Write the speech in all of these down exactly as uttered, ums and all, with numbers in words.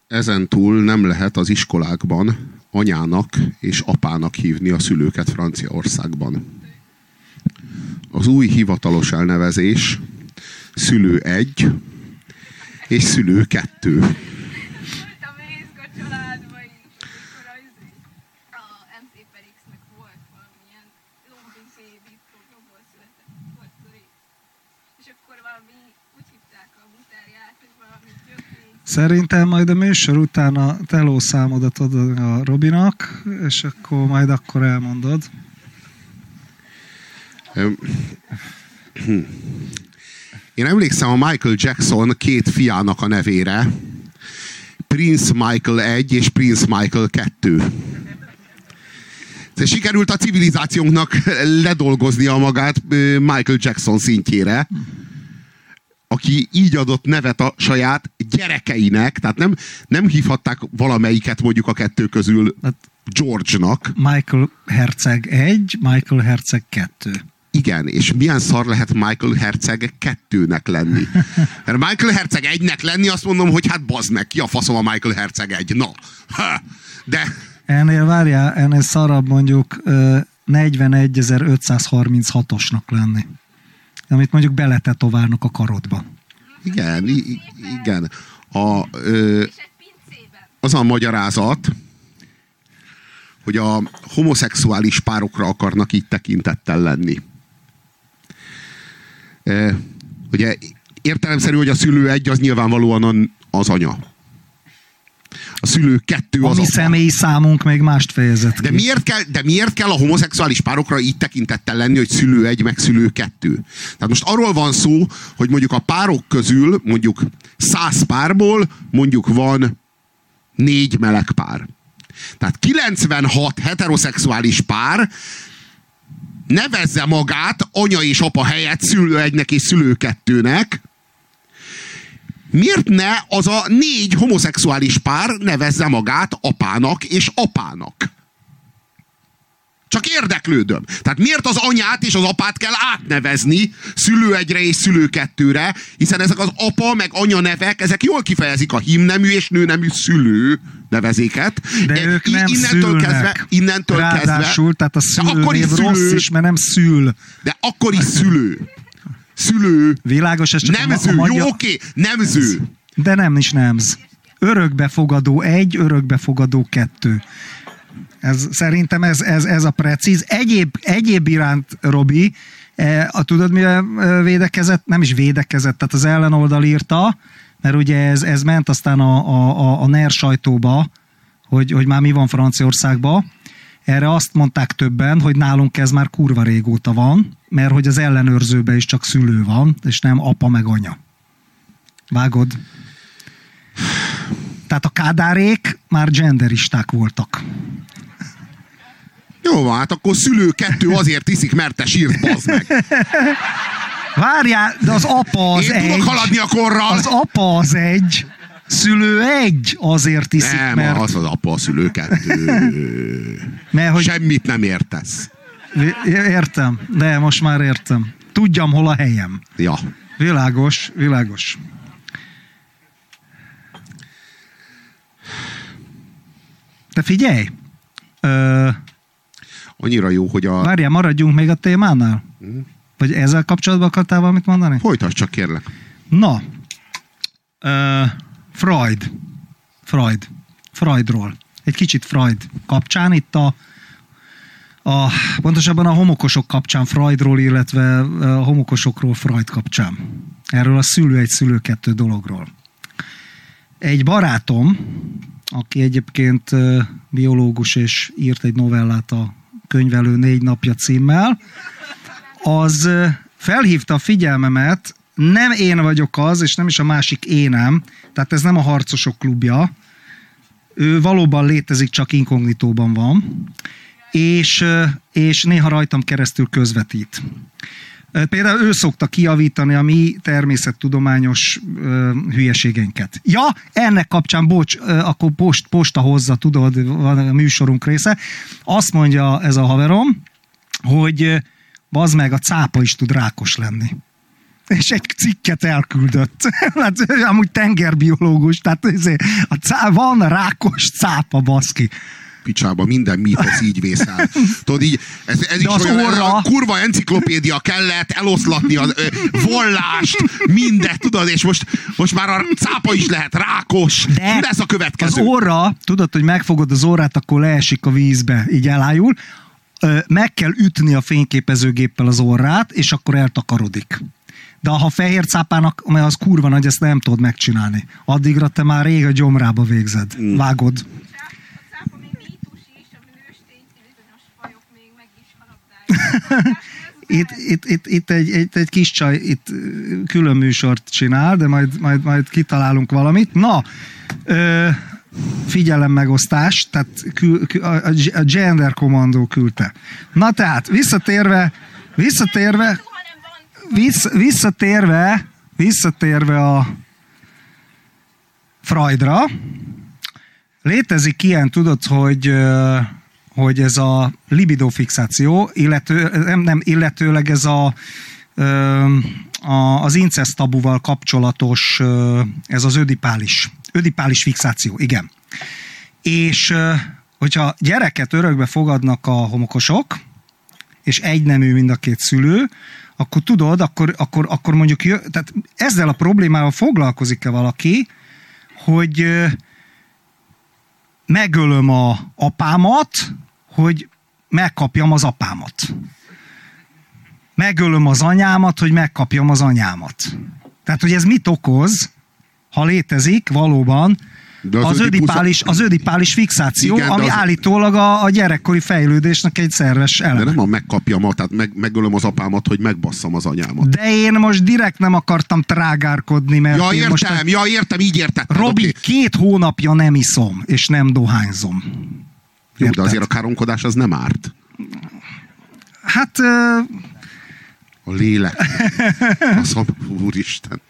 Ezen túl nem lehet az iskolákban anyának és apának hívni a szülőket Franciaországban. Az új hivatalos elnevezés szülő egy és szülő kettő. Szerintem majd a műsor után a teló számodat adod a Robinak, és akkor majd akkor elmondod. Én emlékszem a Michael Jackson két fiának a nevére. Prince Michael egy és Prince Michael kettő. Sikerült a civilizációnknak ledolgoznia magát Michael Jackson szintjére, aki így adott nevet a saját gyerekeinek, tehát nem, nem hívhatták valamelyiket mondjuk a kettő közül George-nak. Michael Herceg egy, Michael Herceg kettő. Igen, és milyen szar lehet Michael Herceg kettőnek lenni? Mert Michael Herceg egynek lenni, azt mondom, hogy hát bazd meg, ki a faszom a Michael Herceg egy? Na, ha, de... Ennél várjál, ennél szarabb mondjuk negyvenegyezer-ötszázharminchatosnak lenni. Amit mondjuk beletetoválnak a karodba. Igen, igen. A, ö, az a magyarázat, hogy a homoszexuális párokra akarnak így tekintettel lenni. E, ugye értelemszerű, hogy a szülő egy az nyilvánvalóan az anya. A szülő kettő az a mi apa. személyi számunk még mást fejezett ki. De miért, kell, de miért kell a homoszexuális párokra így tekintettel lenni, hogy szülő egy, meg szülő kettő? Tehát most arról van szó, hogy mondjuk a párok közül, mondjuk száz párból, mondjuk van négy meleg pár. Tehát kilencvenhat heteroszexuális pár nevezze magát anya és apa helyett szülő egynek és szülő kettőnek. Miért ne az a négy homoszexuális pár nevezze magát apának és apának? Csak érdeklődöm. Tehát miért az anyát és az apát kell átnevezni szülő egyre és szülő kettőre, hiszen ezek az apa meg anya nevek, ezek jól kifejezik a hímnemű és nőnemű szülő nevezéket. De ők nem innentől szülnek. Kezdve, innentől Ráadásul, kezdve, tehát a szülőnév rossz szülő, is, mert nem szül. De akkor is szülő. Szülő. Világos, ez csak nemző. a, a magyar... Jó, oké, nemző. De nem is nemz. Örökbefogadó egy, örökbefogadó kettő. Ez, szerintem ez, ez, ez a precíz. Egyéb, egyéb iránt, Robi, e, a, tudod, mivel védekezett? Nem is védekezett, tehát az ellenoldal írta, mert ugye ez, ez ment aztán a, a, a en e er sajtóba, hogy, hogy már mi van Franciaországban. Erre azt mondták többen, hogy nálunk ez már kurva régóta van, mert hogy az ellenőrzőben is csak szülő van, és nem apa meg anya. Vágod? Tehát a kádárék már genderisták voltak. Jó van, hát akkor szülő kettő azért iszik, mert te sírt, bazd meg. Várjál, de az apa az Én egy. Én tudok haladni a korral. Az apa az egy. Szülő egy azért iszik, nem, mert... az az apa, a szülő kettő. Mert, hogy... Semmit nem értesz. Értem, de most már értem. Tudjam, hol a helyem. Ja. Világos, világos. Te figyelj! Ö... Annyira jó, hogy a... Várjál, maradjunk még a témánál? Mm. Vagy ezzel kapcsolatban akartál valamit mondani? Folytasd csak, kérlek. Na, ö, Freud. Freud. Freudról. Egy kicsit Freud kapcsán. Itt a, a pontosabban a homokosok kapcsán Freudról, illetve a homokosokról Freud kapcsán. Erről a szülő egy, szülő kettő dologról. Egy barátom, aki egyébként biológus és írt egy novellát a Könyvelő négy napja címmel, az felhívta a figyelmemet, nem én vagyok az, és nem is a másik énem, tehát ez nem a Harcosok klubja, ő valóban létezik, csak inkognitóban van, és, és néha rajtam keresztül közvetít. Például ő szokta kijavítani a mi természettudományos uh, hülyeségeinket. Ja, ennek kapcsán, bocs, uh, akkor post, posta hozza, tudod, van a műsorunk része. Azt mondja ez a haverom, hogy uh, bazd meg, a cápa is tud rákos lenni. és egy cikket elküldött. Hát, amúgy tengerbiológus, tehát a cá, van rákos cápa, baszki. Picsába, minden mítosz így vészel. Tudod, így, ez, ez is olyan, orra... kurva enciklopédia kellett eloszlatni a ö, vallást, mindet, tudod, és most, most már a cápa is lehet rákos. De mi lesz a következő? Az orra, tudod, hogy megfogod az orrát, akkor leesik a vízbe, így elájul. Ö, meg kell ütni a fényképezőgéppel az orrát, és akkor eltakarodik. De ha fehér cápának, mert az kurva nagy, ezt nem tudod megcsinálni. Addigra te már rég a gyomrába végzed. Mm. Vágod. itt, itt, itt, itt, egy, itt egy kis csaj itt külön műsort csinál, de majd, majd, majd kitalálunk valamit. Na, ö, figyelem megosztás, tehát kül, kül, a, a Gender Commando küldte. Na tehát, visszatérve, visszatérve, vissz, visszatérve, visszatérve a Freudra, létezik ilyen, tudod, hogy hogy ez a libidofixáció, illető, nem, nem, illetőleg ez a, a, az incest tabuval kapcsolatos, ez az ödipális, ödipális fixáció, igen. És hogyha gyereket örökbe fogadnak a homokosok, és egynemű mind a két szülő, akkor tudod, akkor, akkor, akkor mondjuk, tehát ezzel a problémával foglalkozik-e valaki, hogy megölöm a apámat, hogy megkapjam az apámat. Megölöm az anyámat, hogy megkapjam az anyámat. Tehát, hogy ez mit okoz, ha létezik valóban az, az, ödipális, az ödipális fixáció, igen, ami az... állítólag a, a gyerekkori fejlődésnek egy szerves eleme. De nem a megkapjam, tehát meg, megölöm az apámat, hogy megbasszam az anyámat. De én most direkt nem akartam trágárkodni, mert ja, én értem, most ja, értem, így értettem. Robi, okay. Két hónapja nem iszom, és nem dohányzom. Jó, érted? De azért a káromkodás az nem árt. Hát... Uh... A lélek. Az a... Úristen.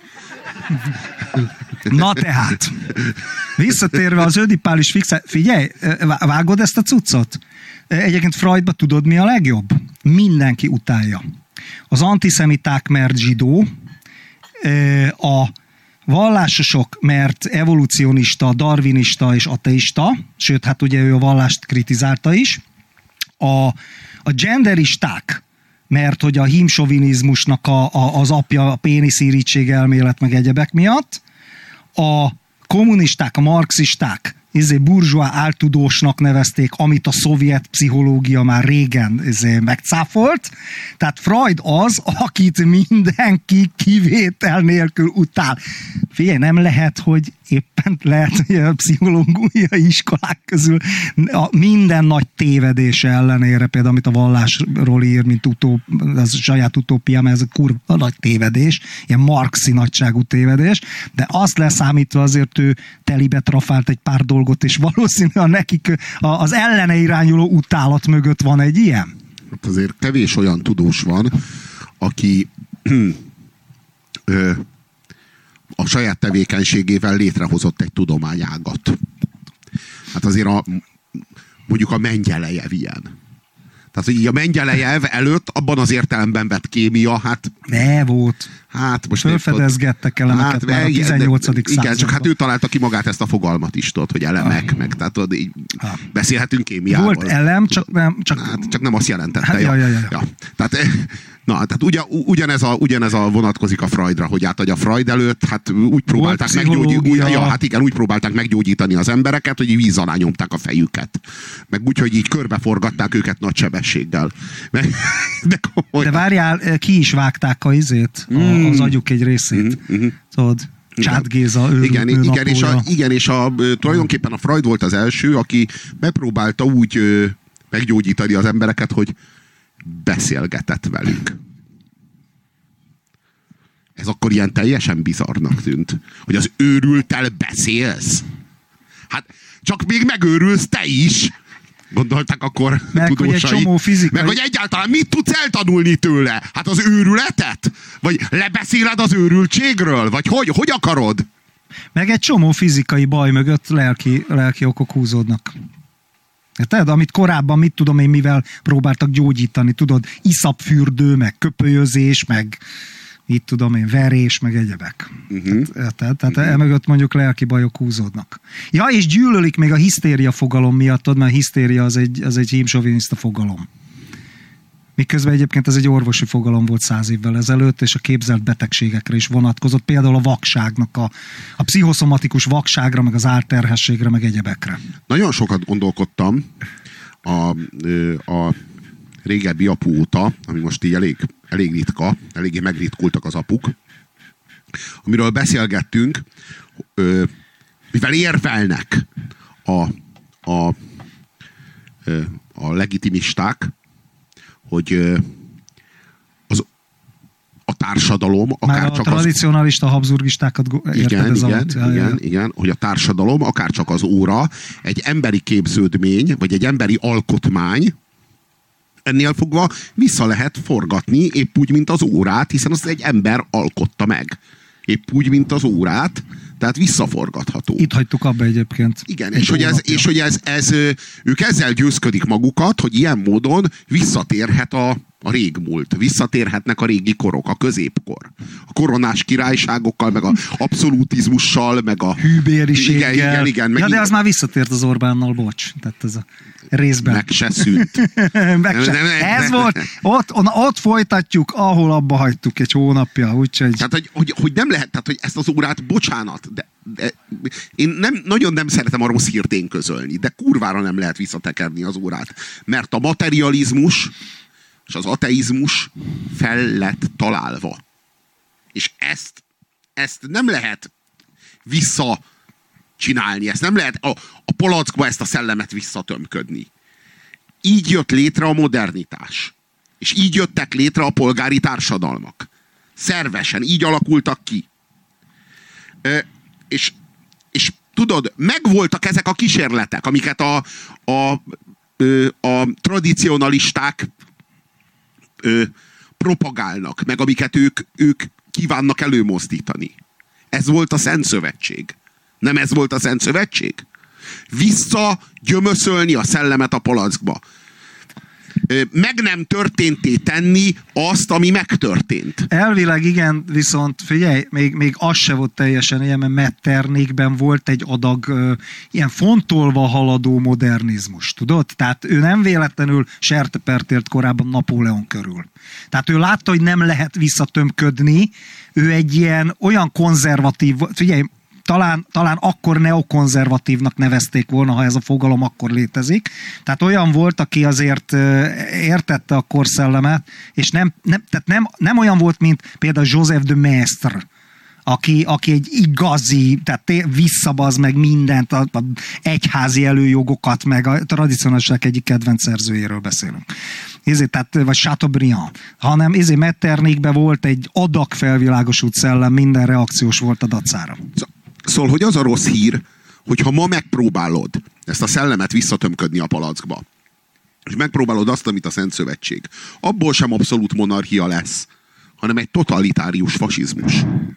Na tehát, visszatérve az ödipális fixáció, figyelj, vágod ezt a cuccot? Egyébként Freudba tudod, mi a legjobb? Mindenki utálja. Az antiszemiták, mert zsidó, a vallásosok, mert evolucionista, darwinista és ateista, sőt, hát ugye ő a vallást kritizálta is, a, a genderisták, mert hogy a hímsovinizmusnak a, a, az apja a péniszírítség elmélet meg egyebek miatt, a kommunisták, a marxisták izé burzsóá áltudósnak nevezték, amit a szovjet pszichológia már régen izé megcáfolt. Tehát Freud az, akit mindenki kivétel nélkül utál. Figyelj, nem lehet, hogy éppen lehet, hogy a pszichológiai iskolák közül a minden nagy tévedése ellenére, például amit a vallásról ír, mint utó, az saját utópia, mert ez a kurva nagy tévedés, ilyen marxi nagyságú tévedés, de azt leszámítva azért ő telibe trafált egy pár dolgot, és valószínűleg nekik az ellene irányuló utálat mögött van egy ilyen. Hát azért kevés olyan tudós van, aki ö, a saját tevékenységével létrehozott egy tudományágat. Hát azért a, mondjuk a Mengyelejev ilyen. Tehát, hogy így a Mengyelejev előtt abban az értelemben vett kémia, hát... Ne volt. Hát most... Fölfedezgettek elemeket hát, már a tizennyolcadik igen, században. csak hát ő találta ki magát ezt a fogalmat is, tudod, hogy elemek, ah. meg tehát tudod, így ah. beszélhetünk kémiáról. Volt elem, csak nem... Csak, hát, csak nem azt jelentette. Hát, ja, ja, ja, ja. Ja. Tehát, na, tehát ugyan, ugyanez, a, ugyanez a vonatkozik a Freudra, hogy hát a Freud előtt hát úgy próbálták meggyógyítani, ja, hát igen, úgy próbálták meggyógyítani az embereket, hogy víz alá nyomták a fejüket. Meg úgy, hogy így körbeforgatták őket nagy sebességgel. Meg, de, de várjál, ki is vágták a izét, mm. az agyuk egy részét. Mm. Tudod, Csát Géza, ő, igen, ő igen, és a, igen, és a, tulajdonképpen a Freud volt az első, aki megpróbálta úgy ö, meggyógyítani az embereket, hogy beszélgetett velük. Ez akkor ilyen teljesen bizarrnak tűnt, hogy az őrülttel beszélsz. Hát csak még megőrülsz te is. Gondolták akkor meg, tudósai. Hogy fizikai... Meg hogy egyáltalán mit tudsz eltanulni tőle? Hát az őrületet? Vagy lebeszéled az őrültségről? Vagy hogy? Hogy akarod? Meg egy csomó fizikai baj mögött lelki, lelki okok húzódnak. Érted? Amit korábban, mit tudom én, mivel próbáltak gyógyítani, tudod, iszapfürdő, meg köpölyözés, meg itt tudom én, verés, meg egyebek. Uh-huh. Tehát, tehát, tehát uh-huh. emögött mondjuk lelki bajok húzódnak. Ja, és gyűlölik még a hisztéria fogalom miatt, tudod, mert a hisztéria az egy, az egy hímsoviniszta fogalom. Miközben egyébként ez egy orvosi fogalom volt száz évvel ezelőtt, és a képzelt betegségekre is vonatkozott, például a vakságnak, a, a pszichoszomatikus vakságra, meg az álterhességre, meg egyebekre. Nagyon sokat gondolkodtam a, a régebbi apu óta, ami most így elég, elég ritka, eléggé megritkultak az apuk, amiről beszélgettünk, mivel érvelnek a, a, a legitimisták, hogy az, a társadalom, akár Már csak a tradicionalista az... habsburgistákat érted igen, ez igen, alatt? Igen, igen, igen, hogy a társadalom, akár csak az óra egy emberi képződmény, vagy egy emberi alkotmány, ennél fogva vissza lehet forgatni, épp úgy, mint az órát, hiszen az egy ember alkotta meg. Épp úgy, mint az órát, tehát visszaforgatható. Itt hagytuk abba egyébként. Igen, és hogy, ez, és hogy ez, ez, ők ezzel győzködik magukat, hogy ilyen módon visszatérhet a, a régmúlt, visszatérhetnek a régi korok, a középkor. A koronás királyságokkal, meg a abszolutizmussal, meg a hűbériséggel. Igen, igen, igen, ja, de az már visszatért az Orbánnal, bocs. Tehát ez a részben. Meg se szűnt. meg se. Nem, nem, ez nem. volt, ott, on, ott folytatjuk, ahol abba hagytuk egy hónapja, úgyhogy... Tehát, hogy, hogy, hogy nem lehet, tehát, hogy ezt az órát, bocsánat, de, de én nem, nagyon nem szeretem a rossz hírt én közölni, de kurvára nem lehet visszatekerni az órát. Mert a materializmus és az ateizmus fel lett találva. És ezt, ezt nem lehet visszacsinálni, ezt nem lehet a, a palackba ezt a szellemet visszatömködni. Így jött létre a modernitás. És így jöttek létre a polgári társadalmak. Szervesen, így alakultak ki. E, és, és tudod, megvoltak ezek a kísérletek, amiket a, a, a, a tradicionalisták ö, propagálnak, meg amiket ők, ők kívánnak előmozdítani. Ez volt a Szent Szövetség. Nem ez volt a Szent Szövetség? Visszagyömöszölni a szellemet a palackba. Meg nem történté tenni azt, ami megtörtént. Elvileg igen, viszont figyelj, még, még az se volt teljesen ilyen, mert Metternichben volt egy adag uh, ilyen fontolva haladó modernizmus, tudod? Tehát ő nem véletlenül sertepert ért korábban Napóleon körül. Tehát ő látta, hogy nem lehet visszatömködni, ő egy ilyen olyan konzervatív, figyelj, Talán, talán akkor neokonzervatívnak nevezték volna, ha ez a fogalom akkor létezik. Tehát olyan volt, aki azért értette a korszellemet, és nem, nem, tehát nem, nem olyan volt, mint például Joseph de Maistre, aki, aki egy igazi, tehát visszabaz meg mindent, a, a egyházi előjogokat, meg a tradicionálisság egyik kedvenc szerzőjéről beszélünk. Ezért, tehát, vagy Chateaubriand, hanem ezért Metternichben volt egy adag felvilágosult szellem, minden reakciós volt a dacára. Szóval, hogy az a rossz hír, hogyha ma megpróbálod ezt a szellemet visszatömködni a palackba, és megpróbálod azt, amit a Szent Szövetség, abból sem abszolút monarchia lesz, hanem egy totalitárius fasizmus.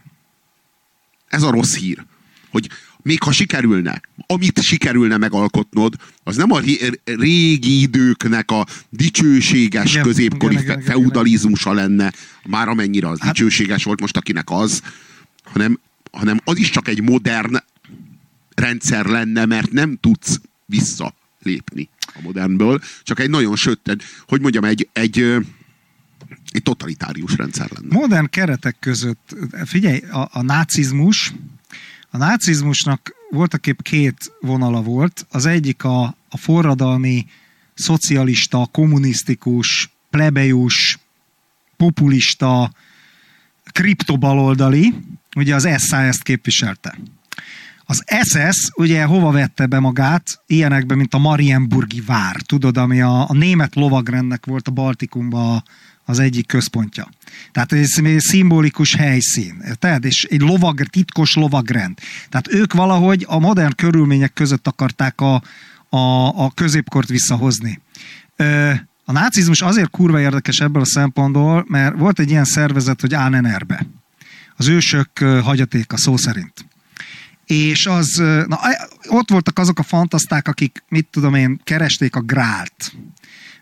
Ez a rossz hír, hogy még ha sikerülne, amit sikerülne megalkotnod, az nem a régi időknek a dicsőséges igen, középkori igen, igen, feudalizmusa lenne, már amennyire az hát, dicsőséges volt most akinek az, hanem hanem az is csak egy modern rendszer lenne, mert nem tudsz visszalépni a modernből, csak egy nagyon sötét, hogy mondjam, egy, egy, egy totalitárius rendszer lenne. Modern keretek között, figyelj, a, a nácizmus, a nácizmusnak voltaképp két vonala volt, az egyik a, a forradalmi, szocialista, kommunisztikus, plebejus, populista, kriptobaloldali, ugye az es á es-t képviselte. Az es es ugye hova vette be magát? Ilyenekben, mint a Marienburgi vár, tudod, ami a, a német lovagrendnek volt a Baltikumban az egyik központja. Tehát ez egy szimbolikus helyszín. Tehát, és egy lovag, titkos lovagrend. Tehát ők valahogy a modern körülmények között akarták a, a, a középkort visszahozni. Ö, a nácizmus azért kurva érdekes ebből a szempontból, mert volt egy ilyen szervezet, hogy á en er-be. Az ősök hagyatéka szó szerint. És az, na, ott voltak azok a fantaszták, akik, mit tudom én, keresték a grált.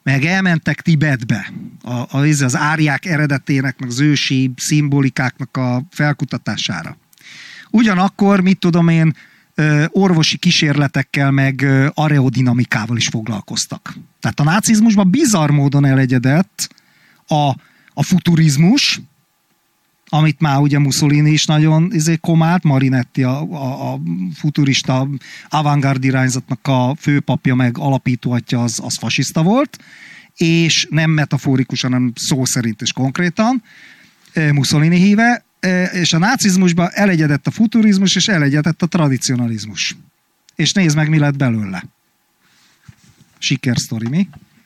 meg elmentek Tibetbe, a, az, az árják eredetének, meg az ősi szimbolikáknak a felkutatására. Ugyanakkor, mit tudom én, orvosi kísérletekkel, meg aerodinamikával is foglalkoztak. Tehát a nácizmusban bizarr módon elegyedett a, a futurizmus, amit már ugye Mussolini is nagyon izé, komált, Marinetti a, a, a futurista avantgárd irányzatnak a főpapja, meg alapítóatja az, az fasiszta volt, és nem metaforikusan, hanem szó szerint és konkrétan Mussolini híve, és a nácizmusban elegyedett a futurizmus, és elegyedett a tradicionalizmus. És nézd meg, mi lett belőle. Sikersztori, mi?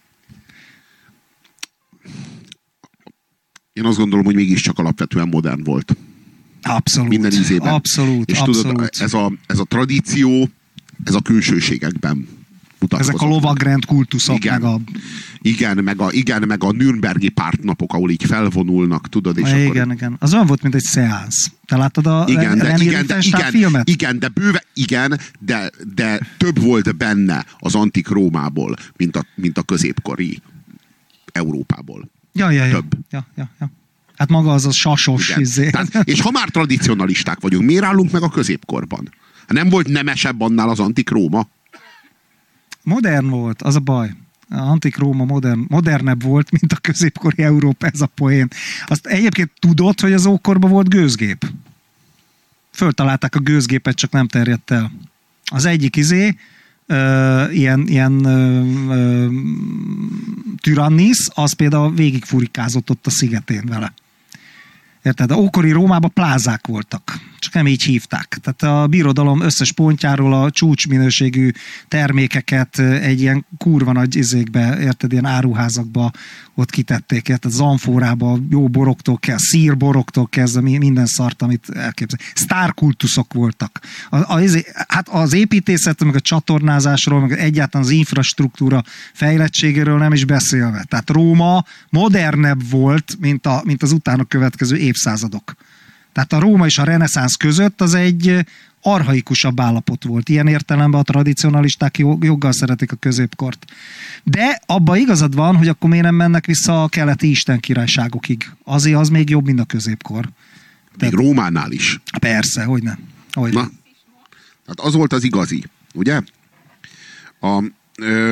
Én azt gondolom, hogy mégiscsak alapvetően modern volt. Abszolút. Minden ízében. Abszolút, és abszolút. tudod, ez a, ez a tradíció, ez a külsőségekben mutatkozott. Ezek a lovagrend kultuszok, igen. meg a... Igen, meg a, igen, meg a Nürnbergi pártnapok, ahol így felvonulnak, tudod, és igen, akkor... igen. Az olyan volt, mint egy szeánsz. Te láttad a igen, de, Leni igen, de, igen, filmet? igen, de bőve, igen, de, de több volt benne az antik Rómából, mint a, mint a középkori Európából. Ja, ja, ja. Több. Ja, ja, ja. Hát maga az a sasos izé. Tehát, és ha már tradicionalisták vagyunk, miért állunk meg a középkorban? Nem volt nemesebb annál az antik Róma? Modern volt, az a baj. A antik Róma modern, modernebb volt, mint a középkori Európa, ez a poén. Azt egyébként tudod, hogy az ókorban volt gőzgép? Föltalálták a gőzgépet, csak nem terjedt el. Az egyik izé, ö, ilyen, ilyen ö, ö, Tyrannis, az például végigfurikázott ott a szigetén vele. Érted? A ókori Rómában plázák voltak. Csak nem így hívták. Tehát a birodalom összes pontjáról a csúcsminőségű termékeket egy ilyen kurva nagy izékbe, érted, ilyen áruházakba ott kitették. Érted? Zanfórába jó boroktól kell, szírboroktól kezdve minden szart, amit elképzel. Sztárkultuszok voltak. A, a, izé, hát az építészet, meg a csatornázásról, meg egyáltalán az infrastruktúra fejlettségéről nem is beszélve. Tehát Róma modernebb volt, mint, a, mint az utána következő évszázadok. Tehát a Róma és a reneszánsz között az egy archaikusabb állapot volt. Ilyen értelemben a tradicionalisták joggal szeretik a középkort. De abban igazad van, hogy akkor miért nem mennek vissza a keleti istenkirályságokig. Azért az még jobb, mint a középkor. Még Tehát, Rómánál is. persze, hogyne. hogyne. Na, tehát az volt az igazi, ugye? A... Ö,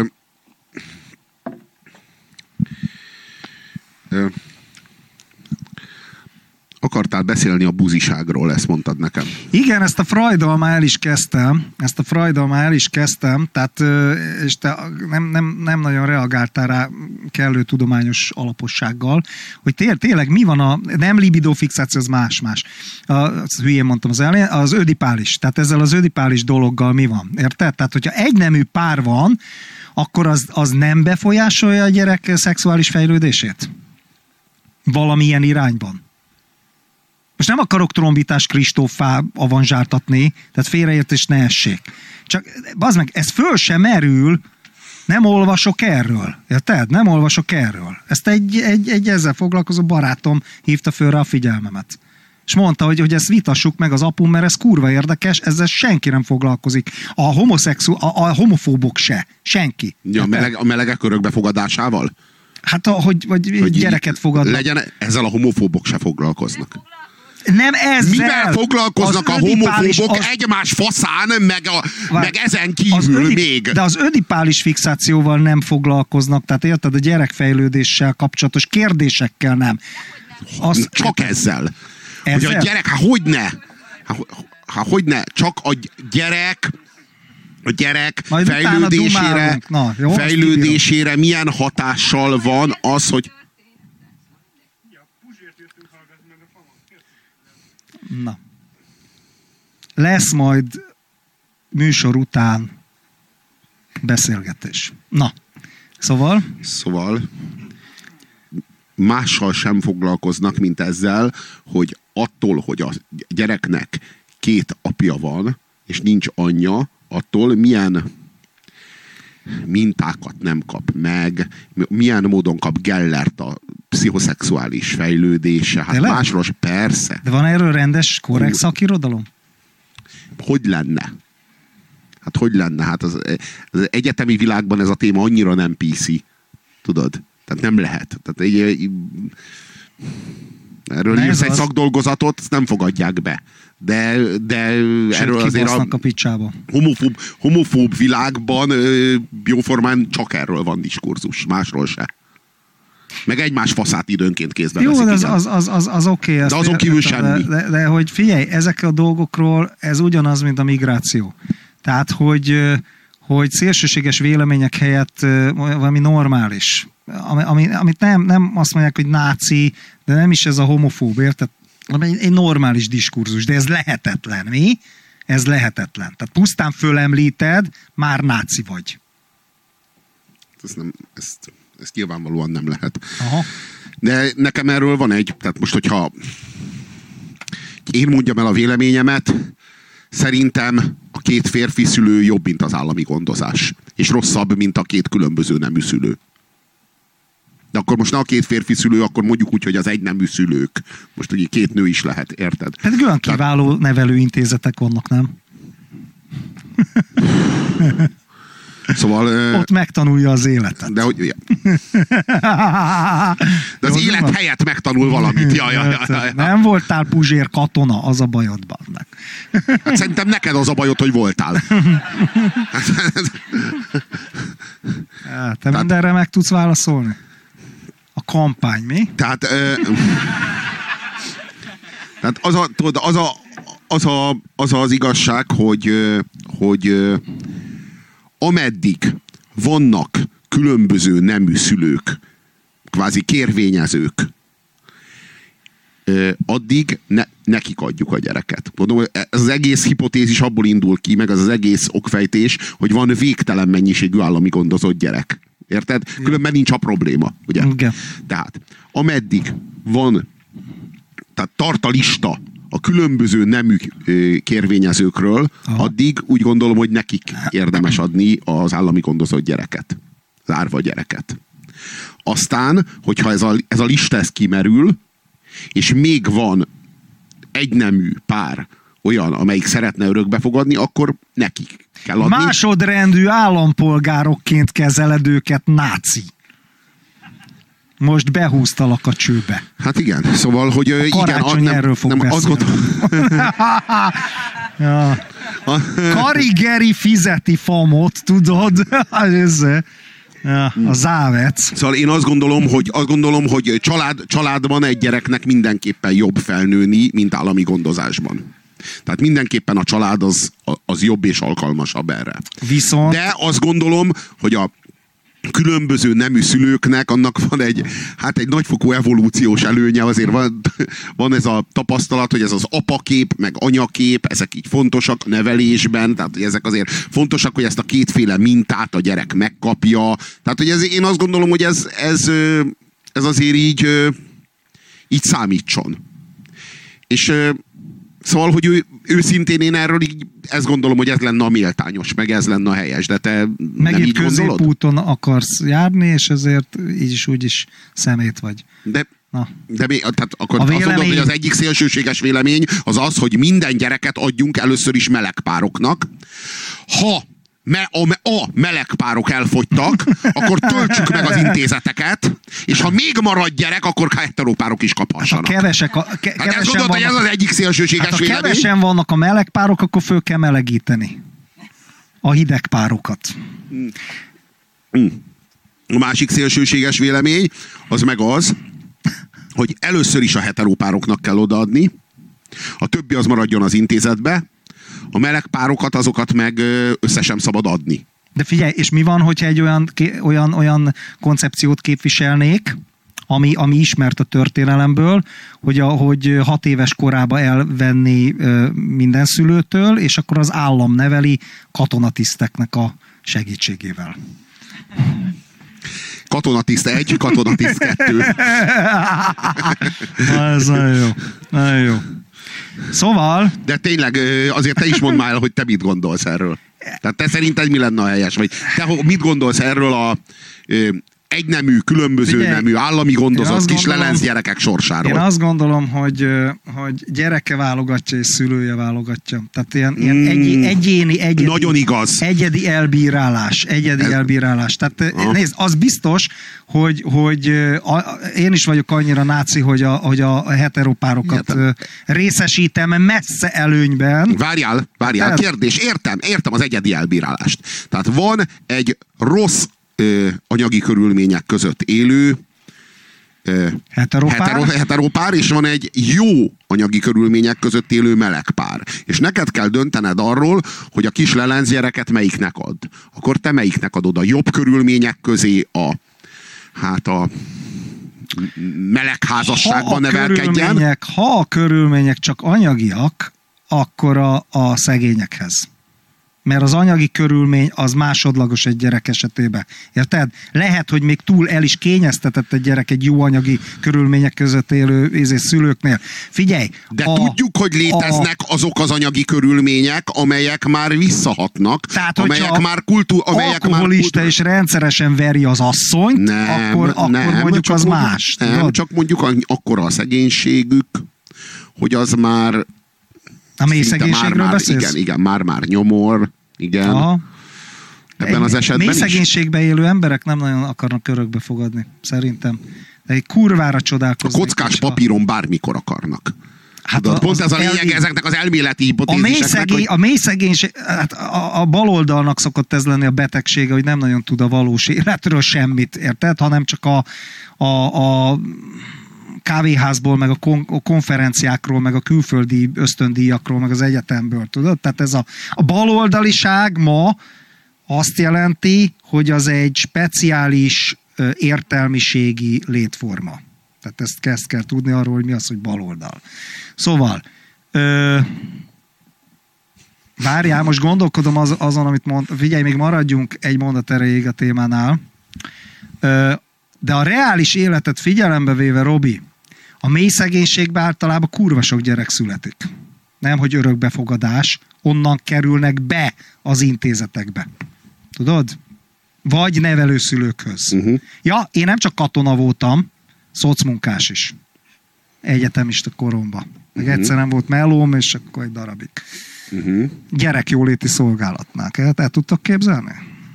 ö, akartál beszélni a buziságról, ezt mondtad nekem. Igen, ezt a Freuddal már el is kezdtem, ezt a Freuddal már el is kezdtem, tehát, és te nem, nem, nem nagyon reagáltál rá kellő tudományos alapossággal, hogy té- tényleg mi van a, nem libidofixáció, az más-más. Az hülyén mondtam az elején, az ödipális, tehát ezzel az ödipális dologgal mi van, érted? Tehát, hogyha egy nemű pár van, akkor az, az nem befolyásolja a gyerek szexuális fejlődését? Valamilyen irányban. Most nem akarok trombitás Kristóffá avanzsártatni, tehát félreértés ne essék. Csak, bazd meg, ez föl sem merül, nem olvasok erről. Érted? Nem olvasok erről. Ezt egy, egy, egy ezzel foglalkozó barátom hívta fölre a figyelmemet. És mondta, hogy, hogy ezt vitassuk meg az apum, mert ez kurva érdekes, ezzel senki nem foglalkozik. A homoszexu, a, a homofóbok se. Senki. Ja, a, meleg, a melegek örökbefogadásával? Hát, hogy, hogy, hogy gyereket fogadnak. Legyen, ezzel a homofóbok se foglalkoznak. Nem ezzel. Mivel foglalkoznak az a homofóbok az... egymás faszán, meg, a, Vár, meg ezen kívül ödi... még? De az ödipális fixációval nem foglalkoznak, tehát érted, a gyerekfejlődéssel kapcsolatos kérdésekkel nem. Az... Csak ezzel. ezzel. Hogy a gyerek, hát hogyne? Hát hogyne? Csak a gyerek a gyerek majd fejlődésére, Na, jó, fejlődésére milyen hatással van az, hogy Na. Lesz majd műsor után beszélgetés. Na. Szóval? Szóval mással sem foglalkoznak, mint ezzel, hogy attól, hogy a gyereknek két apja van, és nincs anyja, attól milyen mintákat nem kap meg, milyen módon kap Gellert a pszichoszexuális fejlődése. Hát másról, persze. De van erről rendes, korrekt szakirodalom? Hogy lenne? Hát hogy lenne? Hát az, az egyetemi világban ez a téma annyira nem pé cé. Tudod? Tehát nem lehet. Tehát így, így, erről írsz egy szakdolgozatot, ezt nem fogadják be. De, de erről azért a, a picsába. Homofób, homofób világban jóformán csak erről van diskurzus, másról se. Meg egymás faszát időnként kézbe jó, veszik. Jó, az, az, az, az, az oké. Okay, de azon kívül semmi. De, de, de hogy figyelj, ezek a dolgokról ez ugyanaz, mint a migráció. Tehát, hogy, hogy szélsőséges vélemények helyett valami normális. Ami, ami, amit nem, nem azt mondják, hogy náci, de nem is ez a homofób, érted? Egy, egy normális diskurzus, de ez lehetetlen, mi? Ez lehetetlen. Tehát pusztán fölemlíted, már náci vagy. Ezt, nem, ezt, ezt nyilvánvalóan nem lehet. Aha. De nekem erről van egy, tehát most, hogyha én mondjam el a véleményemet, szerintem a két férfi szülő jobb, mint az állami gondozás. És rosszabb, mint a két különböző nemű szülő. De akkor most ne a két férfi szülő, akkor mondjuk úgy, hogy az egynemű szülők. Most ugye két nő is lehet, érted? Tehát olyan kiváló Tehát... nevelőintézetek vannak, nem? Szóval... Ott megtanulja az életet. De, hogy, ja. De az élet van? Helyett megtanul valamit. Ja, ja, ja, ja, ja. Nem voltál Puzsér katona, az a bajod, bandnak. Hát szerintem neked az a bajod, hogy voltál. Ja, te Tehát... mindenre meg tudsz válaszolni? A kampány, mi? Tehát, ö, tehát az, a, tudod, az, a, az, a, az az igazság, hogy, hogy ameddig vannak különböző nemű szülők, kvázi kérvényezők, addig ne, nekik adjuk a gyereket. Mondom, ez az egész hipotézis abból indul ki, meg az az egész okfejtés, hogy van végtelen mennyiségű állami gondozott gyerek. Érted? Különben nincs a probléma, ugye? Igen. Tehát, ameddig van, tehát tart a lista a különböző nemű kérvényezőkről, aha, addig úgy gondolom, hogy nekik érdemes adni az állami gondozott gyereket. Az árva gyereket. Aztán, hogyha ez a, ez a lista ez kimerül, és még van egy nemű pár olyan, amelyik szeretne örökbe fogadni, akkor nekik kell adni. Másodrendű állampolgárokként kezeled őket, náci. Most behúztalak a csőbe. Hát igen, szóval, hogy a igen, karácsony nem, erről fog nem, azt gondolom. Ja. Karigeri fizeti famot, tudod? Ez, ja, a závec. Szóval én azt gondolom, hogy, azt gondolom, hogy család, családban egy gyereknek mindenképpen jobb felnőni, mint állami gondozásban. Tehát mindenképpen a család az, az jobb és alkalmasabb erre. Viszont... De azt gondolom, hogy a különböző nemű szülőknek annak van egy, hát egy nagyfokú evolúciós előnye, azért van, van ez a tapasztalat, hogy ez az apakép, meg anyakép, ezek így fontosak a nevelésben, tehát hogy ezek azért fontosak, hogy ezt a kétféle mintát a gyerek megkapja. Tehát, hogy ez, én azt gondolom, hogy ez, ez, ez azért így, így számítson. És szóval, hogy ő, őszintén én erről így ezt gondolom, hogy ez lenne a méltányos, meg ez lenne a helyes, de te meg nem így így gondolod? középúton akarsz járni, és ezért így is úgy is szemét vagy. De, Na. de mi, tehát akkor a azt vélemény... mondod, hogy az egyik szélsőséges vélemény az az, hogy minden gyereket adjunk először is melegpároknak. Ha me, a, a melegpárok elfogytak, akkor töltsük meg az intézeteket, és ha még marad gyerek, akkor heteropárok is kaphassanak. Hát kevesek a, ke, hát ezt gondolod, hogy ez az egyik szélsőséges hát vélemény? Ha kevesen vannak a melegpárok, akkor föl kell melegíteni a hidegpárokat. Hmm. Hmm. A másik szélsőséges vélemény az meg az, hogy először is a heteropároknak kell odaadni, a többi az maradjon az intézetbe, a melegpárokat azokat meg össze sem szabad adni. De figyelj, és mi van, hogyha egy olyan, olyan, olyan koncepciót képviselnék, ami, ami ismert a történelemből, hogy, a, hogy hat éves korába elvenni ö, minden szülőtől, és akkor az állam neveli katonatiszteknek a segítségével. Katonatiszt egy, katonatiszt kettő. Na, ez nagyon jó. Nagyon jó. Szóval... De tényleg, azért te is mondd már el, hogy te mit gondolsz erről. Tehát te szerinted mi lenne a helyes? Vagy te mit gondolsz erről a egynemű, különböző Figyelj, nemű, állami gondozott kis gondolom, lelenc gyerekek sorsáról. Én azt gondolom, hogy, hogy gyereke válogatja és szülője válogatja. Tehát ilyen, ilyen mm, egy, egyéni, egyedi, nagyon igaz. egyedi elbírálás. Egyedi Ez... elbírálás. Tehát ah. nézd, az biztos, hogy, hogy a, én is vagyok annyira náci, hogy a, hogy a heteropárokat Értem. részesítem messze előnyben. Várjál, várjál, Tehát... kérdés, értem, értem az egyedi elbírálást. Tehát van egy rossz ö, anyagi körülmények között élő ö, heteropár. Hetero, heteropár, és van egy jó anyagi körülmények között élő meleg pár. És neked kell döntened arról, hogy a kis lelenc gyereket melyiknek ad. Akkor te melyiknek adod? A jobb körülmények közé a hát a melegházasságban nevelkedjen. Ha a körülmények csak anyagiak, akkor a, a szegényekhez. Mert az anyagi körülmény az másodlagos egy gyerek esetében. Érted? Lehet, hogy még túl el is kényeztetett egy gyerek egy jó anyagi körülmények között élő és szülőknél. Figyelj! De a, tudjuk, hogy léteznek a, azok az anyagi körülmények, amelyek már visszahatnak, tehát, amelyek már kultúr... alkoholista kultúr... és rendszeresen veri az asszonyt, nem, akkor, akkor nem, mondjuk az mondjuk, más. Nem, tudod? Csak mondjuk akkora a szegénységük, hogy az már... A mély szegénységről beszélsz? Igen, igen, már-már nyomor, igen. Aha. Ebben az esetben mély szegénységben élő emberek nem nagyon akarnak örökbe fogadni, szerintem. De egy kurvára csodálkozni. A kockás papíron bármikor akarnak. Hát Tudod, a, pont ez a lényeg elvi... ezeknek az elméleti hipotéziseknek. A mély, szegény, hogy... a mély szegénység, hát a, a baloldalnak szokott ez lenni a betegsége, hogy nem nagyon tud a valós életről semmit, érted? Hanem csak a, a, a kávéházból, meg a, kon- a konferenciákról, meg a külföldi ösztöndíjakról, meg az egyetemből, tudod? Tehát ez a, a baloldaliság ma azt jelenti, hogy az egy speciális ö, értelmiségi létforma. Tehát ezt, ezt kell tudni arról, hogy mi az, hogy baloldal. Szóval, ö, várjál, most gondolkodom az, azon, amit mond, figyelj, még maradjunk egy mondat erejéig a témánál. Ö, de a reális életet figyelembe véve, Robi, a mély szegénységben általában kurva sok gyerek születik. Nem, hogy örökbefogadás, onnan kerülnek be az intézetekbe. Tudod? Vagy nevelőszülőkhöz. Uh-huh. Ja, én nem csak katona voltam, szocmunkás is. Egyetemista koromban. Meg uh-huh. egyszer nem volt melóm, és akkor egy darabig. Uh-huh. Gyerekjóléti szolgálatnál. El tudtok képzelni?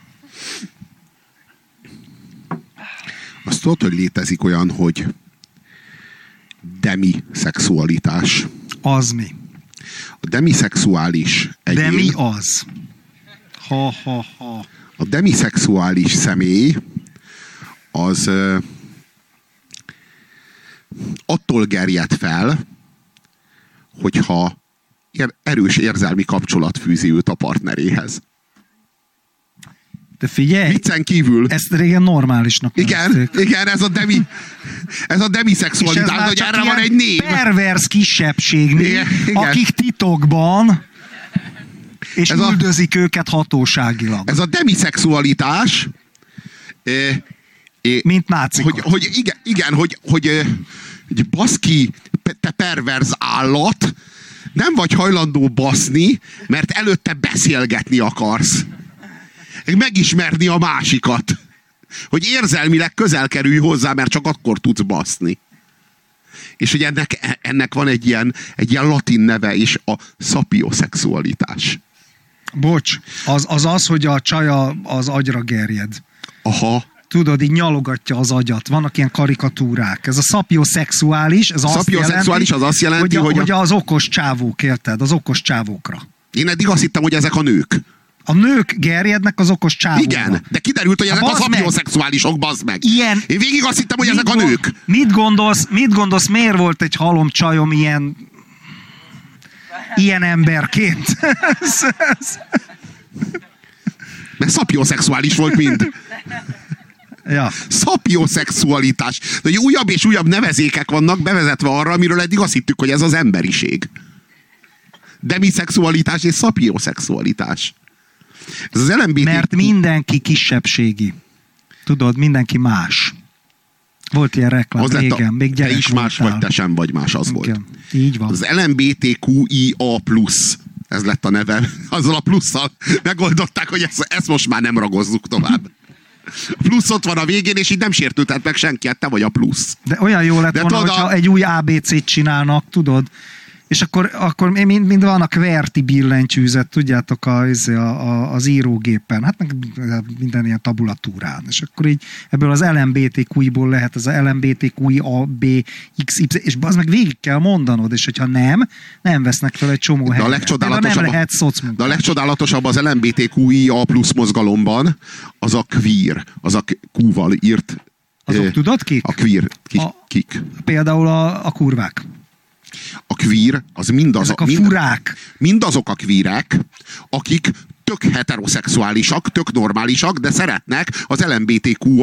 Azt tudod, hogy létezik olyan, hogy demiszexualitás. Az mi? A demiszexuális egyén... Demi az. Ha, ha, ha. A demiszexuális személy az uh, attól gerjed fel, hogyha erős érzelmi kapcsolat fűzi őt a partneréhez. De figyelj, viccen kívül. Ezt régen normálisnak igen, nevezték. Igen, ez a demi ez a demiszexualitás, hogy erre van egy név. Pervers kisebbség, igen, akik titokban és ez üldözik a, őket hatóságilag. Ez a demiszexualitás e, e, mint nácikat. Hogy, hogy igen, igen, hogy, hogy, hogy baszki, te perverz állat, nem vagy hajlandó baszni, mert előtte beszélgetni akarsz. Megismerni a másikat. Hogy érzelmileg közel kerülj hozzá, mert csak akkor tudsz baszni. És hogy ennek, ennek van egy ilyen, egy ilyen latin neve is, a szapioszexualitás. Bocs, az, az az, hogy a csaja az agyra gerjed. Aha. Tudod, így nyalogatja az agyat. Vannak ilyen karikatúrák. Ez a szapioszexuális, ez a azt jelenti, az azt jelenti, hogy, a, hogy, a... hogy az okos csávók, érted? Az okos csávókra. Én eddig azt hittem, hogy ezek a nők. A nők gerjednek az okos csávókra. Igen, de kiderült, hogy ezek a szapioszexuálisok, bazd meg. Ilyen, Én végig azt hittem, hogy ezek a nők. Mit gondolsz, mit gondolsz, miért volt egy halom csajom ilyen ilyen emberként? Mert szapioszexuális volt mind. Ja. Szapioszexualitás. De újabb és újabb nevezékek vannak bevezetve arra, amiről eddig azt hittük, hogy ez az emberiség. Demiszexualitás és szapioszexualitás. Ez az el em bé té... Mert mindenki kisebbségi. Tudod, mindenki más. Volt ilyen reklám az régen, a... még gyerek te is más voltál. vagy, te sem vagy más, az igen. volt. Így van. Az el em bé té kú i á plusz. Ez lett a neve. Azzal a plusszal megoldották, hogy ezt, ezt most már nem ragozzuk tovább. Plusz ott van a végén, és így nem sértődhet meg senki, hát te vagy a plusz. De olyan jó lett De volna, tudod, hogyha a... egy új á bé cét csinálnak, tudod? És akkor, akkor mind, mind van a QWERTY billentyűzet, tudjátok, a, a, a, az írógépen, hát meg minden ilyen tabulatúrán. És akkor így ebből az el em bé té kú i-ból lehet az el em bé té kú i A, B, X, Y, és az meg végig kell mondanod, és hogyha nem, nem vesznek fel egy csomó helyet. A legcsodálatosabb, nem lehet szocmunkás. De a legcsodálatosabb az el em bé té kú i A plusz mozgalomban az a queer, az a Q-val írt. Azok eh, tudod kik? A queer, kik? A, kik? Például a, a kurvák. A queer az mindaz, Ezek a mind, furák. mindazok a queerek, akik tök heteroszexuálisak, tök normálisak, de szeretnek az el em bé té kú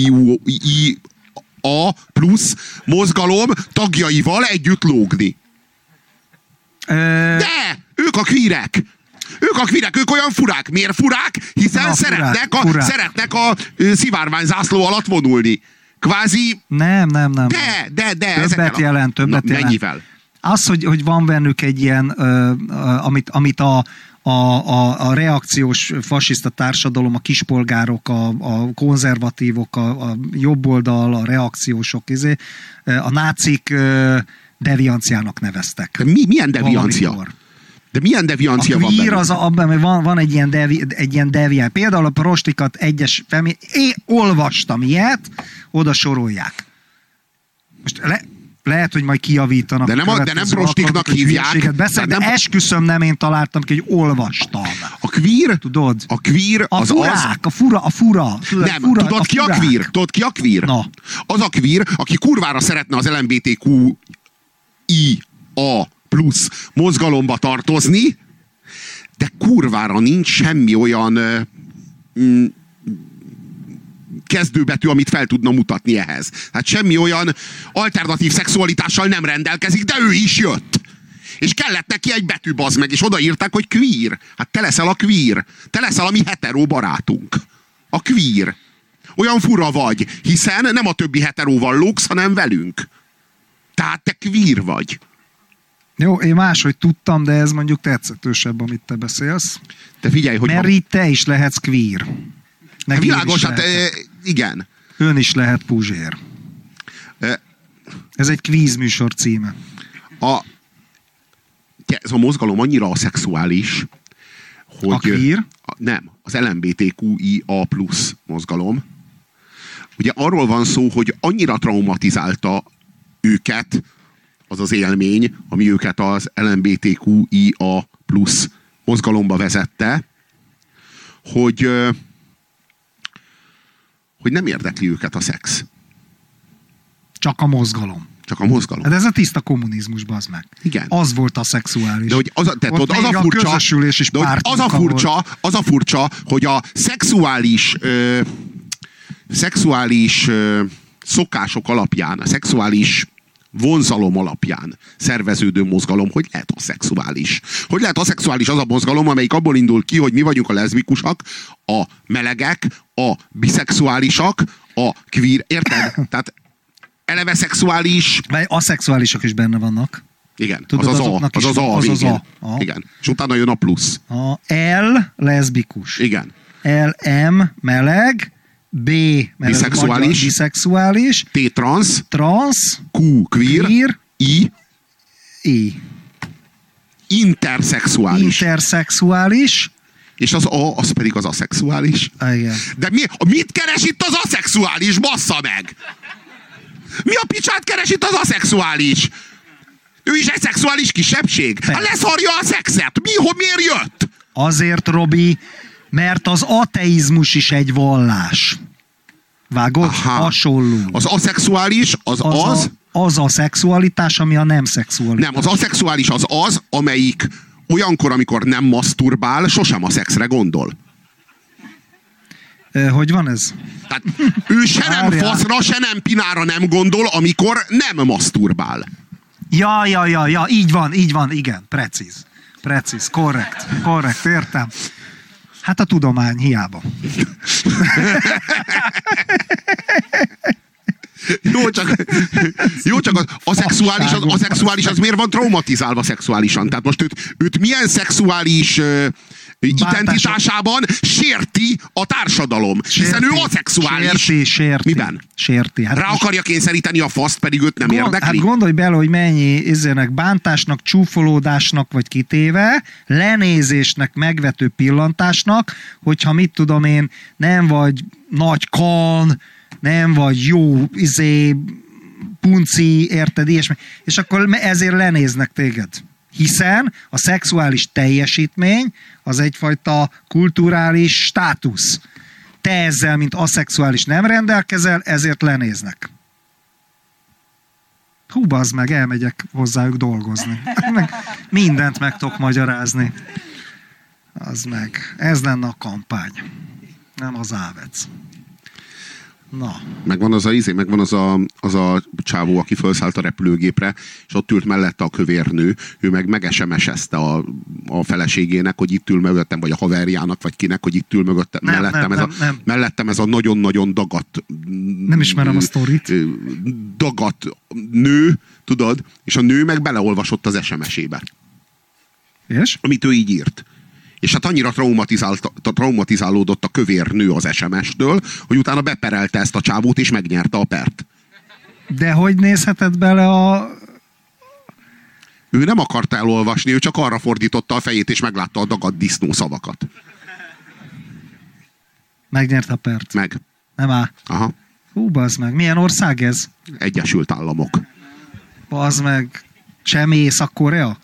i A plusz mozgalom tagjaival együtt lógni. Ö... De! Ők a queerek! Ők a queerek, ők olyan furák. Miért furák? Hiszen Na, szeretnek, furák, a, furák. szeretnek a ö, szivárványzászló alatt vonulni. Kvázi... Nem, nem, nem. De, de, de. Többet a... jelent, többet Na, jelent. mennyivel? Az, hogy, hogy van bennük egy ilyen, ö, ö, amit, amit a, a, a, a reakciós fasiszta társadalom, a kispolgárok, a, a konzervatívok, a, a jobboldal, a reakciósok, izé, a nácik ö, devianciának neveztek. De mi, milyen deviancia? Valamikor. De milyen deviancia A van queer benne? az a, abban, hogy van, van egy ilyen, devi, egy ilyen devián. Például a prostikat egyes femi... Én olvastam ilyet, oda sorolják. Most le, lehet, hogy majd kijavítanak. De nem a- de nem prostiknak hívják. Beszél, de nem- esküszöm, nem én találtam ki, hogy olvastam. A queer, Tudod? a queer A az furák, az... a fura, a fura. Tudod, Nem, fura, tudod ki a furák. queer? Tudod ki a queer? Na. Az a queer, aki kurvára szeretne az el em bé té kú i A plusz mozgalomba tartozni, de kurvára nincs semmi olyan ö, mm, kezdőbetű, amit fel tudna mutatni ehhez. Hát semmi olyan alternatív szexualitással nem rendelkezik, de ő is jött. És kellett neki egy betű, bazd meg, és odaírták, hogy queer. Hát te leszel a queer. Te leszel a mi hetero barátunk. A queer. Olyan fura vagy, hiszen nem a többi heteróval lógsz, hanem velünk. Tehát te queer vagy. Jó, én máshogy tudtam, de ez mondjuk tetszetősebb, amit te beszélsz. Te figyelj, hogy... Mert ma... így te is lehetsz queer. Hát Neki világos, is hát lehet. e, igen. Ön is lehet Puzsér. E, Ez egy kvíz műsor címe. a, ez a mozgalom annyira aszexuális, hogy... A queer? A, nem, az el em bé té kú i A plusz mozgalom. Ugye arról van szó, hogy annyira traumatizálta őket az az élmény, ami őket az el em bé té kú i A plusz mozgalomba vezette, hogy, hogy nem érdekli őket a szex. Csak a mozgalom. Csak a mozgalom. Hát ez a tiszta kommunizmus, bazd meg. Igen. Az volt a szexuális. De hogy az a, tehát Ott ott az még a a furcsa, közösülés is de hogy az a pártmunka furcsa, volt. az a furcsa, hogy a szexuális ö, szexuális ö, szokások alapján, a szexuális vonzalom alapján szerveződő mozgalom, hogy lehet a szexuális. Hogy lehet a szexuális az a mozgalom, amelyik abból indul ki, hogy mi vagyunk a leszbikusak, a melegek, a biszexuálisak, a queer, érted? Tehát eleve szexuális. Vagy aszexuálisok is benne vannak. Igen, Tudod, az az A, azoknak az is az A van- a az az végén. A. A. Igen. És utána jön a plusz. A L leszbikus. Igen. L M meleg, B meleg, Biszexuális. magyar, biszexuális, T trans, trans, Q queer, queer, I I interszexuális. interszexuális. És az A, az pedig az aszexuális. Igen. De mi, mit keres itt az aszexuális? Bassza meg! Mi a picsát keres itt az aszexuális? Ő is egy szexuális kisebbség? Hát leszarja a szexet! Mi, hogy miért jött? Azért, Robi, mert az ateizmus is egy vallás. Vágod? Aha. Hasonló. Az aszexuális az az... az, az a, az a szexualitás, ami a nem szexualitás. nem, az aszexuális az az, amelyik olyankor, amikor nem maszturbál, sosem a szexre gondol. E, hogy van ez? Tehát ő se nem Várjál. faszra, se nem pinára nem gondol, amikor nem maszturbál. Ja, ja, ja, ja, így van, így van, igen, precíz. Precíz, korrekt, korrekt, értem. Hát a tudomány hiába. Jó, csak, jó, csak az aszexuális, az, aszexuális az miért van traumatizálva szexuálisan? Tehát most őt, őt milyen szexuális ö, identitásában sérti a társadalom. Sérti, hiszen ő aszexuális. Sérti, sérti. Miben? Sérti. Hát Rá most... akarja kényszeríteni a faszt, pedig őt nem Gond, érdekli. Hát gondolj bele, hogy mennyi izének bántásnak, csúfolódásnak vagy kitéve, lenézésnek, megvető pillantásnak, hogyha mit tudom én, nem vagy nagy kan, nem vagy jó izé, punci, érted, ilyesmi, és akkor ezért lenéznek téged. Hiszen a szexuális teljesítmény az egyfajta kulturális státusz. Te ezzel, mint aszexuális nem rendelkezel, ezért lenéznek. Hú, bazd meg, elmegyek hozzájuk dolgozni. Mindent meg tudok magyarázni. Az meg. Ez lenne a kampány. Nem az Ávec. Na. Megvan az a, izé, megvan az a, az a csávó, aki felszállt a repülőgépre, és ott ült mellette a kövérnő, ő meg megesemesezte a, a feleségének, hogy itt ül mögöttem, vagy a haverjának, vagy kinek, hogy itt ül mögöttem, nem, mellettem, nem, ez nem, a, nem. mellettem ez a nagyon-nagyon dagat nem ismerem a sztorit. Dagat nő, tudod, és a nő meg beleolvasott az es em es-ébe. És? Amit ő így írt. És hát annyira traumatizálódott a kövér nő az es em es-től, hogy utána beperelte ezt a csávót, és megnyerte a pert. De hogy nézhetett bele a... Ő nem akarta elolvasni, ő csak arra fordította a fejét, és meglátta a dagadt disznó szavakat. Megnyerte a pert. Meg. Nem áll. Aha. Hú, bazd meg. Milyen ország ez? Egyesült Államok. Bazd meg. Semmi Észak-Korea?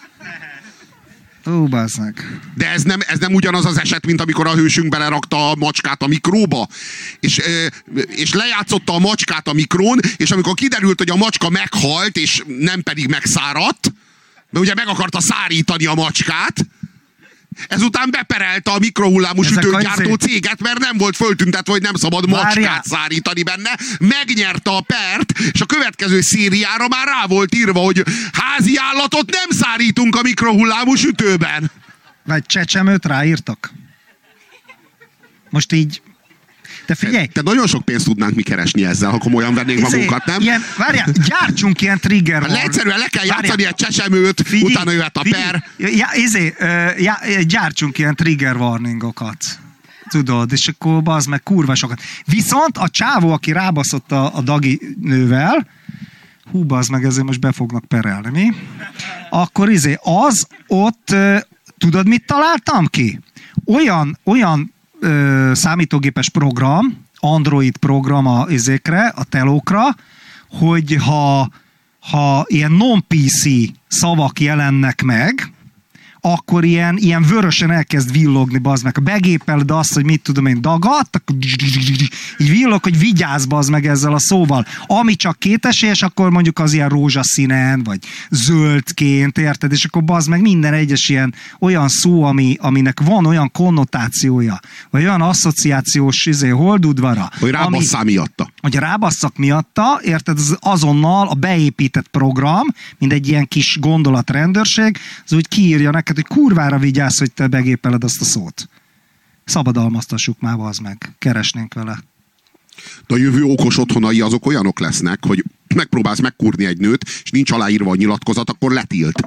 Ó, bazznak. De ez nem, ez nem ugyanaz az eset, mint amikor a hősünk belerakta a macskát a mikróba, és, és lejátszotta a macskát a mikrón, és amikor kiderült, hogy a macska meghalt, és nem pedig megszáradt, mert ugye meg akarta szárítani a macskát, ezután beperelte a mikrohullámú sütőgyártó céget, mert nem volt föltüntetve, hogy nem szabad macskát Várjál. szárítani benne. Megnyerte a pert, és a következő szériára már rá volt írva, hogy házi állatot nem szárítunk a mikrohullámú sütőben. Vagy csecsemőt ráírtak. Most így... De figyelj! Te nagyon sok pénzt tudnánk mi keresni ezzel, ha komolyan vennénk Izé, magunkat, nem? Ilyen, várjál, gyártsunk ilyen trigger hát egyszerűen le kell játszani várjál. egy csecsemőt, figyelj, utána jöhet a figyelj, per. Ja, izé, uh, ja, gyártsunk ilyen trigger warningokat. Tudod, és akkor az meg kurva sokat. Viszont a csávó, aki rábaszott a, a dagi nővel, hú, bazd meg, ezért most be fognak perelni, mi? Akkor izé, az ott, uh, tudod, mit találtam ki? Olyan, olyan Ö, számítógépes program, Android program a izékre, a telókra, hogy ha, ha ilyen non-pé cé szavak jelennek meg, akkor ilyen, ilyen vörösen elkezd villogni, bazd meg. Ha begépeled azt, hogy mit tudom én, dagat, akkor így villog, hogy vigyázz, bazd meg ezzel a szóval. Ami csak kétesélyes, akkor mondjuk az ilyen rózsaszínen, vagy zöldként, érted? És akkor bazd meg minden egyes ilyen olyan szó, ami, aminek van olyan konnotációja, vagy olyan asszociációs izé, holdudvara. Hogy rábasszál miatta. Hogy rábasszak miatta, érted? Az azonnal a beépített program, mint egy ilyen kis gondolatrendőrség, az úgy kiírja neked, hogy kurvára vigyázz, hogy te begépeled azt a szót. Szabadalmaztassuk már, az meg. Keresnénk vele. De a jövő okos otthonai azok olyanok lesznek, hogy megpróbálsz megkúrni egy nőt, és nincs aláírva a nyilatkozat, akkor letilt.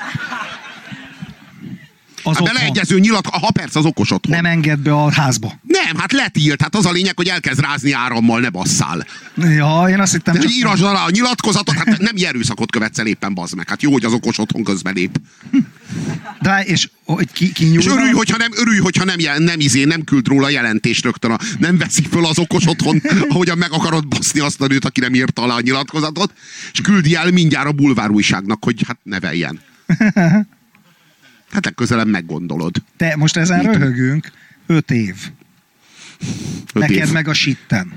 Hát beleegyező nyilatkozat, ha perc az okos otthon. Nem enged be a házba. Nem, hát letilt. Hát az a lényeg, hogy elkezd rázni árammal, ne basszál. Ja, én azt hittem de csak... írasd alá a nyilatkozatot, hát nem erőszakot követsz el éppen, bazd meg. Hát jó, hogy az okos otthon közben lép. De és hogy ki, ki és örülj, hogyha nem, örülj, hogyha nem, nem izé, nem küld róla jelentést rögtön, a, nem veszi föl az okos otthon, ahogyan meg akarod baszni azt a nőt, aki nem írta alá a nyilatkozatot, és küldi el mindjárt a bulvárújságnak, hogy hát neveljen. Hát legközelebb meggondolod. Te most ezen Mit? röhögünk öt év. Öt Neked év. meg a sitten.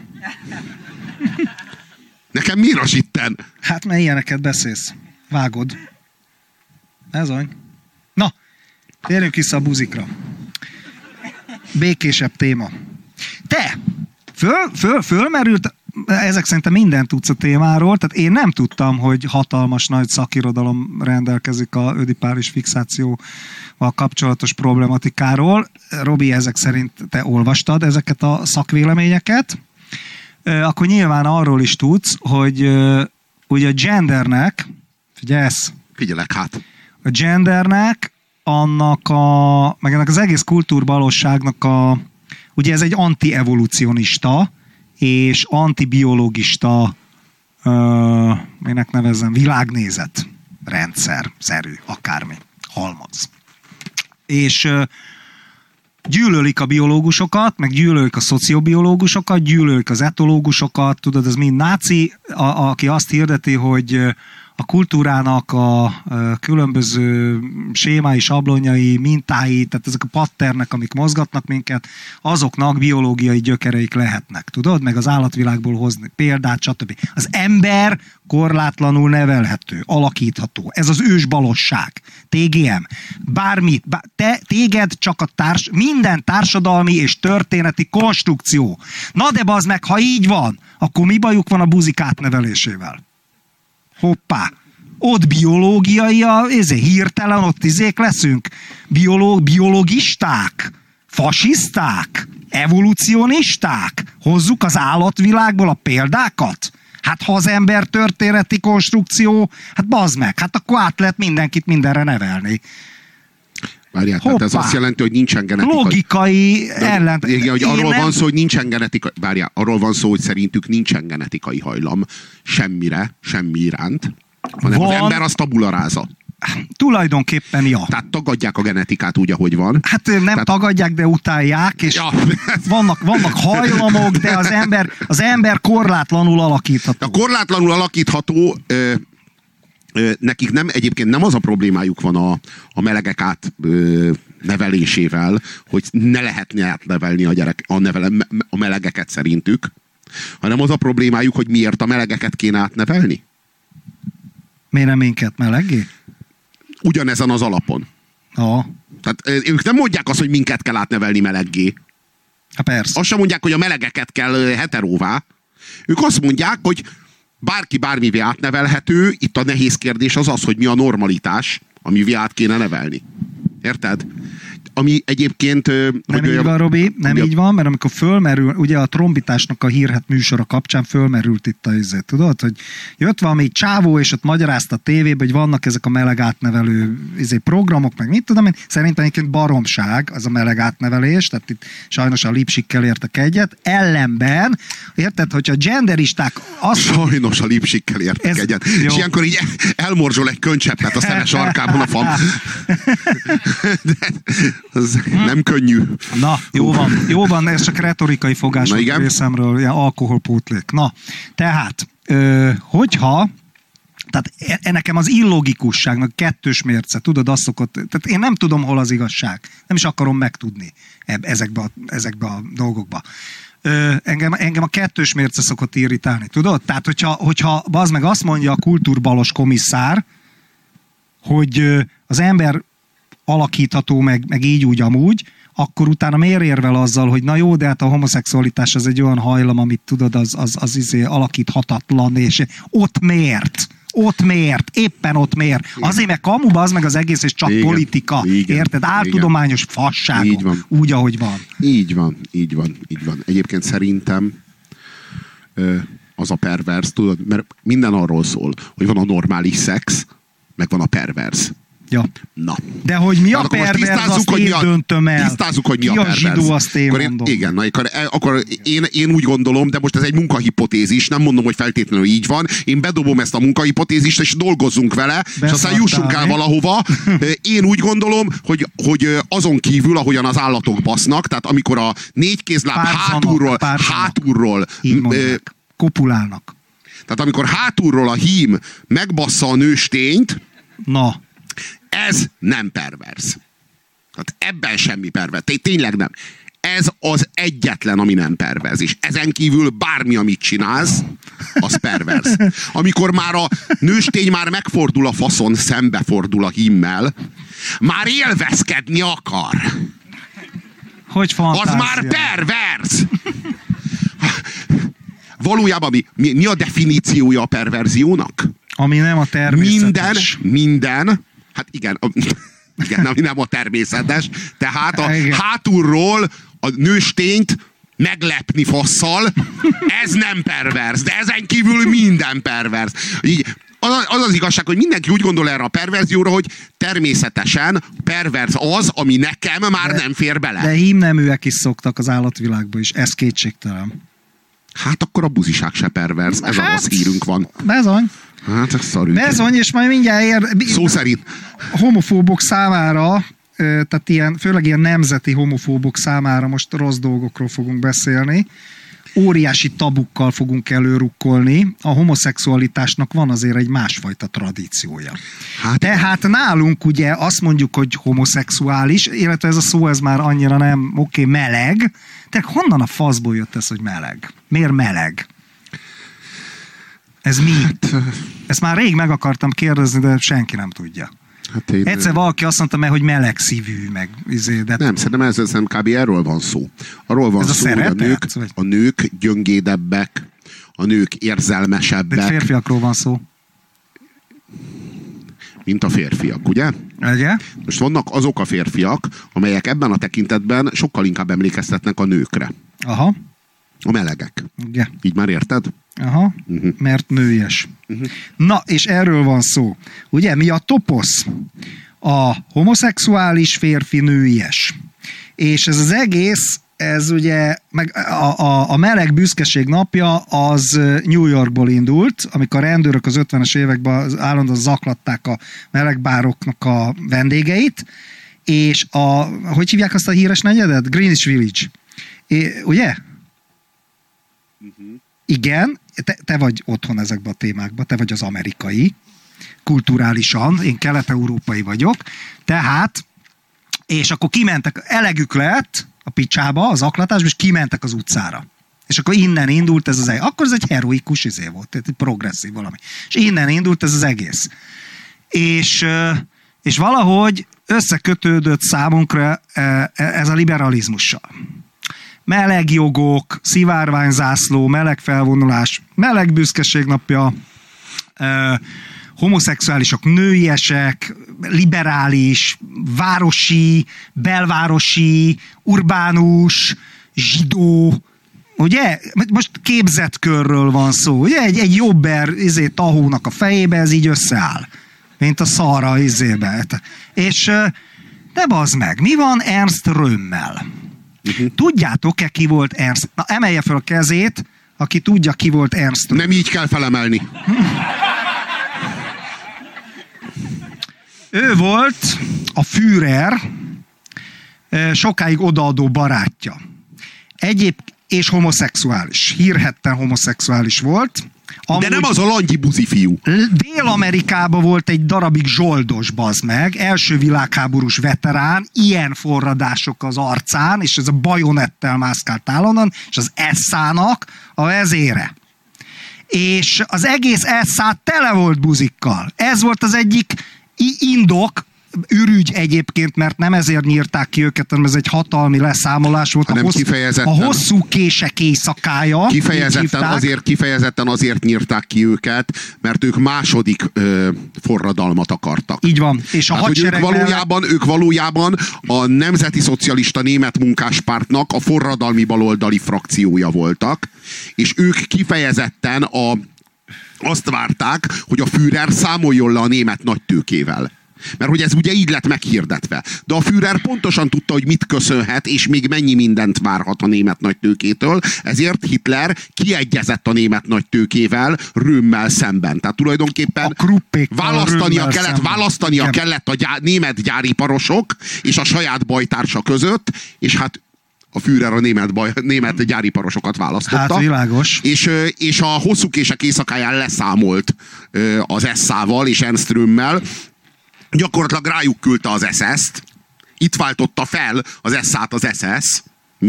Nekem miért a sitten? Hát mert ilyeneket beszélsz. Vágod. Ez olyan. Na, térjünk vissza a buzikra. Békésebb téma. Te! Föl, föl, fölmerült, ezek szerintem mindent tudsz a témáról, tehát én nem tudtam, hogy hatalmas nagy szakirodalom rendelkezik a ödipális fixációval kapcsolatos problematikáról. Robi, ezek szerint te olvastad ezeket a szakvéleményeket. Akkor nyilván arról is tudsz, hogy ugye a gendernek, figyelsz? Figyelek hát. A gendernek annak a, meg ennek az egész kultúrbalosságnak a, ugye ez egy antievolucionista és antibiológista, uh, minek nevezzem, világnézet rendszer, szerű, akármi, halmaz. És uh, gyűlölik a biológusokat, meg gyűlölik a szociobiológusokat, gyűlölik az etológusokat, tudod, ez mind náci, a, aki azt hirdeti, hogy a kultúrának a különböző sémái, sablonjai, mintái, tehát ezek a patternek, amik mozgatnak minket, azoknak biológiai gyökereik lehetnek, tudod? Meg az állatvilágból hozni példát, stb. Az ember korlátlanul nevelhető, alakítható. Ez az ősbalosság. té gé em. Bármit, bár, te, téged csak a társ, minden társadalmi és történeti konstrukció. Na de bazd meg, ha így van, akkor mi bajuk van a buzik átnevelésével? Hoppá! Ott biológiai, ezért hirtelen ott izék leszünk. Bioló, biologisták, fasiszták, evolucionisták. Hozzuk az állatvilágból a példákat. Hát ha az ember történeti konstrukció, hát bazd meg, hát akkor át lehet mindenkit mindenre nevelni. Várjál, tehát ez azt jelenti, hogy nincsen genetikai... Logikai ellent... Igen, hogy arról nem... van szó, hogy nincsen genetikai... Várjál, arról van szó, hogy szerintük nincsen genetikai hajlam semmire, semmi iránt, hanem van... az ember az tabula rasa. Tulajdonképpen ja. Tehát tagadják a genetikát úgy, ahogy van. Hát nem Tehát... tagadják, de utálják, és ja. vannak, vannak hajlamok, de az ember, az ember korlátlanul alakítható. A korlátlanul alakítható... Ö... nekik nem, egyébként nem az a problémájuk van a, a melegek át ö, nevelésével, hogy ne lehetne átnevelni a, gyerek, a, nevele, a melegeket szerintük, hanem az a problémájuk, hogy miért a melegeket kéne átnevelni. Miért nem minket meleggé? Ugyanezen az alapon. Aha. Tehát ők nem mondják azt, hogy minket kell átnevelni meleggé. Hát persze. Azt sem mondják, hogy a melegeket kell heteróvá. Ők azt mondják, hogy bárki bármivé átnevelhető, itt a nehéz kérdés az az, hogy mi a normalitás, amivé át kéne nevelni. Érted? Ami egyébként... Nem így van, Robi, nem így van, mert amikor fölmerül, ugye a trombitásnak a hírhet műsora kapcsán fölmerült itt a izé, tudod, hogy jött valami csávó, és ott magyarázta a tévébe, hogy vannak ezek a meleg átnevelő izé, programok, meg mit tudom én, szerintem egyébként baromság az a meleg átnevelés, tehát itt sajnos a Lipsikkel értek egyet, ellenben, érted, hogyha genderisták... Azt, sajnos a Lipsikkel értek egyet. Jó. És ilyenkor így elmorzsol egy könycseppet a szemes arkában a fam. Ez nem könnyű. Na, jó van, jó van, ez csak retorikai fogás a részemről, ilyen alkoholpótlék. Na, tehát, ö, hogyha, tehát e, nekem az illogikusság, meg kettős mérce, tudod, azt szokott, tehát én nem tudom, hol az igazság. Nem is akarom megtudni eb, ezekbe, a, ezekbe a dolgokba. Ö, engem, engem a kettős mérce szokott irritálni, tudod? Tehát, hogyha, hogyha bazd meg azt mondja a kultúrbalos komisszár, hogy az ember alakítható, meg, meg így úgy amúgy, akkor utána miért érvel azzal, hogy na jó, de hát a homoszexualitás az egy olyan hajlam, amit tudod, az, az, az izé alakíthatatlan, és ott miért? Ott miért? Éppen ott miért? Azért, mert kamuba az meg az egész, és csak igen, politika. Igen, érted? Áltudományos fasságok. Úgy, ahogy van. Így van, így van, így van. Egyébként szerintem az a pervers, tudod, mert minden arról szól, hogy van a normális szex, meg van a pervers. Ja. Na. De hogy mi a pervers, azt én döntöm el. Tisztázzuk, hogy mi ki a pervers. Ki a zsidó, azt én akkor mondom. Én, igen, na, akkor, akkor én, én úgy gondolom, de most ez egy munkahipotézis, nem mondom, hogy feltétlenül így van. Én bedobom ezt a munkahipotézist, és dolgozzunk vele, Beszartál, és aztán jussunk el valahova. Én úgy gondolom, hogy, hogy azon kívül, ahogyan az állatok basznak, tehát amikor a négy kézláb hátulról, hátulról mondják, kopulálnak. Tehát amikor hátulról a hím megbassza a nőstényt, na, ez nem pervers. Tehát ebben semmi pervers. Tényleg nem. Ez az egyetlen, ami nem pervers. És ezen kívül bármi, amit csinálsz, az pervers. Amikor már a nőstény már megfordul a faszon, szembefordul a hímmel, már élvezkedni akar. Hogy fantázia. Az már pervers. Valójában mi, mi, mi a definíciója a perverziónak? Ami nem a természetes. Minden, minden, hát igen, a, igen, ami nem a természetes, tehát a igen. hátulról a nőstényt meglepni fasszal, ez nem pervers, de ezen kívül minden pervers. Így az, az az igazság, hogy mindenki úgy gondol erre a perverzióra, hogy természetesen perverz az, ami nekem már de, nem fér bele. De hímneműek is szoktak az állatvilágba is, ez kétségtelen. Hát akkor a buziság se perverz, ez hát, a rossz hírünk van. Bezony. Hát ez szarű. Bezony, és majd mindjárt ér... Szó szerint. Homofóbok számára, tehát ilyen, főleg ilyen nemzeti homofóbok számára most rossz dolgokról fogunk beszélni. Óriási tabukkal fogunk előrukkolni. A homoszexualitásnak van azért egy másfajta tradíciója. Hát, Tehát nálunk ugye azt mondjuk, hogy homoszexuális, illetve ez a szó ez már annyira nem, oké, okay, meleg. Tehát honnan a faszból jött ez, hogy meleg? Miért meleg? Ez mi? Hát, ezt már rég meg akartam kérdezni, de senki nem tudja. Hát én... Egyszer valaki azt mondta meg, hogy meleg szívű, meg izé, de... Nem, szerintem ez, ez nem kb. Erről van szó. Arról van ez szó, a hogy a nők, a nők gyöngédebbek, a nők érzelmesebbek. De férfiakról van szó. Mint a férfiak, ugye? Ugye? Most vannak azok a férfiak, amelyek ebben a tekintetben sokkal inkább emlékeztetnek a nőkre. Aha. A melegek. Igen. Így már érted? Aha, uh-huh. Mert nőies. Uh-huh. Na, és erről van szó. Ugye, mi a toposz? A homoszexuális férfi nőies. És ez az egész, ez ugye, meg a, a, a meleg büszkeség napja az New Yorkból indult, amikor a rendőrök az ötvenes években állandóan zaklatták a melegbároknak a vendégeit, és a, hogy hívják azt a híres negyedet? Greenwich Village. É, ugye? Uh-huh. Igen, te, te vagy otthon ezekben a témákban, te vagy az amerikai, kulturálisan, én kelet-európai vagyok, tehát, és akkor kimentek, elegük lett a picsába, az zaklatásba, és kimentek az utcára. És akkor innen indult ez az egész. Akkor ez egy heroikus izé volt, egy progresszív valami. És innen indult ez az egész. És, és valahogy összekötődött számunkra ez a liberalizmussal. Meleg jogok, szivárványzászló, meleg felvonulás, meleg büszkeség napja, eh, homoszexuálisok, nőiesek, liberális, városi, belvárosi, urbánus, zsidó, ugye? Most képzett körről van szó, ugye? Egy, egy jobber izé, tahónak a fejébe ez így összeáll, mint a szarra izébe. És de bazd meg, mi van Ernst Römmel? Uh-huh. Tudjátok-e, ki volt Ernst? Na, emelje fel a kezét, aki tudja, ki volt Ernst. Nem így kell felemelni. Ő volt a Führer sokáig odaadó barátja. Egyéb és homoszexuális. Hírhedten homoszexuális volt. Amúgy de nem az a langyi buzi fiú. Dél-Amerikában volt egy darabig zsoldos, bazd meg, első világháborús veterán, ilyen forradások az arcán, és ez a bajonettel mászkált állandóan, és az esszának a vezére. És az egész esszát tele volt buzikkal. Ez volt az egyik indok, ürügy egyébként, mert nem ezért nyírták ki őket, hanem ez egy hatalmi leszámolás volt. A, hossz, a hosszú kések éjszakája. Kifejezetten azért, kifejezetten azért nyírták ki őket, mert ők második ö, forradalmat akartak. Így van. És a hát, ők, valójában, ők valójában a Nemzeti Szocialista Német Munkáspártnak a forradalmi baloldali frakciója voltak, és ők kifejezetten a, azt várták, hogy a Führer számoljon le a német nagytőkével. Mert hogy ez ugye így lett meghirdetve. De a Führer pontosan tudta, hogy mit köszönhet, és még mennyi mindent várhat a német nagytőkétől, ezért Hitler kiegyezett a német nagytőkével Römmel szemben. Tehát tulajdonképpen választania kellett, választania kellett a gyá, német gyáriparosok és a saját bajtársa között, és hát a Führer a német, baj, német gyáriparosokat választotta. Hát világos. És, és a hosszú kések éjszakáján leszámolt az esszával és Ernst Römmel. Gyakorlatilag rájuk küldte az es es-t, itt váltotta fel az es á-t az es es,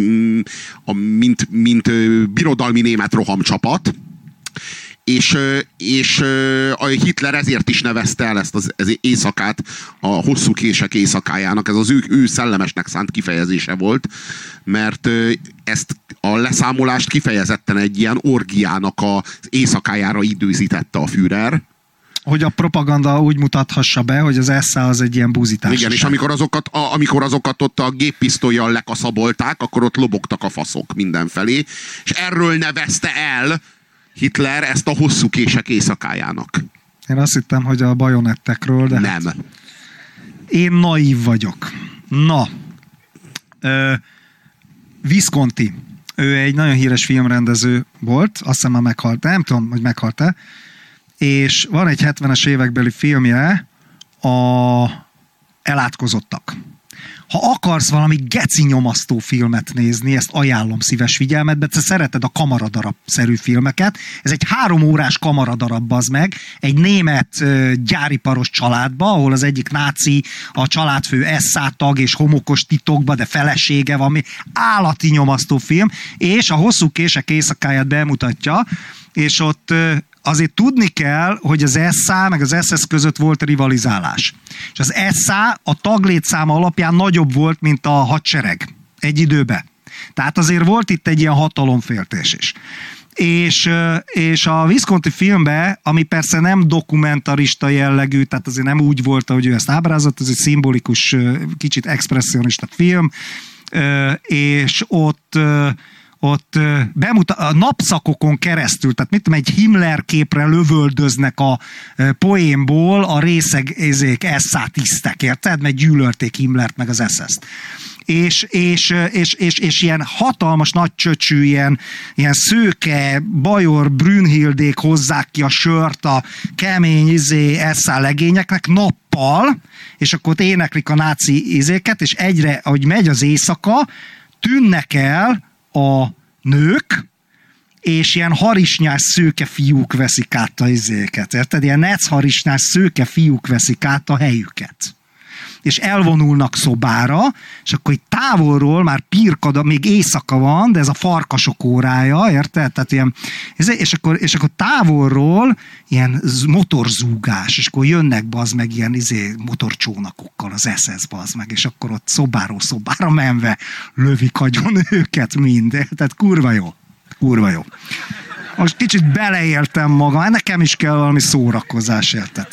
mint, mint birodalmi német rohamcsapat, és, és a Hitler ezért is nevezte el ezt az, az éjszakát a hosszú kések éjszakájának, ez az ő, ő szellemesnek szánt kifejezése volt, mert ezt a leszámolást kifejezetten egy ilyen orgiának az éjszakájára időzítette a Führer, hogy a propaganda úgy mutathassa be, hogy az es á az egy ilyen buzitás. Igen, és amikor azokat, a, amikor azokat ott a géppisztollyal lekaszabolták, akkor ott lobogtak a faszok mindenfelé, és erről nevezte el Hitler ezt a hosszú kések éjszakájának. Én azt hittem, hogy a bajonettekről, de... Nem. Hát én naív vagyok. Na. Uh, Visconti. Ő egy nagyon híres filmrendező volt, azt hiszem már meghalt, nem tudom, hogy meghalt-e, és van egy hetvenes évekbeli filmje, a Elátkozottak. Ha akarsz valami geci nyomasztó filmet nézni, ezt ajánlom szíves figyelmetbe, te szereted a kamaradarab-szerű filmeket, ez egy három órás kamaradarab, bazd meg, egy német uh, gyáriparos családba, ahol az egyik náci, a családfő es á tag és homokos titokba, de felesége van, állati nyomasztó film, és a Hosszú kések éjszakáját bemutatja, és ott uh, azért tudni kell, hogy az es á meg az es es között volt rivalizálás. És az es á a taglétszáma alapján nagyobb volt, mint a hadsereg egy időben. Tehát azért volt itt egy ilyen hatalomféltés is. És, és a Visconti filmben, ami persze nem dokumentarista jellegű, tehát azért nem úgy volt, ahogy ő ezt ábrázolt, ez egy szimbolikus, kicsit expresszionista film, és ott ott bemutat, a napszakokon keresztül, tehát mit tudom, egy Himmler képre lövöldöznek a poénból a részeg ezék es á tisztek, érted? Mert gyűlölték Himmlert meg az es es-t. És, és, és, és, és ilyen hatalmas nagy csöcsű, ilyen, ilyen szőke, bajor, Brünnhildék hozzák ki a sört a kemény izé, es á legényeknek nappal, és akkor ott éneklik a náci izéket, és egyre, ahogy megy az éjszaka, tűnnek el a nők, és ilyen harisnyás szőke fiúk veszik át a izéket, érted? Ilyen necharisnyás szőke fiúk veszik át a helyüket. És elvonulnak szobára, és akkor itt távolról már pirkad, még éjszaka van, de ez a farkasok órája, érted? Tehát ilyen, és, akkor, és akkor távolról ilyen motorzúgás, és akkor jönnek bazd meg ilyen izé, motorcsónakokkal az es es bazd meg, és akkor ott szobáról szobára menve lövik agyon őket mind. Tehát kurva jó. Kurva jó. Most kicsit beleéltem magam, nekem is kell valami szórakozás, érted?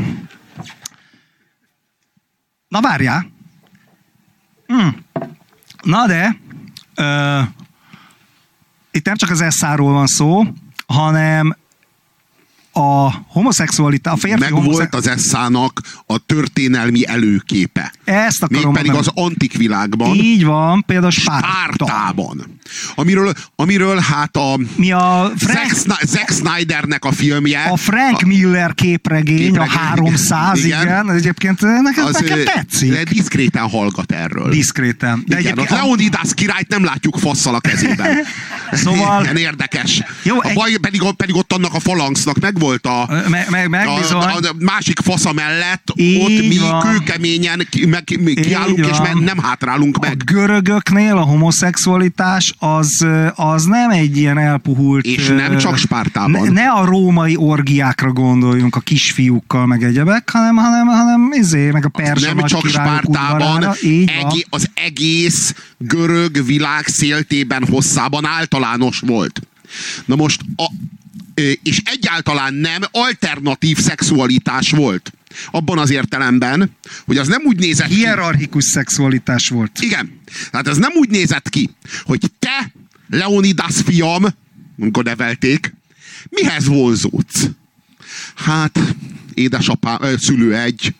Na várjál. Hm. Na de, ö, itt nem csak az es á-ról van szó, hanem a homoszexualitás, a férfi meg homoszexualitás... volt az es á-nak a történelmi előképe. Ezt akarom mégpedig mondani. az antik világban. Így van, például Spárta. Spártában. Amiről, amiről hát a, Mi a Frank... Zack, Zack Snydernek a filmje. A Frank a, Miller képregény, képregény, a háromszáz, igen. igen. Egyébként nekem, az, nekem tetszik. Diszkréten hallgat erről. Diszkréten. De igen, a Leonidas királyt nem látjuk fasszal a kezében. Szóval... Igen, érdekes. Jó, a baj, egy... pedig, pedig ott annak a falangsznak megvolt a, me, me, meg a, a, a másik fasza mellett, így ott mi van. kőkeményen ki, meg, kiállunk, és me, nem hátrálunk meg. A görögöknél a homoszexualitás az, az nem egy ilyen elpuhult... És nem csak Spártában. Ne, ne a római orgiákra gondoljunk a kisfiúkkal, meg egyebek, hanem, hanem, hanem izé, meg a perzsa nem csak Spártában, egé, az egész görög világ széltében, hosszában általános volt. Na most, a, és egyáltalán nem alternatív szexualitás volt. Abban az értelemben, hogy az nem úgy nézett ki... Hierarchikus szexualitás volt. Igen. Tehát ez nem úgy nézett ki, hogy te, Leonidas fiam, amikor nevelték, mihez vonzódsz? Hát, édesapám, szülő egy.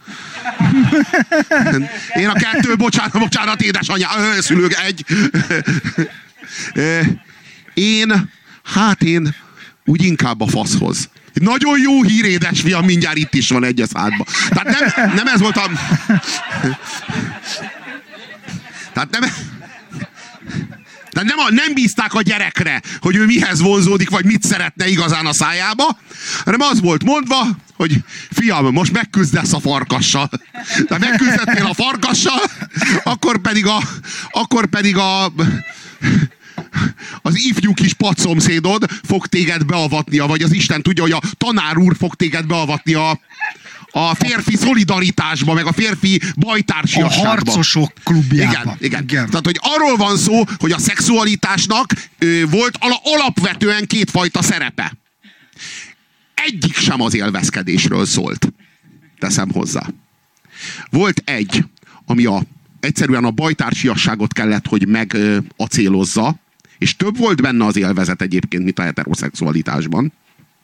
Én a kettő, bocsánat, bocsánat, édesanyám, szülő egy. Én, hát én úgy inkább a faszhoz. Nagyon jó hír, édesfiam, mindjárt itt is van egy a szádba. Tehát nem, nem ez volt a... Tehát nem... Tehát nem, a, nem bízták a gyerekre, hogy ő mihez vonzódik, vagy mit szeretne igazán a szájába, hanem az volt mondva, hogy fiam, most megküzdesz a farkassal. Tehát megküzdettél a farkassal, akkor pedig a... Akkor pedig a az ifjú kis padszomszédod fog téged beavatnia, vagy az Isten tudja, hogy a tanár úr fog téged beavatni a, a férfi szolidaritásba, meg a férfi bajtársiasságba. A harcosok klubjába. Igen, igen. igen. Tehát, hogy arról van szó, hogy a szexualitásnak ö, volt ala, alapvetően kétfajta szerepe. Egyik sem az élvezkedésről szólt. Teszem hozzá. Volt egy, ami a egyszerűen a bajtársiasságot kellett, hogy megacélozza, és több volt benne az élvezet egyébként, mint a heteroszexualitásban.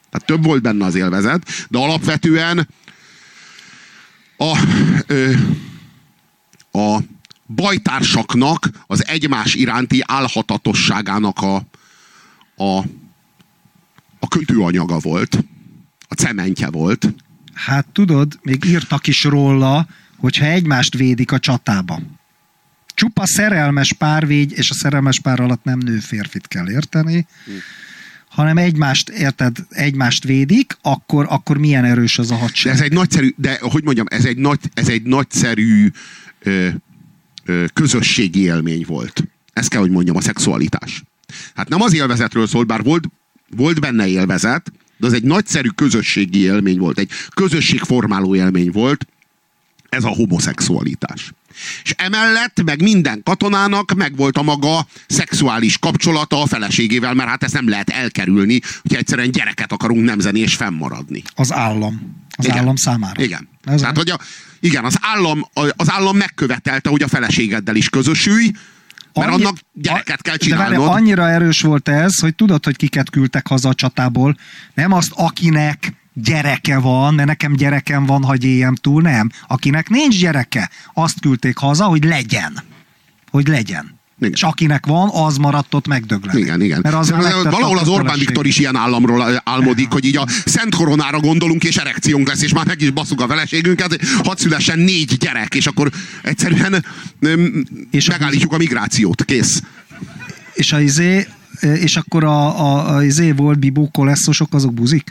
Tehát több volt benne az élvezet, de alapvetően a, ö, a bajtársaknak az egymás iránti álhatatosságának a, a, a kötőanyaga volt. A cementje volt. Hát tudod, még írtak is róla, hogyha egymást védik a csatába. Csupa szerelmes pár véd, és a szerelmes pár alatt nem nő férfit kell érteni, hm. hanem egymást, érted, egymást védik, akkor, akkor milyen erős az a hadsereg. De ez egy nagyszerű, de hogy mondjam, ez egy, nagy, ez egy nagyszerű ö, ö, közösségi élmény volt. Ezt kell, hogy mondjam, a szexualitás. Hát nem az élvezetről szólt, bár volt, volt benne élvezet, de az egy nagyszerű közösségi élmény volt, egy közösségformáló élmény volt, ez a homoszexualitás. És emellett meg minden katonának megvolt a maga szexuális kapcsolata a feleségével, mert hát ezt nem lehet elkerülni, hogyha egyszerűen gyereket akarunk nemzeni és fennmaradni. Az állam. Az igen. állam számára. Igen. Tehát, hogy a, igen, az állam, az állam megkövetelte, hogy a feleségeddel is közösülj, mert Annyi, annak gyereket kell csinálnod. De várj, annyira erős volt ez, hogy tudod, hogy kiket küldtek haza a csatából. Nem azt, akinek gyereke van, mert nekem gyerekem van, hagyj éljem túl, nem. Akinek nincs gyereke, azt küldték haza, hogy legyen. Hogy legyen. Igen. És akinek van, az maradt ott megdögleni. Igen, igen. Mert az valahol az Orbán Viktor is ilyen államról álmodik, hogy így a Szent Koronára gondolunk, és erekciónk lesz, és már meg is basszuk a feleségünket, hadd szülessen négy gyerek, és akkor egyszerűen és megállítjuk a migrációt. Kész. És, a izé, és akkor a, a, a izé volt bibó kolesszosok, azok buzik?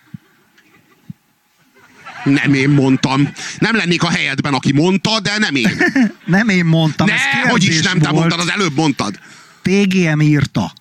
Nem én mondtam. Nem lennék a helyedben, aki mondta, de nem én. Nem én mondtam. Ne, hogy is nem, te mondtad, az előbb mondtad. té gé em írta.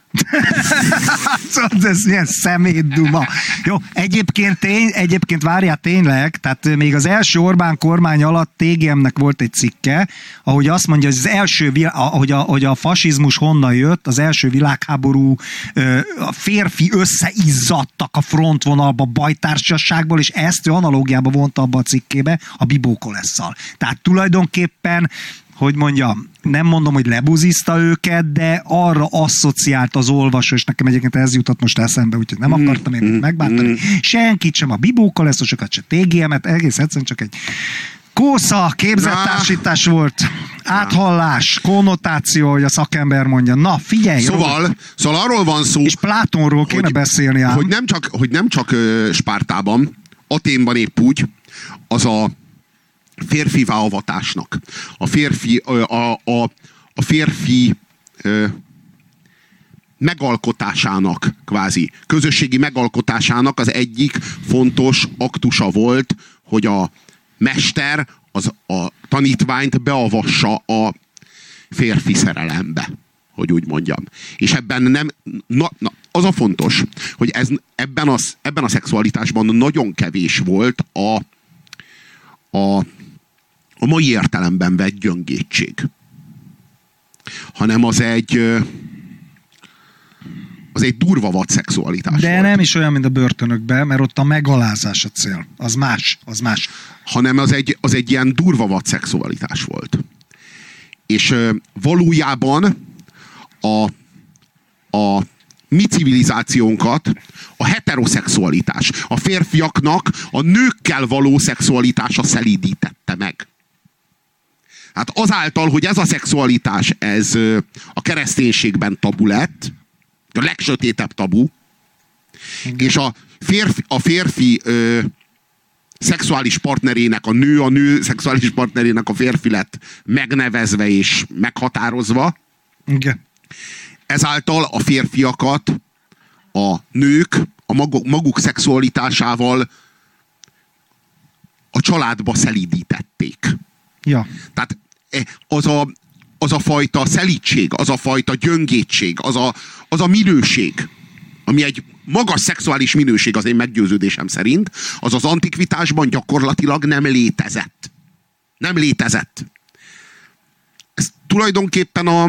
Ez milyen szemétduma. Jó, egyébként, tény, egyébként várjál tényleg, tehát még az első Orbán kormány alatt té gé emnek volt egy cikke, ahogy azt mondja, hogy az első, ahogy a, ahogy a fasizmus honnan jött, az első világháború a férfi összeizzadtak a frontvonalba bajtársaságból, és ezt ő analógiába vonta abba a cikkébe a bibókolesszal. Tehát tulajdonképpen hogy mondjam, nem mondom, hogy lebuzizta őket, de arra asszociált az olvasó, és nekem egyébként ez jutott most eszembe, úgyhogy nem akartam én mm, megbántani. Mm. Senkit sem, a bibókolesszosokat, se té gé emet, egész egyszerűen csak egy kósza, képzettársítás volt, áthallás, konnotáció, hogy a szakember mondja. Na, figyelj! Szóval, szóval arról van szó... És Plátonról kéne hogy, beszélni ám. Hogy nem csak, hogy nem csak uh, Spártában, Athénban épp úgy, az a férfivá avatásnak. A férfi, a, a, a férfi ö, megalkotásának, kvázi közösségi megalkotásának az egyik fontos aktusa volt, hogy a mester az a tanítványt beavassa a férfi szerelembe, hogy úgy mondjam. És ebben nem, na, na, az a fontos, hogy ez, ebben, az, ebben a szexualitásban nagyon kevés volt a a a mai értelemben vett gyöngétség. Hanem az egy az egy durva vad szexualitás De volt. Nem is olyan, mint a börtönökben, mert ott a megalázás a cél. Az más, az más. Hanem az egy, az egy ilyen durva vad szexualitás volt. És valójában a, a mi civilizációnkat a heteroszexualitás, a férfiaknak a nőkkel való szexualitása szelídítette meg. Hát azáltal, hogy ez a szexualitás, ez a kereszténységben tabu lett, a legsötétebb tabu, igen. És a férfi, a férfi ö, szexuális partnerének, a nő a nő szexuális partnerének a férfi lett megnevezve és meghatározva. Igen. Ezáltal a férfiakat a nők a maguk, maguk szexualitásával a családba szelídítették. Ja. Tehát az a, az a fajta szelídség, az a fajta gyöngétség, az a, az a minőség, ami egy magas szexuális minőség az én meggyőződésem szerint, az az antikvitásban gyakorlatilag nem létezett. Nem létezett. Ez tulajdonképpen a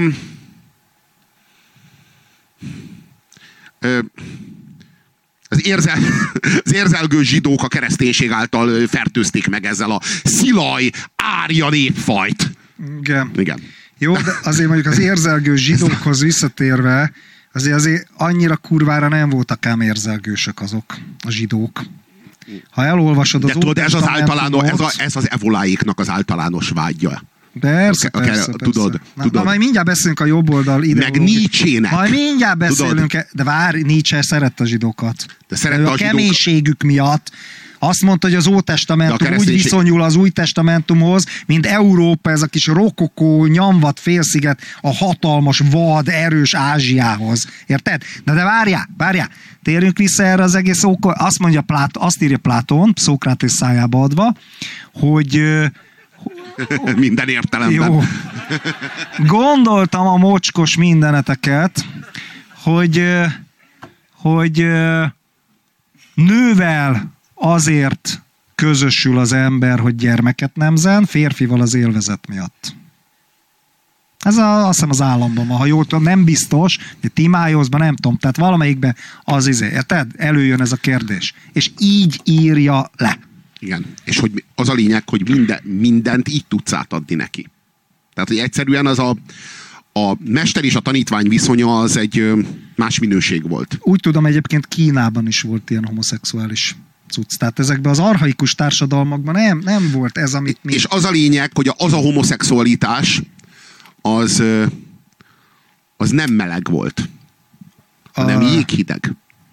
Az, érzel, az érzelgő zsidók a kereszténység által fertőzték meg ezzel a szilaj, árja népfajt. Igen. Igen. Jó, de azért mondjuk az érzelgő zsidókhoz visszatérve, Azért azért annyira kurvára nem voltak ám érzelgősök azok, a zsidók. Ha elolvasod az De tudod, ez az általános, ez, a, ez ez az evoláiknak az általános vágya. Persze, a, a, persze, persze. Tudod, na, tudod. Na, majd mindjárt beszélünk a jobb oldal Meg Nietzsének. Majd mindjárt beszélünk, tudod. De várj, Nietzsche szerette a zsidókat. De szerette a, a zsidók... keménységük miatt azt mondta, hogy az Ótestamentum úgy viszonyul az Új Testamentumhoz, mint Európa, ez a kis rokokó, nyomvat félsziget a hatalmas, vad, erős Ázsiához. Érted? Na de várjál, várjál. Térjünk vissza erre az egész okor. Azt mondja Plát, azt írja Platón, Szókratész szájába adva, hogy minden értelemben. Jó. Gondoltam a mocskos mindeneteket, hogy, hogy nővel azért közösül az ember, hogy gyermeket nemzen, férfival az élvezet miatt. Ez a, azt hiszem az államban van, ha jól tudom, nem biztos, de Timályozban nem tudom, tehát valamelyikben az izé, érted? Előjön ez a kérdés. És így írja le. Igen, és hogy az a lényeg, hogy minden, mindent így tudsz átadni neki. Tehát, hogy egyszerűen az a, a mester és a tanítvány viszonya az egy más minőség volt. Úgy tudom, egyébként Kínában is volt ilyen homoszexuális cucc. Tehát ezekben az archaikus társadalmakban nem, nem volt ez, amit mi... És az a lényeg, hogy az a homoszexualitás az, az nem meleg volt, hanem a... jéghideg.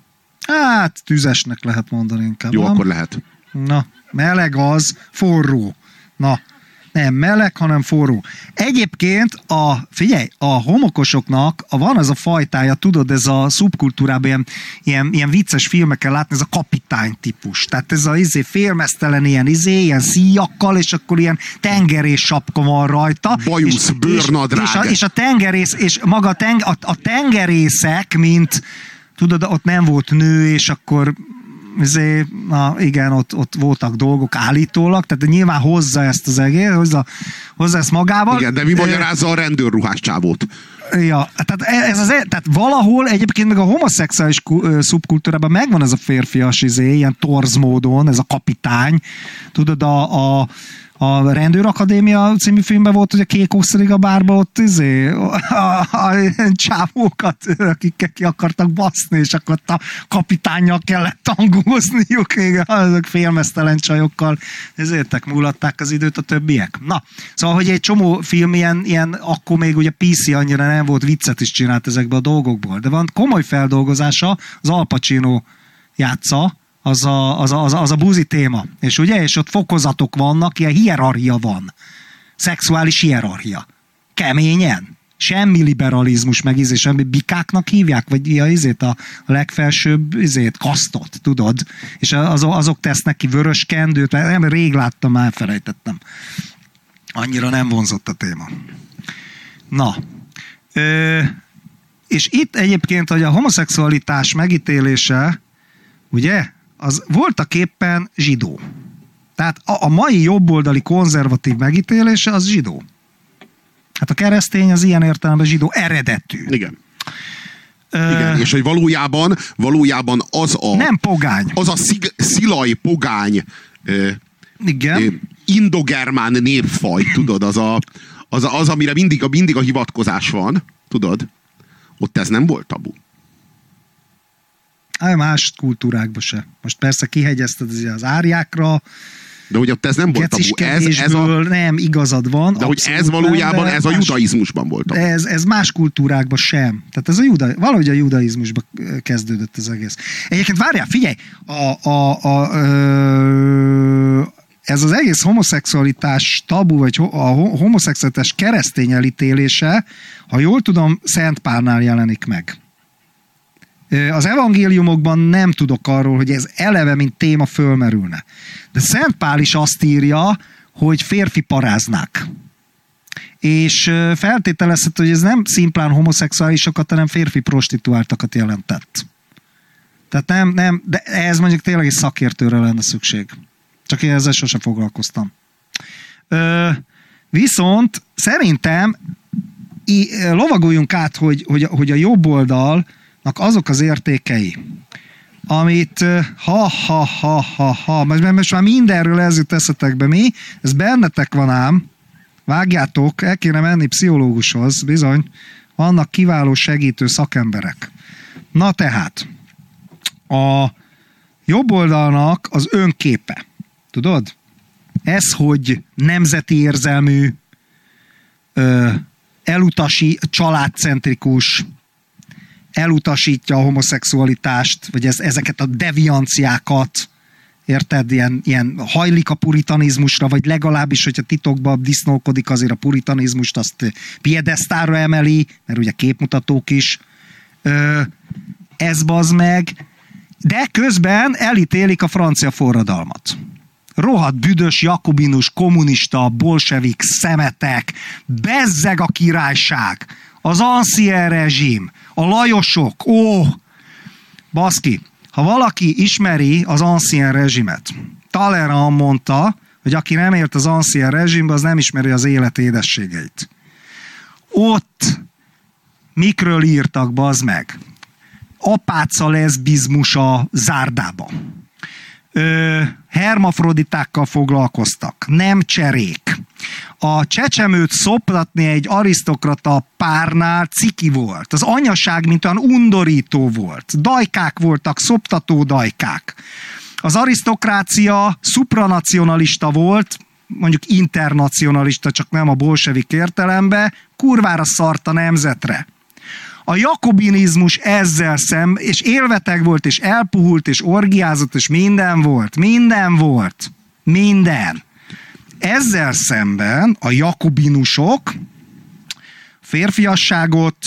Hát, tüzesnek lehet mondani inkább. Jó, nem? akkor lehet. Na, meleg az, forró. Na, nem meleg, hanem forró. Egyébként a, figyelj, a homokosoknak a, van az a fajtája, tudod, ez a szubkultúrában ilyen, ilyen, ilyen vicces filmekkel látni, ez a kapitány típus. Tehát ez a izé, félmeztelen ilyen izé, ilyen szíjakkal, és akkor ilyen tengerész sapka van rajta. Bajusz, bőrnadrág. És, és, a, és a tengerész, és maga a, teng, a, a tengerészek, mint tudod, ott nem volt nő, és akkor Zé, na igen, ott, ott voltak dolgok állítólag, tehát nyilván hozza ezt az egész, hozza, hozza ezt magával. Igen, de mi magyarázza a rendőrruhás csávót? Ja, tehát, ez az, tehát valahol egyébként meg a homoszexuális szubkultúrában megvan ez a férfias izé, ilyen torz módon, ez a kapitány. Tudod, a, a a Rendőrakadémia című filmben volt, hogy a Kék Ószörig a bárba ott izé, a, a, a csávókat, akik ki akartak baszni, és akkor a kapitánnyal kellett tangózniuk, azok félmeztelen csajokkal, ezért múlatták az időt a többiek. Na, szóval, hogy egy csomó film ilyen, ilyen akkor még ugye pé cé annyira nem volt, viccet is csinált ezekbe a dolgokból, de van komoly feldolgozása, az Al Pacino játsza, az a, az, a, az, a, az a buzi téma. És ugye, és ott fokozatok vannak, ilyen hierarchia van. Szexuális hierarchia. Keményen. Semmi liberalizmus, meg izé, semmi bikáknak hívják, vagy ja, izét a legfelsőbb izét, kasztot, tudod? És az, azok tesznek ki vörös kendőt, nem, rég láttam, már felejtettem. Annyira nem vonzott a téma. Na. Ö, és itt egyébként, hogy a homoszexualitás megítélése, ugye, az voltaképpen zsidó. Tehát a, a mai jobboldali konzervatív megítélése az zsidó. Hát a keresztény az ilyen értelemben zsidó eredetű. Igen. Ö... Igen, és hogy valójában, valójában az a... Nem pogány. Az a szig, szilaj pogány ö, Igen. Ö, indogermán népfaj, tudod, az, a, az, a, az amire mindig a, mindig a hivatkozás van, tudod, ott ez nem volt tabu. Más kultúrákban se. Most persze kihegyezted az árjákra, de hogy ott ez nem volt tabu. Ez, ez a... Nem, igazad van. De hogy ez valójában, ez más, a judaizmusban volt tabu. Ez, ez más kultúrákban sem. Tehát ez a juda, valahogy a judaizmusban kezdődött az egész. Egyébként várjál, figyelj! A, a, a, ö, ez az egész homoszexualitás tabu, vagy a homoszexualitás keresztény elítélése, ha jól tudom, Szent Pálnál jelenik meg. Az evangéliumokban nem tudok arról, hogy ez eleve, mint téma fölmerülne. De Szent Pál is azt írja, hogy férfi paráznák. És feltételezhető, hogy ez nem szimplán homoszexuálisokat, hanem férfi prostituáltakat jelentett. Tehát nem, nem, de ez mondjuk tényleg egy szakértőre lenne szükség. Csak én ezzel sosem foglalkoztam. Ö, viszont szerintem lovagoljunk át, hogy, hogy, hogy a jobb oldal azok az értékei, amit ha-ha-ha-ha-ha, most, most már mindenről ez jut eszetekbe, mi? Ez bennetek van ám, vágjátok, el kéne menni pszichológushoz, bizony, vannak kiváló segítő szakemberek. Na tehát, a jobb oldalnak az önképe. Tudod? Ez, hogy nemzeti érzelmű, elutasi, családcentrikus, elutasítja a homoszexualitást, vagy ez, ezeket a devianciákat, érted? Ilyen, ilyen hajlik a puritanizmusra, vagy legalábbis, hogyha titokban disznókodik, azért a puritanizmust azt piedesztálra emeli, mert ugye képmutatók is. Ez bazd meg. De közben elítélik a francia forradalmat. Rohadt büdös, jakobinus, kommunista, bolsevik, szemetek, bezzeg a királyság, az ancien rezsim, a Lajosok, ó, baszki, ha valaki ismeri az ancien rezsimet, Talleyrand mondta, hogy aki nem ért az ancien rezsimbe, az nem ismeri az élet édességeit. Ott mikről írtak, bazd meg? Apáca leszbizmus a zárdában. Ö, hermafroditákkal foglalkoztak, nem cserék. A csecsemőt szoptatni egy arisztokrata párnál ciki volt. Az anyaság mint olyan undorító volt. Dajkák voltak, szoptató dajkák. Az arisztokrácia szupranacionalista volt, mondjuk internacionalista, csak nem a bolsevik értelembe, kurvára szart a nemzetre. A jakobinizmus ezzel szem, és élveteg volt, és elpuhult, és orgiázott, és minden volt. Minden volt. Minden. Ezzel szemben a jakobinusok férfiasságot,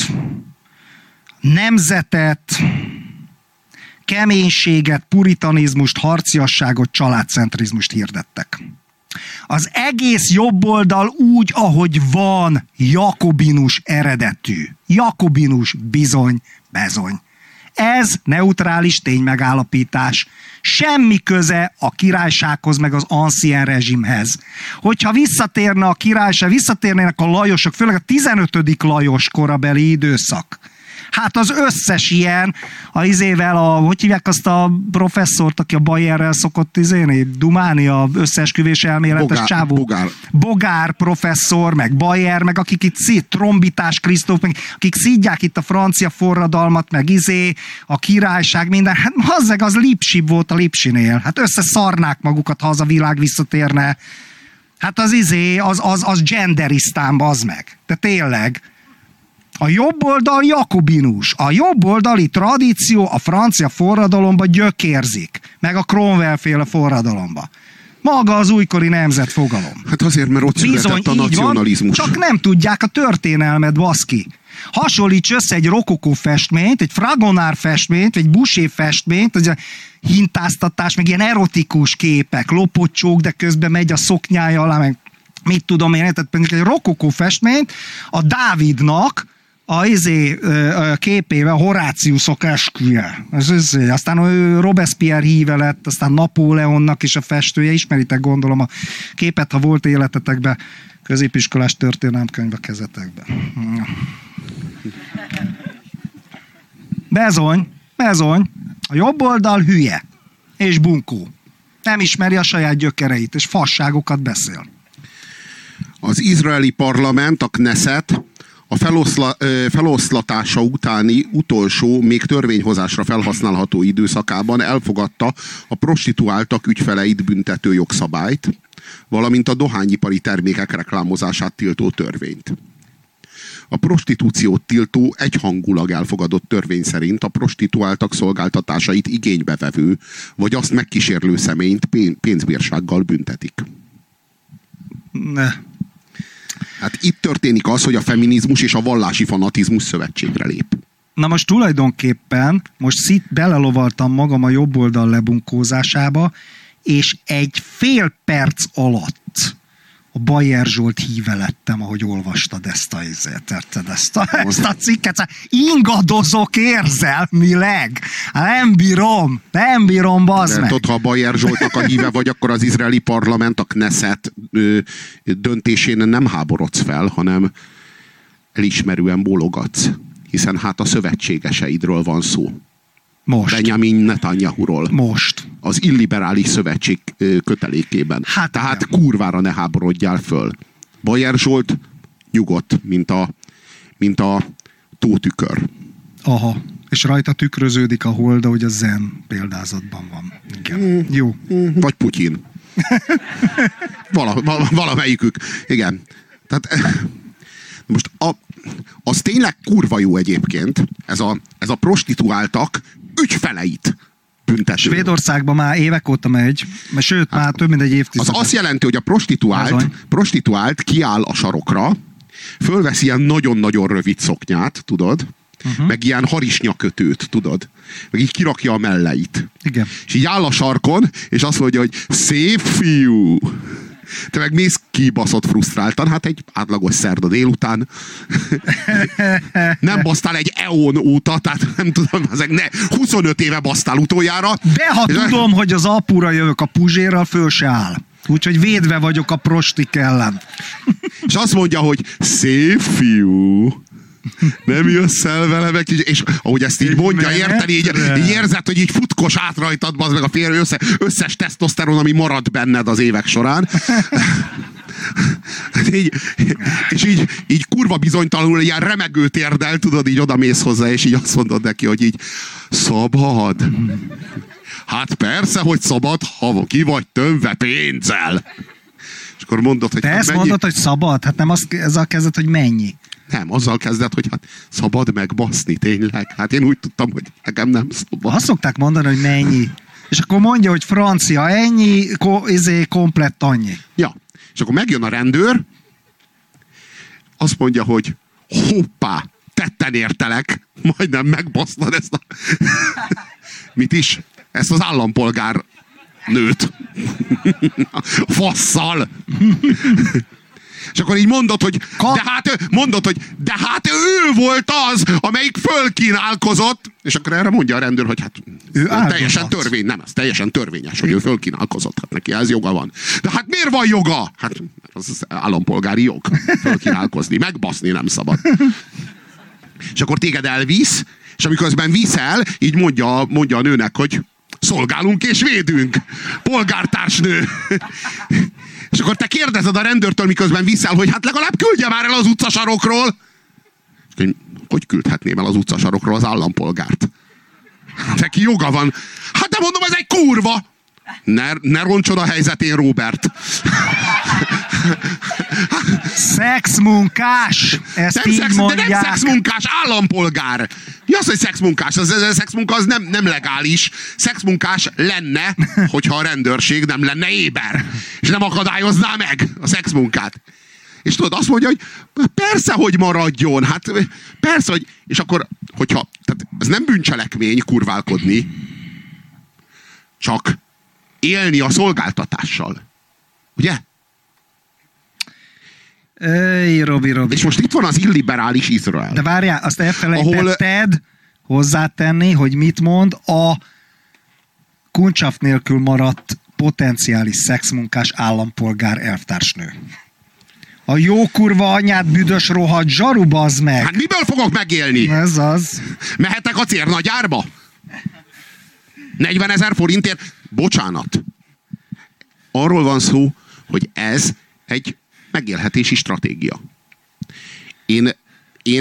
nemzetet, keménységet, puritanizmust, harciasságot, családcentrizmust hirdettek. Az egész jobboldal úgy, ahogy van, jakobinus eredetű. Jakobinus bizony, bezony. Ez neutrális ténymegállapítás. Semmi köze a királysághoz, meg az ancien rezsimhez. Hogyha visszatérne a királyság, visszatérnének a Lajosok, főleg a tizenötödik Lajos korabeli időszak. Hát az összes ilyen, a izével, a, hogy hívják azt a professzort, aki a Bayerrel szokott izéni, dumálni, a összeesküvés elméletes Bogár, csávó. Bogár. Bogár professzor, meg Bayer, meg akik itt szít, Trombitás Krisztóf, meg akik szídják itt a francia forradalmat, meg izé, a királyság, minden. Hát hozzeg az Lipsibb volt a Lipsinél. Hát összeszarnák magukat, ha az a világ visszatérne. Hát az izé, az, az, az genderisztán, bazd meg. De tényleg. A jobboldal jakobinus. A jobboldali tradíció a francia forradalomba gyökérzik. Meg a Cromwell-féle forradalomba. Maga az újkori nemzetfogalom. Hát azért, mert ott született a nacionalizmus. Van, csak nem tudják a történelmet, baszki. Hasonlíts össze egy rokokó festményt, egy Fragonard festményt, egy Boucher festményt, egy hintáztatás, meg ilyen erotikus képek, lopocsók, de közben megy a szoknyája alá, meg mit tudom én, tehát például egy rokokó festményt a Dávidnak a izé képével Horáciusok esküje. Ez, ez, aztán ő Robespierre híve lett, aztán Napóleonnak is a festője. Ismeritek gondolom a képet, ha volt életetekben, középiskolás történelemkönyv a kezetekben. Bezony, bezony, a jobb oldal hülye és bunkó. Nem ismeri a saját gyökereit, és fasságokat beszél. Az izraeli parlament, a Knesset, a feloszla, feloszlatása utáni utolsó, még törvényhozásra felhasználható időszakában elfogadta a prostituáltak ügyfeleit büntető jogszabályt, valamint a dohányipari termékek reklámozását tiltó törvényt. A prostitúciót tiltó egyhangulag elfogadott törvény szerint a prostituáltak szolgáltatásait igénybevevő, vagy azt megkísérlő személyt pénzbírsággal büntetik. Ne. Hát itt történik az, hogy a feminizmus és a vallási fanatizmus szövetségre lép. Na most tulajdonképpen, most szit belelovaltam magam a jobb oldal lebunkózásába, és egy fél perc alatt a Bayer Zsolt híve lettem, ahogy olvastad ezt a izét, érted? Ezt a, ezt a cikket. Ingadozok érzelmileg. Nem bírom, nem bírom, bazd meg. Tudod, ha a Bayer Zsoltnak a híve vagy, akkor az izraeli parlament, a Knesset ö, döntésén nem háborodsz fel, hanem elismerően bólogatsz. Hiszen hát a szövetségeseidről van szó. Most. Benjamin Netanyahuról. Most. Az illiberális szövetség kötelékében. Hát Tehát igen. Kurvára ne háborodjál föl. Bayer Zsolt nyugodt, mint a, mint a tótükör. Aha. És rajta tükröződik a hold, ahogy a zen példázatban van. Igen. Mm. Jó. Mm. Vagy Putyin. Vala, vala, valamelyikük. Igen. Tehát most a, az tényleg kurva jó egyébként, ez a, ez a prostituáltak ügyfeleit büntető. Svédországban már évek óta megy, mert sőt, hát, már több mint egy évtized. Az azt jelenti, hogy a prostituált, prostituált kiáll a sarokra, fölvesz ilyen nagyon-nagyon rövid szoknyát, tudod? Uh-huh. Meg ilyen harisnyakötőt, tudod? Meg így kirakja a melleit. Igen. És így áll a sarkon, és azt mondja, hogy szép fiú. Te meg mész kibaszott frusztráltan, hát egy átlagos szerda délután. Nem basztál egy eon óta, tehát nem tudom, ezek ne, huszonöt éve basztál utoljára. De ha tudom, hogy az apura jövök a Puzsérral, föl se áll. Úgyhogy védve vagyok a prostik ellen. És azt mondja, hogy szép fiú, nem jössz el vele meg, és ahogy ezt így mondja, érteni, így, így érzed, hogy így futkos át rajtad, bazd meg a férj, össze, összes tesztoszteron, ami maradt benned az évek során. így, és így, így kurva bizonytalanul, ilyen remegő térdel, tudod, így odamész hozzá, és így azt mondod neki, hogy így szabad. Hát persze, hogy szabad, ha ki vagy tömve pénzzel. És akkor mondod, hogy... Te hát ezt mennyi... mondod, hogy szabad? Hát nem az, ez a kezdet, hogy mennyi? Nem, azzal kezdett, hogy hát szabad megbaszni tényleg. Hát én úgy tudtam, hogy nekem nem szabad. Azt szokták mondani, hogy mennyi. És akkor mondja, hogy francia ennyi, ko, izé, komplett annyi. Ja, és akkor megjön a rendőr, azt mondja, hogy hoppá, tetten értelek, majdnem megbasztad ezt a... Mit is? Ezt az állampolgár nőt. Fasszal. És akkor így mondod, hogy de hát, mondod, hogy de hát ő volt az, amelyik fölkínálkozott, és akkor erre mondja a rendőr, hogy hát ő teljesen törvény, nem, ez teljesen törvényes, hogy ő fölkínálkozott, hát neki ez joga van. De hát miért van joga? Hát az, az állampolgári jog, fölkínálkozni, megbaszni nem szabad. És akkor téged elvisz, és amiközben viszel, így mondja, mondja a nőnek, hogy szolgálunk és védünk, polgártársnő. És akkor te kérdezed a rendőrtől, miközben viszel, hogy hát legalább küldje már el az utcasarokról. És hogy küldhetném el az utcasarokról az állampolgárt? Neki joga van. Hát de mondom, ez egy kurva! Ne, ne roncsod a helyzetén, Robert. Szexmunkás! Ezt nem így szex, mondják. De nem szexmunkás, állampolgár. Mi az, hogy szexmunkás? Az, a szexmunka az nem, nem legális. Szexmunkás lenne, hogyha a rendőrség nem lenne éber. És nem akadályozná meg a szexmunkát. És tudod, azt mondja, hogy persze, hogy maradjon. Hát persze, hogy... És akkor, hogyha... Tehát ez nem bűncselekmény kurválkodni, csak élni a szolgáltatással. Ugye? Ej, Robi, Robi. És most itt van az illiberális Izrael. De várjál, azt elfelejtetted ahol... hozzátenni, hogy mit mond a kuncsaf nélkül maradt potenciális szexmunkás állampolgár elvtársnő. A jó kurva anyád büdös rohadt zsaru, bazd meg! Hát miből fogok megélni? Ez az. Mehetek a cérnagyárba? negyvenezer forintért? Bocsánat. Arról van szó, hogy ez egy megélhetési stratégia. Én, én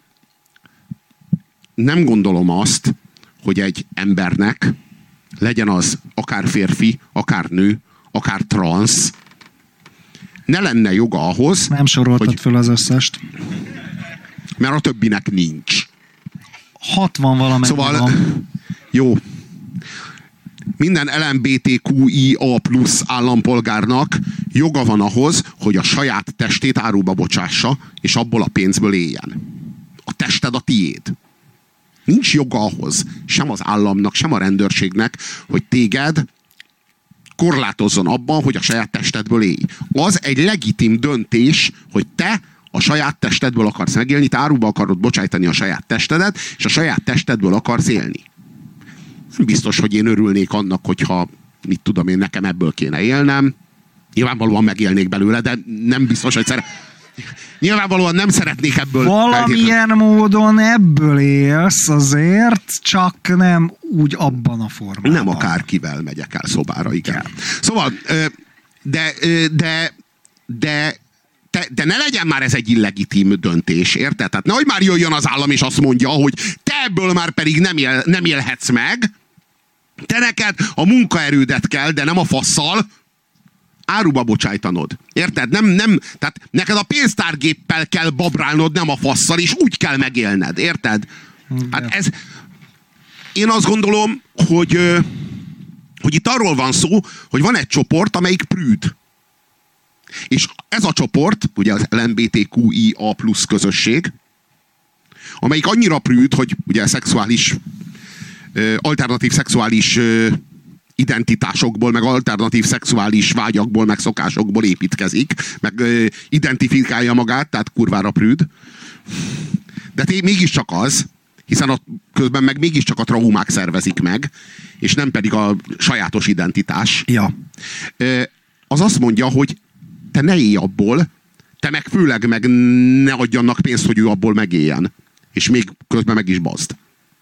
nem gondolom azt, hogy egy embernek legyen az akár férfi, akár nő, akár transz, ne lenne joga ahhoz, nem soroltad hogy, föl az összest. Mert a többinek nincs. hatvan valamennyi szóval, van. Jó. Minden el em bé té kú i á plusz állampolgárnak joga van ahhoz, hogy a saját testét áruba bocsássa, és abból a pénzből éljen. A tested a tiéd. Nincs joga ahhoz, sem az államnak, sem a rendőrségnek, hogy téged korlátozzon abban, hogy a saját testedből élj. Az egy legitim döntés, hogy te a saját testedből akarsz megélni, te áruba akarod bocsájtani a saját testedet, és a saját testedből akarsz élni. Biztos, hogy én örülnék annak, hogyha, mit tudom én, nekem ebből kéne élnem. Nyilvánvalóan megélnék belőle, de nem biztos, hogy szeret... Nyilvánvalóan nem szeretnék ebből... Valamilyen módon ebből élsz azért, csak nem úgy abban a formában. Nem akárkivel megyek el szobára, igen. Szóval, de, de, de, de, de ne legyen már ez egy illegitim döntés, érted? Tehát nehogy már jöjjön az állam és azt mondja, hogy te ebből már pedig nem, él, nem élhetsz meg, te neked a munkaerődet kell, de nem a fasszal áruba bocsájtanod. Érted? Nem, nem, tehát neked a pénztárgéppel kell babrálnod, nem a fasszal, és úgy kell megélned. Érted? Hát ez... Én azt gondolom, hogy, hogy itt arról van szó, hogy van egy csoport, amelyik prűd. És ez a csoport, ugye az el em bé té kú i á plusz közösség, amelyik annyira prűd, hogy ugye szexuális, alternatív szexuális identitásokból, meg alternatív szexuális vágyakból, meg szokásokból építkezik, meg identifikálja magát, tehát kurvára prűd. De té- mégiscsak az, hiszen a, közben meg mégiscsak a traumák szervezik meg, és nem pedig a sajátos identitás. Ja. Az azt mondja, hogy te ne élj abból, te meg főleg meg ne adj annak pénzt, hogy ő abból megéljen. És még közben meg is bazd.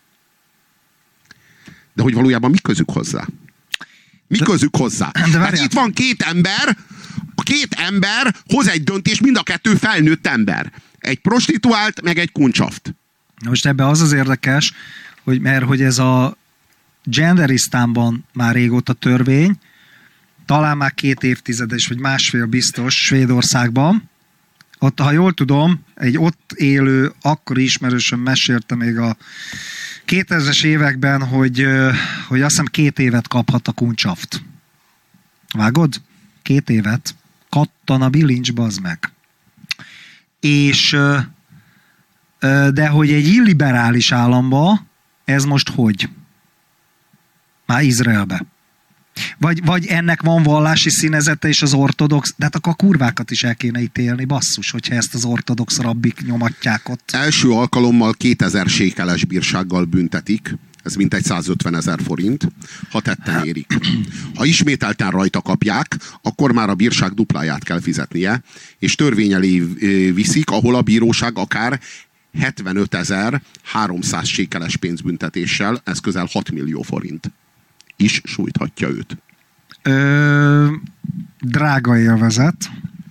De hogy valójában mi közük hozzá? Mi de, közük hozzá? De hát itt van két ember, a két ember hoz egy döntést, mind a kettő felnőtt ember. Egy prostituált, meg egy kuncsaft. Most ebben az az érdekes, hogy mert hogy ez a Genderisztánban már régóta törvény, talán már két évtizedes, vagy másfél biztos Svédországban. Ott, ha jól tudom, egy ott élő, akkori ismerősöm mesélte még a kétezres években, hogy, hogy azt hiszem két évet kaphat a kuncsaft. Vágod? Két évet. Kattan a bilincs, bazd meg. És de hogy egy illiberális államba ez most hogy? Már Izraelbe. Vagy, vagy ennek van vallási színezete és az ortodox, de hát akkor a kurvákat is el kéne ítélni, basszus, hogyha ezt az ortodox rabbik nyomatják ott. Első alkalommal kétezer sékeles bírsággal büntetik, ez mintegy százötven ezer forint, ha tetten érik. Ha ismételten rajta kapják, akkor már a bírság dupláját kell fizetnie, és törvény elé viszik, ahol a bíróság akár hetvenöt ezer háromszáz sékeles pénzbüntetéssel, ez közel hat millió forint is sújthatja őt. Ö, drága élvezet.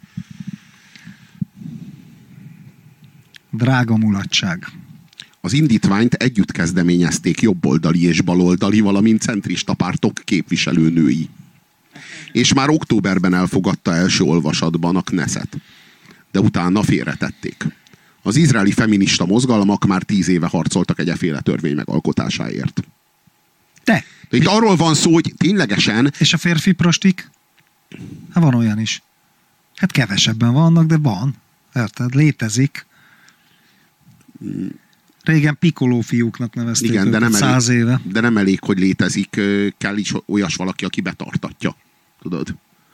Drága mulatság. Az indítványt együtt kezdeményezték jobboldali és baloldali, valamint centrista pártok képviselőnői. És már októberben elfogadta első olvasatban a Knesset. De utána félretették. Az izraeli feminista mozgalmak már tíz éve harcoltak egy efféle törvény megalkotásáért. Te! De itt arról van szó, hogy ténylegesen... És a férfi prostik? Hát van olyan is. Hát kevesebben vannak, de van. Érted? Létezik. Régen pikoló fiúknak nevezték. Igen, de nem száz elég, éve. De nem elég, hogy létezik. Kell is olyas valaki, aki betartatja. Tudod?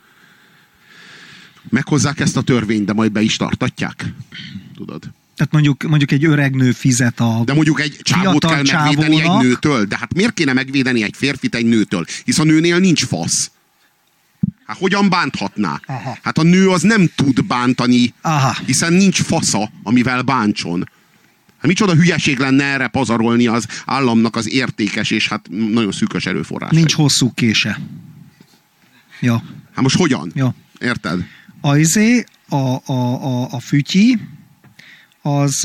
Meghozzák ezt a törvényt, de majd be is tartatják. Tudod? Tehát mondjuk, mondjuk egy öreg nő fizet a... De mondjuk egy csávót kell megvédeni egy nőtől. De hát miért kéne megvédeni egy férfit egy nőtől? Hisz a nőnél nincs fasz. Hát hogyan bánthatná? Aha. Hát a nő az nem tud bántani, aha, hiszen nincs fasza, amivel bántson. Hát micsoda hülyeség lenne erre pazarolni az államnak az értékes és hát nagyon szűkös erőforrásai. Nincs hosszú kése. Ja. Hát most hogyan? Ja. Érted? A izé, a, a, a, a fütyi, az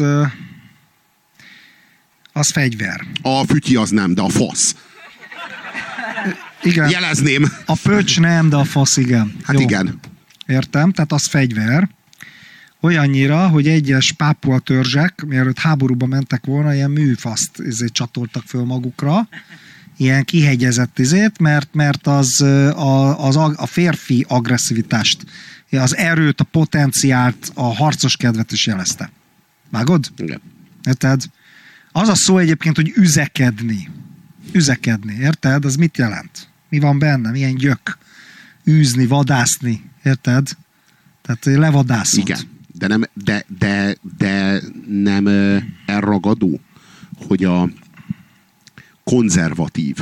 az fegyver. A fütyi az nem, de a fasz. Igen. Jelezném. A pöcs nem, de a fasz igen. Hát jó. Igen. Értem, tehát az fegyver. Olyannyira, hogy egyes pápua törzsek, mielőtt háborúba mentek volna, ilyen műfaszt izét csatoltak föl magukra, ilyen kihegyezett izét, mert, mert az, a, az a férfi agresszivitást, az erőt, a potenciált, a harcos kedvet is jelezte. Vágod? Igen. Érted? Az a szó egyébként, hogy üzekedni. Üzekedni, érted? Az mit jelent? Mi van benne? Milyen gyök? Űzni, vadászni, érted? Tehát levadászod. Igen, de nem, de, de, de nem elragadó, hogy a konzervatív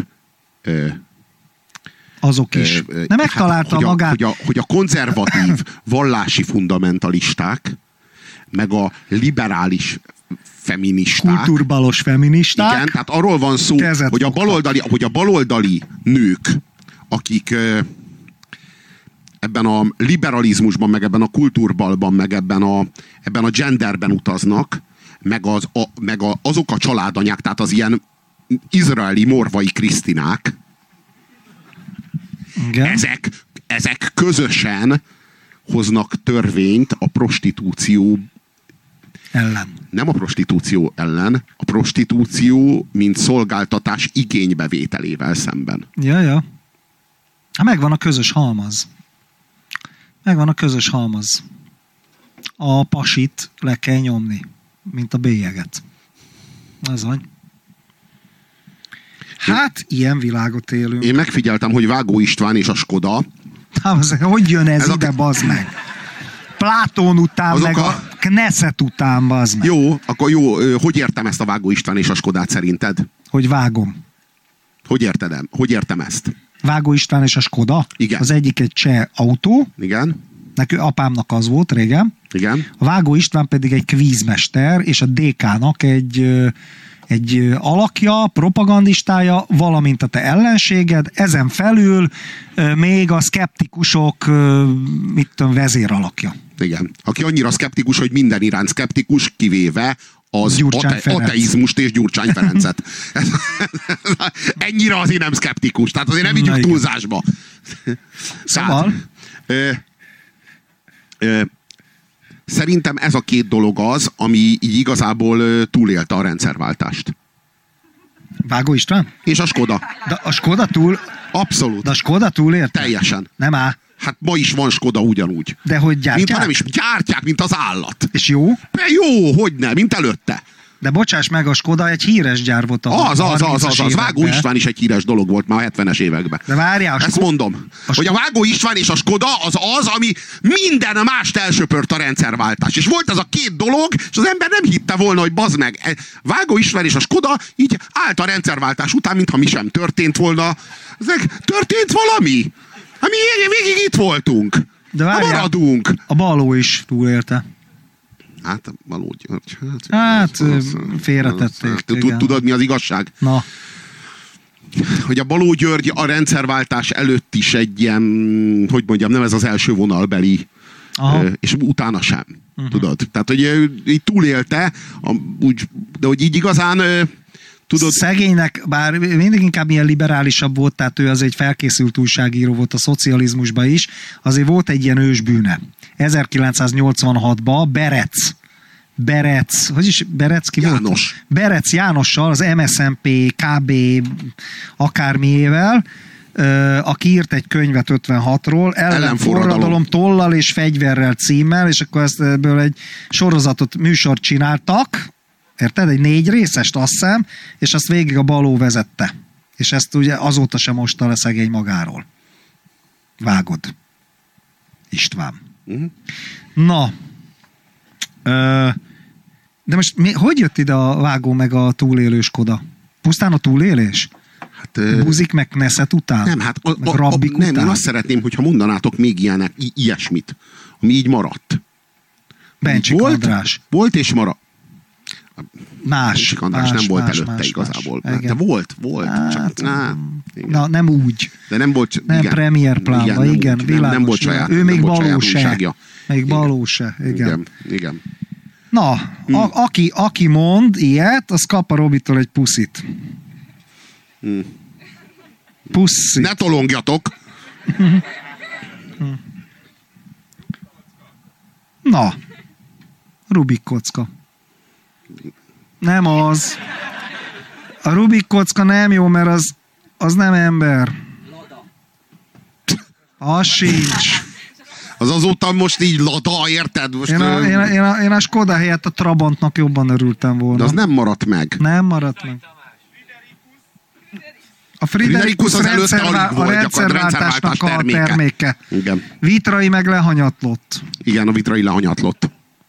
azok is. Nem megtalálta hát, magát. Hogy a, hogy a konzervatív vallási fundamentalisták meg a liberális feministák. Kultúrbalos feministák. Igen, tehát arról van szó, hogy a, baloldali, hogy a baloldali nők, akik ebben a liberalizmusban, meg ebben a kultúrbalban, meg ebben a, ebben a genderben utaznak, meg, az, a, meg a, azok a családanyák, tehát az ilyen izraeli Morvai Krisztinák, Igen. ezek, ezek közösen hoznak törvényt a prostitúció ellen. Nem a prostitúció ellen, a prostitúció, mint szolgáltatás igénybevételével szemben. Ja, ja. Hát megvan a közös halmaz. Megvan a közös halmaz. A pasit le kell nyomni, mint a bélyeget. Ez van. Hát, ilyen világot élünk. Én megfigyeltem, hogy Vágó István és a Skoda... Hát, az, hogy jön ez, Ez ide, a... bazd meg? Plátón után, Azok meg a... a Knesset után, bazd meg. Jó, akkor jó, hogy értem ezt a Vágó István és a Skodát szerinted? Hogy vágom. Hogy érted? Hogy értem ezt? Vágó István és a Skoda? Igen. Az egyik egy cseh autó. Igen. Neki apámnak az volt régen. Igen. A Vágó István pedig egy kvízmester, és a dé ká-nak egy, egy alakja, propagandistája, valamint a te ellenséged, ezen felül még a szkeptikusok, mit tudom, vezéralakja. Igen. Aki annyira szkeptikus, hogy minden iránt szkeptikus, kivéve az ate- ateizmust és Gyurcsány Ferencet. Ennyire azért nem szkeptikus, tehát azért nem vigyük túlzásba. Szóval? Tehát, ö, ö, szerintem ez a két dolog az, ami így igazából ö, túlélte a rendszerváltást. Vágó István? És a Skoda. De a Skoda túl... Abszolút. De a Skoda túlélte? Teljesen. Nem áll. Hát ma is van Skoda ugyanúgy. De hogy gyártják? Mint ha nem is gyártják, mint az állat. És jó? De jó, hogy ne, mint előtte. De bocsáss meg, a Skoda egy híres gyár volt a Az, az, az, az, az. Vágó István is egy híres dolog volt már a hetvenes években. De várjál, Ezt mondom, a hogy a Vágó István és a Skoda az az, ami minden mást elsöpört a rendszerváltás. És volt az a két dolog, és az ember nem hitte volna, hogy bazd meg. Vágó István és a Skoda így állt a rendszerváltás után, mintha mi sem történt volna. Ezek, történt valami? Hát mi végig itt voltunk. De várjál, maradunk. A Baló is túlélte. Hát valahogy. Hát félretették. Tudod, mi az igazság? Na. Hogy a Baló György a rendszerváltás előtt is egy ilyen, hogy mondjam, nem ez az első vonalbeli, Aha. és utána sem. Uh-huh. Tudod? Tehát, hogy ő így túlélte, úgy, de hogy így igazán tudod... Szegénynek, bár mindig inkább ilyen liberálisabb volt, tehát ő az egy felkészült újságíró volt a szocializmusban is, azért volt egy ilyen ősbűne. ezerkilencszáznyolcvanhatban Berec, Berec, hogy is Berec ki János. volt? Berec Jánossal, az em es en pé ká bé akármiével, aki írt egy könyvet ötvenhatról, ellenforradalom tollal és fegyverrel címmel, és akkor ezt ebből egy sorozatot, műsort csináltak, érted? Egy négy részest, azt hiszem, és azt végig a Baló vezette. És ezt ugye azóta sem mosta le szegény magáról. Vágod. István. Uh-huh. Na. Ö, de most mi, hogy jött ide a Vágó meg a túlélő Skoda? Pusztán a túlélés? Hát, Buzik meg Knesset után? Nem, hát a, meg a, a, rabbik nem, után? én azt szeretném, hogyha mondanátok még ilyenek, i- ilyesmit, ami így maradt. Bencsik volt, András. Volt és maradt. Más. Bencsik András más, nem volt más, előtte más, igazából. Más. De volt, volt. Hát, csak, na, na, nem úgy. De nem volt... Nem igen, premier plánban, igen, igen igen, nem, világos. nem volt saját, ő nem még volt Baló saját se. újságja. Még Baló se, igen. Igen, igen. Na, Hmm. a, aki, aki mond ilyet, az kap a Robitól egy puszit. Hmm. Puszi. Ne tolongjatok! Na, Rubik kocka. Nem az. A Rubik kocka nem jó, mert az, az nem ember. Az sincs. Az azóta most így lada, érted? Most, Én a, ö, én, a, én, a, én a Skoda helyett a Trabantnak jobban örültem volna. de az nem maradt meg. Nem maradt meg. A Friderikus az előtte rendszervá- alig volt a gyakorlatilag rendszerváltásnak a terméke. terméke. Igen. Vitrai meg lehanyatlott. Igen, a vitrai lehanyatlott.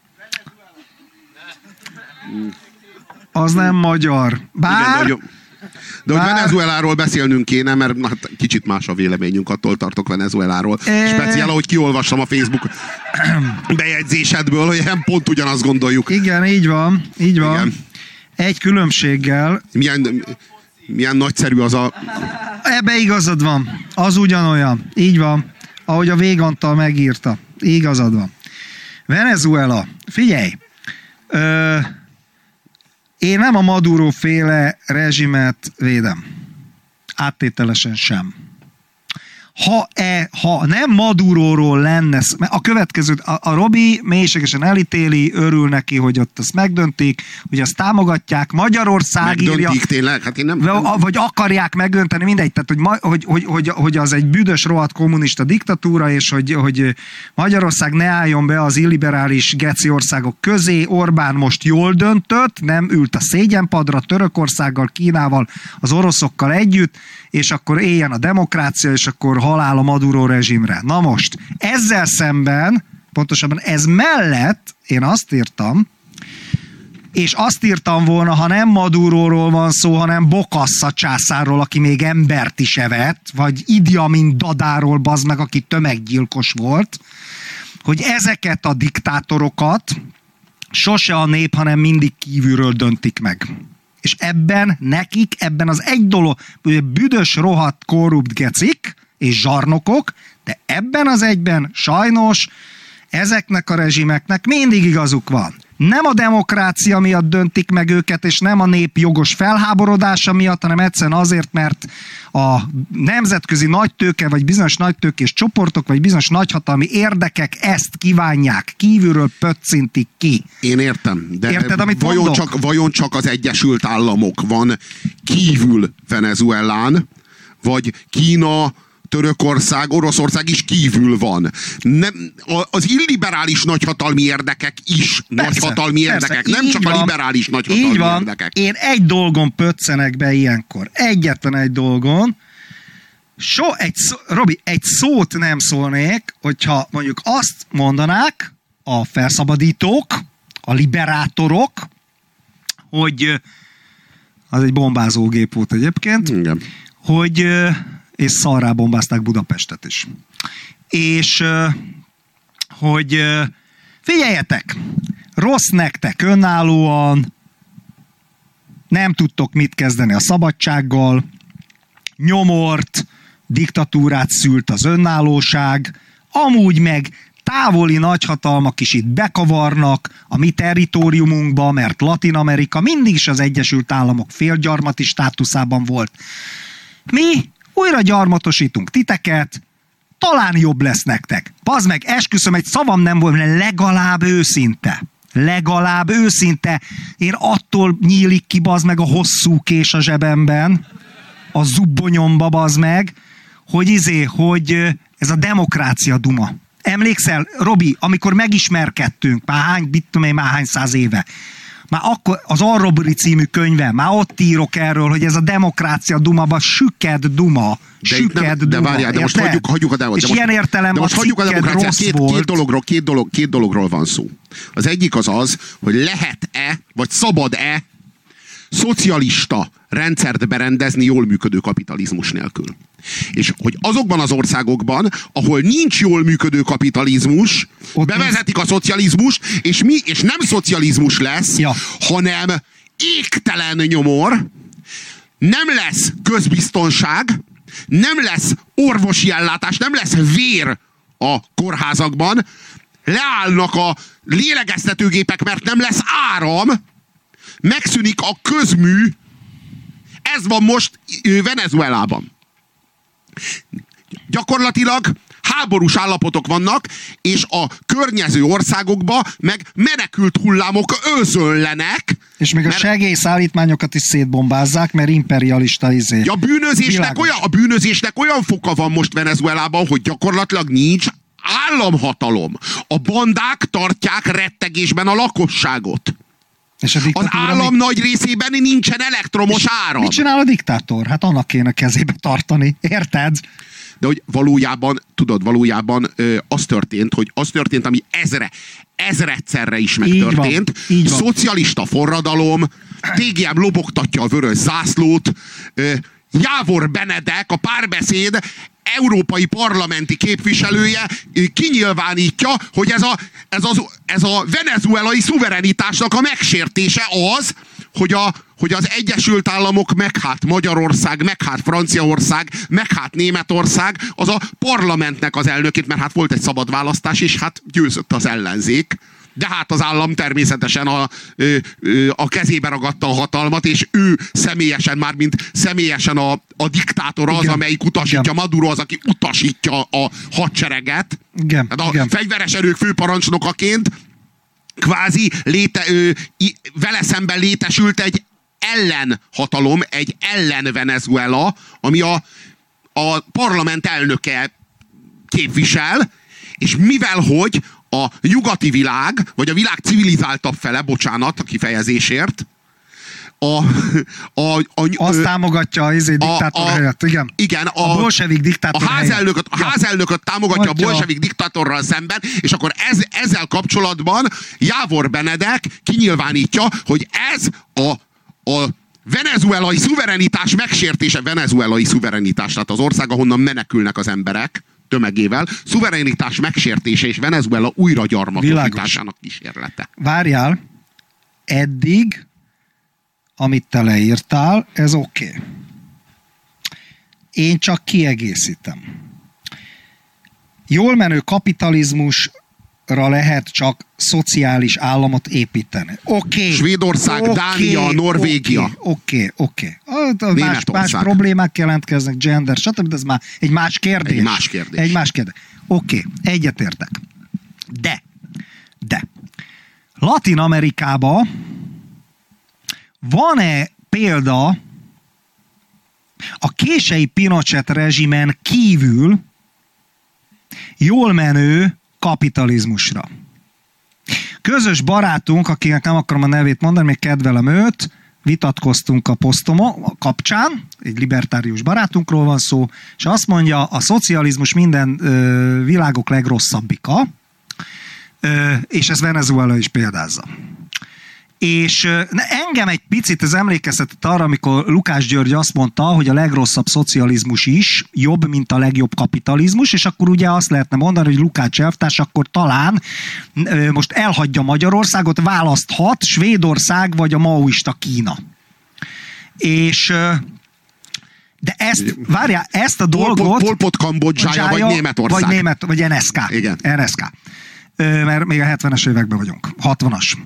Az nem magyar. Bár... Igen, de hogy, de hogy Bár- Venezueláról beszélnünk kéne, mert na, hát kicsit más a véleményünk, attól tartok Venezueláról. E- Speciál, ahogy kiolvassam a Facebook bejegyzésedből, hogy nem pont ugyanazt gondoljuk. Igen, így van. Így van. Igen. Egy különbséggel. Milyen, milyen nagyszerű az a... Ebbe igazad van. Az ugyanolyan. Így van. Ahogy a Végantal megírta. Igazad van. Venezuela. Figyelj. Ö, Én nem a Maduro féle rezsimet védem. Áttételesen sem. Ha, e, ha nem Maduróról lenne, a következőt, a, a Robi mélységesen elítéli, örül neki, hogy ott azt megdöntik, hogy azt támogatják, Magyarország megdöntik írja, tényleg? Hát én nem, vagy, nem. vagy akarják megdönteni, mindegy, tehát hogy, ma, hogy, hogy, hogy, hogy az egy büdös, rohadt kommunista diktatúra, és hogy, hogy Magyarország ne álljon be az illiberális geci országok közé. Orbán most jól döntött, nem ült a szégyenpadra Törökországgal, Kínával, az oroszokkal együtt, és akkor éljen a demokrácia, és akkor halál a Maduro rezsimre. Na most, ezzel szemben, pontosabban ez mellett én azt írtam, és azt írtam volna, ha nem Maduróról van szó, hanem Bokassa császárról, aki még embert is evett, vagy Idi Amin Dadáról, bazd meg, aki tömeggyilkos volt, hogy ezeket a diktátorokat sose a nép, hanem mindig kívülről döntik meg. És ebben nekik, ebben az egy dolog, hogy büdös, rohadt, korrupt gecik és zsarnokok, de ebben az egyben sajnos ezeknek a rezsimeknek mindig igazuk van. Nem a demokrácia miatt döntik meg őket, és nem a nép jogos felháborodása miatt, hanem egyszerűen azért, mert a nemzetközi nagytőke, vagy bizonyos nagytőkés csoportok, vagy bizonyos nagyhatalmi érdekek ezt kívánják, kívülről pöccintik ki. Én értem, de Érted, amit vajon, mondok? csak, vajon csak az Egyesült Államok van kívül Venezuelán, vagy Kína, Törökország, Oroszország is kívül van. Nem, az illiberális nagyhatalmi érdekek is persze, nagyhatalmi persze, érdekek, nem csak van, a liberális nagyhatalmi így van. érdekek. Én egy dolgon pöccenek be ilyenkor. Egyetlen egy dolgon. So, egy szó, Robi, egy szót nem szólnék, hogyha mondjuk azt mondanák a felszabadítók, a liberátorok, hogy az egy bombázógép volt egyébként, igen, hogy és szarrá bombázták Budapestet is. És hogy figyeljetek, rossz nektek önállóan, nem tudtok mit kezdeni a szabadsággal, nyomort, diktatúrát szült az önállóság, amúgy meg távoli nagyhatalmak is itt bekavarnak a mi territóriumunkba, mert Latin Amerika mindig is az Egyesült Államok félgyarmati státuszában volt. Mi újra gyarmatosítunk titeket, talán jobb lesz nektek. Pazd meg, esküszöm, egy szavam nem volt, legalább őszinte. Legalább őszinte. Én attól nyílik ki, bazd meg, a hosszú kés a zsebemben, a zubbonyomba, bazd meg, hogy izé, hogy ez a demokrácia duma. Emlékszel, Robi, amikor megismerkedtünk, már hány, mit tudom én, már hány száz éve, már akkor az Arrobri című könyve, már ott írok erről, hogy ez a demokrácia dumaba süked duma. Süked nem, duma. De várjál, de most hagyjuk, hagyjuk a demokráciát. És ilyen értelemben a cikked rossz két, volt. Két dologról, két, dolog, két dologról van szó. Az egyik az az, hogy lehet-e, vagy szabad-e szocialista rendszert berendezni jól működő kapitalizmus nélkül. És hogy azokban az országokban, ahol nincs jól működő kapitalizmus, ott bevezetik a szocializmus, és mi, és nem szocializmus lesz, ja. hanem égtelen nyomor, nem lesz közbiztonság, nem lesz orvosi ellátás, nem lesz vér a kórházakban, leállnak a lélegeztetőgépek, mert nem lesz áram, megszűnik a közmű. Ez van most Venezuelában. Gyakorlatilag háborús állapotok vannak, és a környező országokba meg menekült hullámok özönlenek. És még mert... a segélyszállítmányokat is szétbombázzák, mert imperialista izé. Ja, bűnözésnek olyan, a bűnözésnek olyan foka van most Venezuelában, hogy gyakorlatilag nincs államhatalom. A bandák tartják rettegésben a lakosságot. És a az állam mi... nagy részében nincsen elektromos és áram. Mit csinál a diktátor? Hát annak kéne kezébe tartani. Érted? De hogy valójában, tudod, valójában ö, az történt, hogy az történt, ami ezre, ezredszerre is megtörtént. Így van, így van. Szocialista forradalom, té gé em lobogtatja a vörös zászlót, ö, Jávor Benedek, a Párbeszéd európai parlamenti képviselője kinyilvánítja, hogy ez a, ez, az, ez a venezuelai szuverenitásnak a megsértése az, hogy, a, hogy az Egyesült Államok, meg hát Magyarország, meg hát Franciaország, meg hát Németország az a parlamentnek az elnökét, mert hát volt egy szabad választás, és hát győzött az ellenzék. De hát az állam természetesen a, a kezébe ragadta a hatalmat, és ő személyesen, már mint személyesen a, a diktátor az, igen, amelyik utasítja, igen. Maduro az, aki utasítja a hadsereget. Igen. Tehát a igen. fegyveres erők főparancsnokaként kvázi léte, ö, i, vele szemben létesült egy ellenhatalom, egy ellen Venezuela, ami a, a parlament elnöke képvisel, és mivel hogy a nyugati világ, vagy a világ civilizáltabb fele, bocsánat a kifejezésért, a, a, a, azt támogatja a, a diktátor helyett, igen. Igen, a, a bolsevik diktátor a házelnököt, a házelnököt támogatja Atya. a bolsevik diktátorral szemben, és akkor ez, ezzel kapcsolatban Jávor Benedek kinyilvánítja, hogy ez a, a venezuelai szuverenitás megsértése, venezuelai szuverenitás, tehát az ország, ahonnan menekülnek az emberek tömegével, szuverenitás megsértése és Venezuela újra gyarmatosításának kísérlete. Várjál, eddig, amit te leírtál, ez oké. Okay. Én csak kiegészítem. Jól menő kapitalizmusra lehet csak szociális államot építeni. Oké. Okay. Svédország, okay. Dánia, Norvégia. Oké, oké. Okay. Más, más problémák jelentkeznek, gender, stb. Ez már egy más kérdés. Egy más kérdés. Egy más kérdés. Oké, okay. Egyetértek. De, de, Latin Amerikában van-e példa a kései Pinochet rezsimen kívül jól menő kapitalizmusra? Közös barátunk, akinek nem akarom a nevét mondani, még kedvelem őt, vitatkoztunk a Posztomo kapcsán, egy libertárius barátunkról van szó, és azt mondja, a szocializmus minden ö, világok legrosszabbika, ö, és ez Venezuela is példázza. És engem egy picit ez emlékeztetett arra, amikor Lukács György azt mondta, hogy a legrosszabb szocializmus is jobb, mint a legjobb kapitalizmus, és akkor ugye azt lehetne mondani, hogy Lukács elvtárs akkor talán most elhagyja Magyarországot, választhat Svédország vagy a maoista Kína. És de ezt, várjál, ezt a dolgot... Pol Pot Kambodzsája vagy Németország. Vagy, Német, vagy en es ká. Igen. en es ká. Mert még a hetvenes években vagyunk. hatvanas.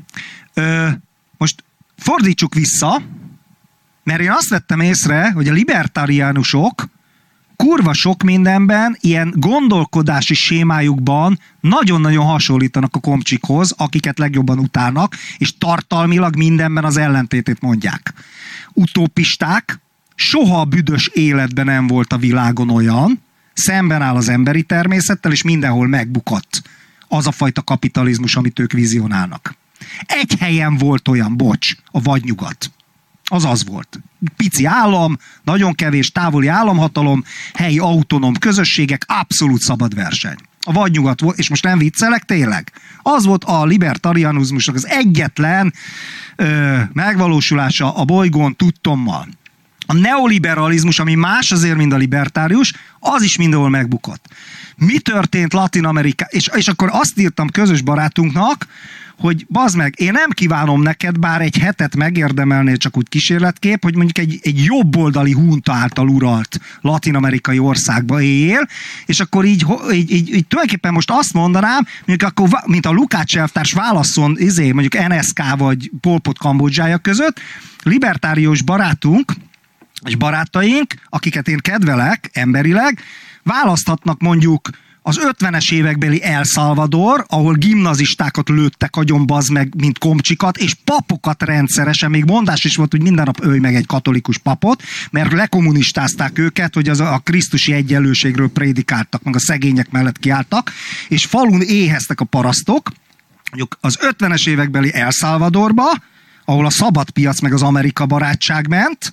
Most fordítsuk vissza, mert én azt vettem észre, hogy a libertariánusok kurva sok mindenben, ilyen gondolkodási sémájukban nagyon-nagyon hasonlítanak a komcsikhoz, akiket legjobban utálnak, és tartalmilag mindenben az ellentétét mondják. Utópisták, soha a büdös életben nem volt a világon olyan, szemben áll az emberi természettel, és mindenhol megbukott az a fajta kapitalizmus, amit ők vizionálnak. Egy helyen volt olyan, bocs, a vadnyugat. Az az volt. Pici állam, nagyon kevés távoli államhatalom, helyi autonóm közösségek, abszolút szabad verseny. A vadnyugat volt, és most nem viccelek, tényleg. Az volt a libertarianizmusnak az egyetlen ö, megvalósulása a bolygón tudtommal. A neoliberalizmus, ami más azért, mint a libertárius, az is mindenhol megbukott. Mi történt Latin Amerika? És, és akkor azt írtam közös barátunknak, hogy bazd meg, én nem kívánom neked, bár egy hetet megérdemelnél csak úgy kísérletkép, hogy mondjuk egy, egy jobboldali hunta által uralt latin-amerikai országba éljél, és akkor így, így, így, így tulajdonképpen most azt mondanám, mondjuk akkor, mint a Lukács elvtárs válaszol, izé, mondjuk en es ká vagy Pol Pot Kambodzsája között, libertárius barátunk és barátaink, akiket én kedvelek emberileg, választhatnak mondjuk az ötvenes évekbeli El Salvador, ahol gimnazistákat lőttek agyon, bazd meg, mint komcsikat, és papokat rendszeresen, még mondás is volt, hogy minden nap ölj meg egy katolikus papot, mert lekommunistázták őket, hogy az a krisztusi egyenlőségről prédikáltak, meg a szegények mellett kiálltak, és falun éheztek a parasztok, mondjuk az ötvenes évekbeli El Salvadorba, ahol a szabad piac meg az Amerika barátság ment,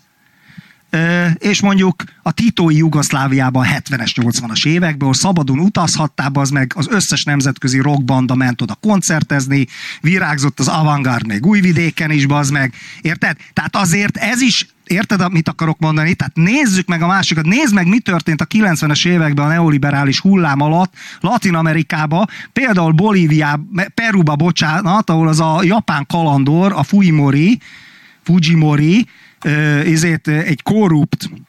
és mondjuk a titói Jugoszláviában hetvenes, nyolcvanas években, ahol szabadon utazhattál, az meg az összes nemzetközi rockbanda ment oda koncertezni, virágzott az avantgárd még Újvidéken is, az meg, érted? Tehát azért ez is, érted, amit akarok mondani? Tehát nézzük meg a másikat, nézd meg, mi történt a kilencvenes években a neoliberális hullám alatt Latin-Amerikában, például Bolíviában, Peruba, bocsánat, ahol az a japán kalandor, a Fujimori, Fujimori, ezért egy korrupt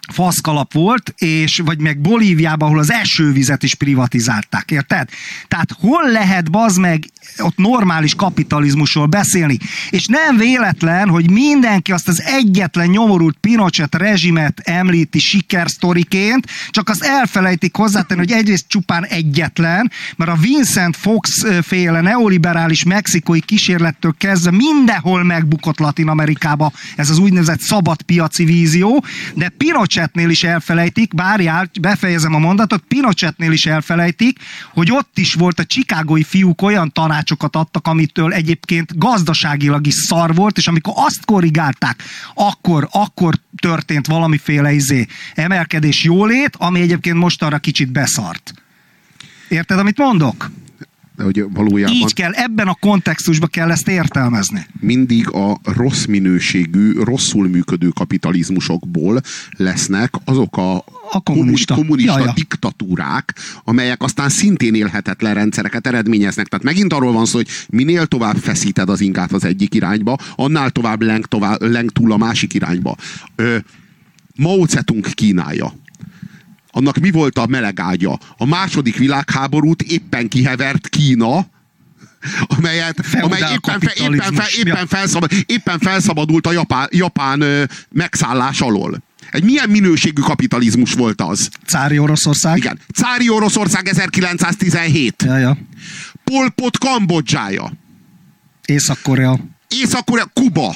faszkalap volt, és vagy meg Bolíviában, ahol az esővizet is privatizálták, érted? Tehát hol lehet, bazd meg, ott normális kapitalizmusról beszélni? És nem véletlen, hogy mindenki azt az egyetlen nyomorult Pinochet rezsimet említi sikersztoriként, csak azt elfelejtik hozzátenni, hogy egyrészt csupán egyetlen, mert a Vincent Fox féle neoliberális mexikói kísérlettől kezdve mindenhol megbukott Latin-Amerikába ez az úgynevezett szabadpiaci vízió, de Pinochetnél is elfelejtik, bárjál, befejezem a mondatot, Pinochetnél is elfelejtik, hogy ott is volt a chicagói fiúk olyan tanácsokat adtak, amitől egyébként gazdaságilag is szar volt, és amikor azt korrigálták, akkor, akkor történt valamiféle izé, emelkedés, jólét, ami egyébként mostanra kicsit beszart. Érted, amit mondok? De hogy valójában így kell, ebben a kontextusban kell ezt értelmezni. Mindig a rossz minőségű, rosszul működő kapitalizmusokból lesznek azok a, a kommunista, kommunista Jaja. diktatúrák, amelyek aztán szintén élhetetlen rendszereket eredményeznek. Tehát megint arról van szó, hogy minél tovább feszíted az ingát az egyik irányba, annál tovább leng, tovább, leng túl a másik irányba. Ö, Mao Zedong Kínája. Annak mi volt a melegágya? A második világháborút éppen kihevert Kína, amelyet, amely éppen, fe, éppen, fe, éppen, felszabad, éppen felszabadult a japán, japán ö, megszállás alól. Egy milyen minőségű kapitalizmus volt az? Cári Oroszország? Igen. Cári Oroszország ezerkilencszáztizenhét. Ja, ja. Pol Pot Kambodzsája. Észak-Korea. Észak-Korea, Kuba.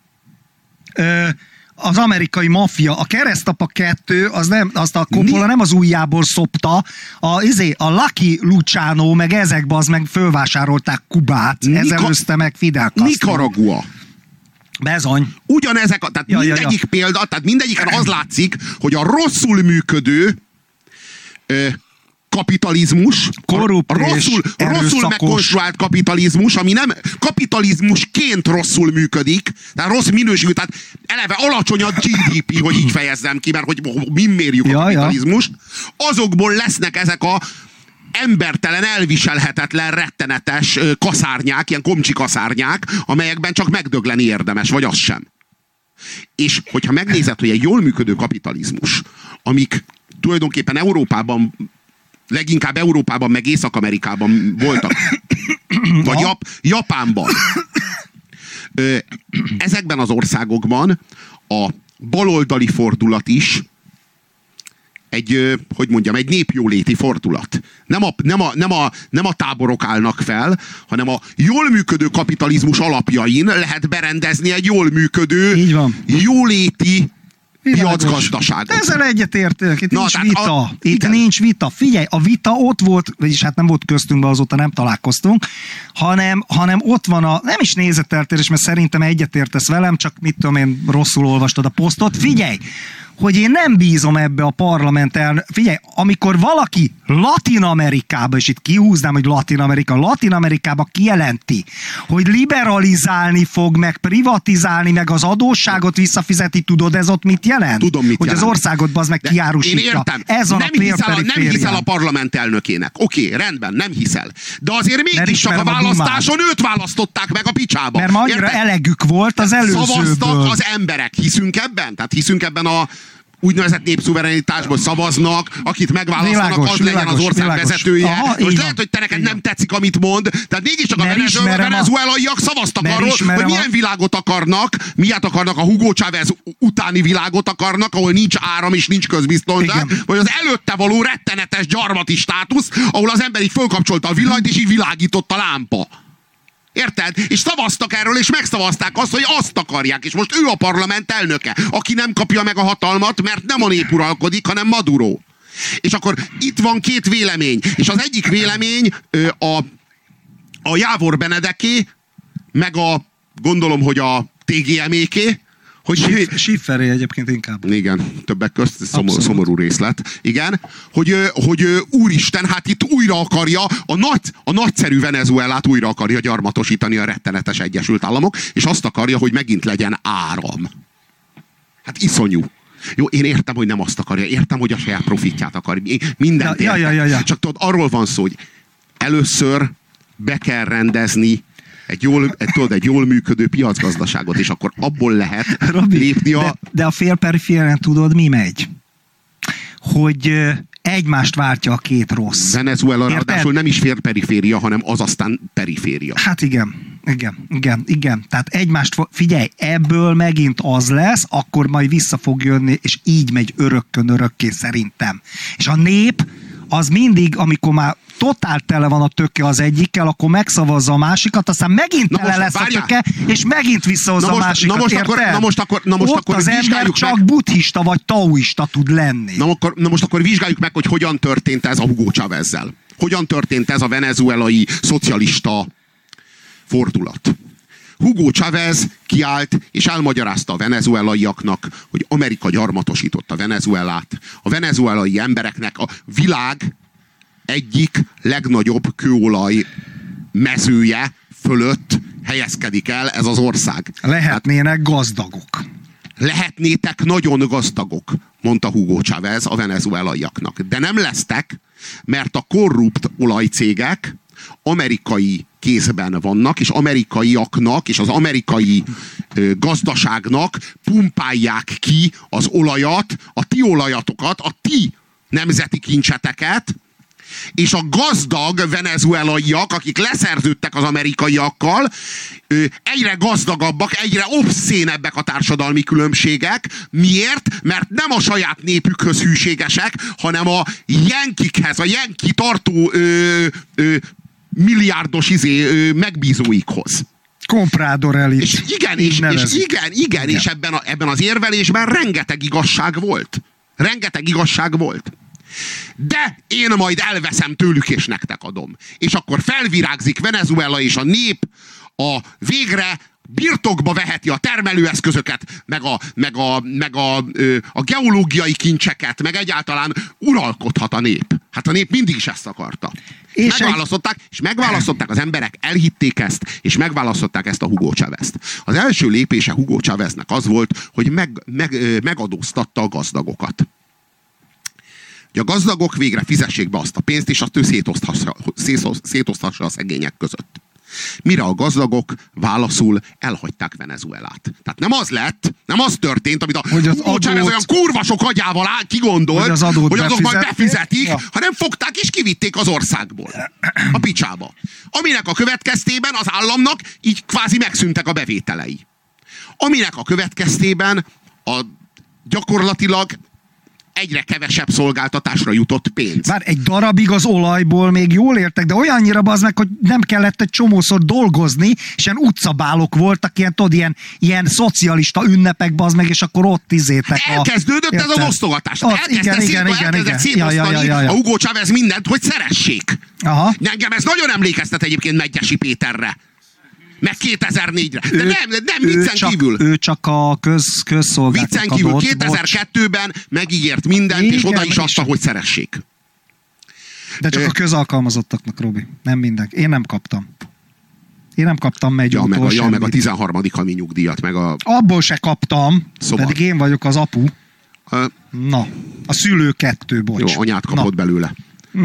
Ö, az amerikai maffia, a Keresztapa kettő, az nem, azt a Coppola nem az ujjából szopta, a, izé, a Lucky Luciano, meg ezekbe az meg fölvásárolták Kubát, Nika- ez előzte meg Fidel Castro. Nicaragua. Bezony. Ugyanezek, a, tehát ja, mindegyik ja, ja. példa, tehát mindegyiken az látszik, hogy a rosszul működő ö, kapitalizmus, korrupt a rosszul, rosszul megkonstruált kapitalizmus, ami nem kapitalizmusként rosszul működik, tehát rossz minőségű, tehát eleve alacsony a gé dé pé, hogy így fejezzem ki, mert hogy mi mérjük ja, a kapitalizmust, ja. Azokból lesznek ezek a embertelen, elviselhetetlen, rettenetes kaszárnyák, ilyen komcsi kaszárnyák, amelyekben csak megdögleni érdemes, vagy az sem. És hogyha megnézed, hogy egy jól működő kapitalizmus, amik tulajdonképpen Európában, leginkább Európában, meg Észak-Amerikában voltak, vagy Jap- Japánban, ezekben az országokban a baloldali fordulat is egy, hogy mondjam, egy népjóléti fordulat. Nem a, nem, a, nem, a, nem a táborok állnak fel, hanem a jól működő kapitalizmus alapjain lehet berendezni egy jól működő, jóléti piacgazdaságot. Ezzel egyetértünk, itt Na, nincs vita. A, itt igen. nincs vita. Figyelj, a vita ott volt, vagyis hát nem volt köztünkben, azóta nem találkoztunk, hanem, hanem ott van a, nem is nézeteltérés, mert szerintem egyetértesz velem, csak mit tudom én, rosszul olvastad a posztot. Figyelj, hogy én nem bízom ebbe a parlament el. Figyelj, amikor valaki Latin-Amerikába, és itt kihúznám, hogy Latin-Amerika, Latin-Amerikába kijelenti, hogy liberalizálni fog, meg privatizálni, meg az adósságot visszafizeti, tudod, ez ott mit jelent? Tudom, mit hogy jelent. Az országot bazd meg kiárusítja. Én értem. Ez van nem, a hiszel a, nem hiszel a parlament elnökének. Oké, okay, rendben, nem hiszel. De azért mégis csak a választáson a őt választották meg a picsába. Mert ma annyira érted? Elegük volt az előzőből. Szavaztak az emberek. Hiszünk ebben? Tehát hiszünk ebben a úgynevezett népszuverenitásból, szavaznak, akit megválasztanak, világos, az legyen világos, az ország világos. vezetője. Aha, most lehet, hogy te neked nem tetszik, amit mond, tehát mégiscsak a venezuelaiak szavaztak arról, hogy milyen a... világot akarnak, miért akarnak, a Hugo Chávez utáni világot akarnak, ahol nincs áram és nincs közbiztonság, igen. Vagy az előtte való rettenetes gyarmati státusz, ahol az ember így fölkapcsolta a villanyt, és így világított a lámpa. Érted? És szavaztak erről, és megszavazták azt, hogy azt akarják. És most ő a parlament elnöke, aki nem kapja meg a hatalmat, mert nem a nép uralkodik, hanem Maduro. És akkor itt van két vélemény. És az egyik vélemény a, a Jávor Benedeké, meg a, gondolom, hogy a té gé em é-ké, hogy Schifferé egyébként inkább. Igen, többek közt szomor, szomorú részlet. Igen, hogy, hogy úristen, hát itt újra akarja, a, nagy, a nagyszerű Venezuelát újra akarja gyarmatosítani a rettenetes Egyesült Államok, és azt akarja, hogy megint legyen áram. Hát iszonyú. Jó, én értem, hogy nem azt akarja, értem, hogy a saját profitját akarja. Mindent ja, ja, ja, ja. Csak tudod, arról van szó, hogy először be kell rendezni Egy jól, egy, tudod, egy jól működő piacgazdaságot, és akkor abból lehet Robi, lépni a... De, de a félperiférián tudod, mi megy? hogy egymást váltja a két rossz. Venezuela ráadásul nem is fér periféria, hanem az aztán periféria. Hát igen. Igen, igen, igen. Tehát egymást, figyelj, ebből megint az lesz, akkor majd vissza fog jönni, és így megy örökkön örökké szerintem. És a nép az mindig, amikor már totál tele van a töke az egyikkel, akkor megszavazza a másikat, aztán megint na tele lesz várjál. a töke, és megint visszahozza a másikat. Na most akkor, na most akkor, na most Ott akkor az ember csak meg. buddhista vagy taoista tud lenni. Na, akkor, na most akkor vizsgáljuk meg, hogy hogyan történt ez a Hugo Chávezzel. Hogyan történt ez a venezuelai szocialista fordulat. Hugo Chávez kiállt és elmagyarázta a venezuelaiaknak, hogy Amerika gyarmatosította Venezuelát. A venezuelai embereknek a világ egyik legnagyobb kőolaj mezője fölött helyezkedik el ez az ország. Lehetnének gazdagok. Lehetnétek nagyon gazdagok, mondta Hugo Chávez a venezuelaiaknak. De nem lesztek, mert a korrupt olajcégek amerikai kézben vannak, és amerikaiaknak, és az amerikai ö, gazdaságnak pumpálják ki az olajat, a ti olajatokat, a ti nemzeti kincseteket, és a gazdag venezuelaiak, akik leszerződtek az amerikaiakkal, ö, egyre gazdagabbak, egyre obszénebbek a társadalmi különbségek. Miért? Mert nem a saját népükhöz hűségesek, hanem a jenkikhez, a jenki tartó ö, ö, milliárdos izé, ö, megbízóikhoz. Comprádor elit. És igen, és, és igen, igen, és ebben, a, ebben az érvelésben rengeteg igazság volt. Rengeteg igazság volt. De én majd elveszem tőlük, és nektek adom. És akkor felvirágzik Venezuela, és a nép a végre birtokba veheti a termelőeszközöket, meg a, meg a, meg a, a geológiai kincseket, meg egyáltalán uralkodhat a nép. Hát a nép mindig is ezt akarta. És megválasztották, és megválasztották az emberek, elhitték ezt, és megválasztották ezt a Hugo Chávezt. Az első lépése Hugo Cháveznek az volt, hogy meg, meg, megadóztatta a gazdagokat. Hogy a gazdagok végre fizessék be azt a pénzt, és azt ő szétoszthassa, szétoszthassa a szegények között. Mire a gazdagok válaszul elhagyták Venezuelát. Tehát nem az lett, nem az történt, amit a Hugo Chávez olyan kurva sok agyával áll, kigondolt, hogy, az hogy azok majd befizetik, ja. hanem fogták és kivitték az országból. A picsába. Aminek a következtében az államnak így kvázi megszűntek a bevételei. Aminek a következtében a gyakorlatilag egyre kevesebb szolgáltatásra jutott pénz. Bár egy darabig az olajból még jól értek, de olyannyira bazd meg, hogy nem kellett egy csomószor dolgozni, és ilyen utcabálok voltak, ilyen, tudod, ilyen, ilyen szocialista ünnepek bazd meg, és akkor ott izétek. Elkezdődött a... ez az osztogatás. Ott, igen, igen, igen, igen. Ja, ja, ja, ja, ja. A Hugo Chávez mindent, hogy szeressék. Aha. Engem ez nagyon emlékeztet egyébként Medgyessy Péterre. Meg kétezer-négyre. De ő, nem, nem viccen csak, kívül. Ő csak a köz, közszolgáltat viccen kívül kétezer-kettőben megígért mindent, igen, és oda is adta, hogy szeressék. De csak ö... a közalkalmazottaknak, Robi. Nem mindenki. Én nem kaptam. Én nem kaptam megyútól ja, meg a, ja, meg a tizenharmadik havi nyugdíjat, meg a... Abból se kaptam, szóval. Pedig én vagyok az apu. A... Na, a szülő kettő, bocs. Jó, anyát kapott Na. belőle.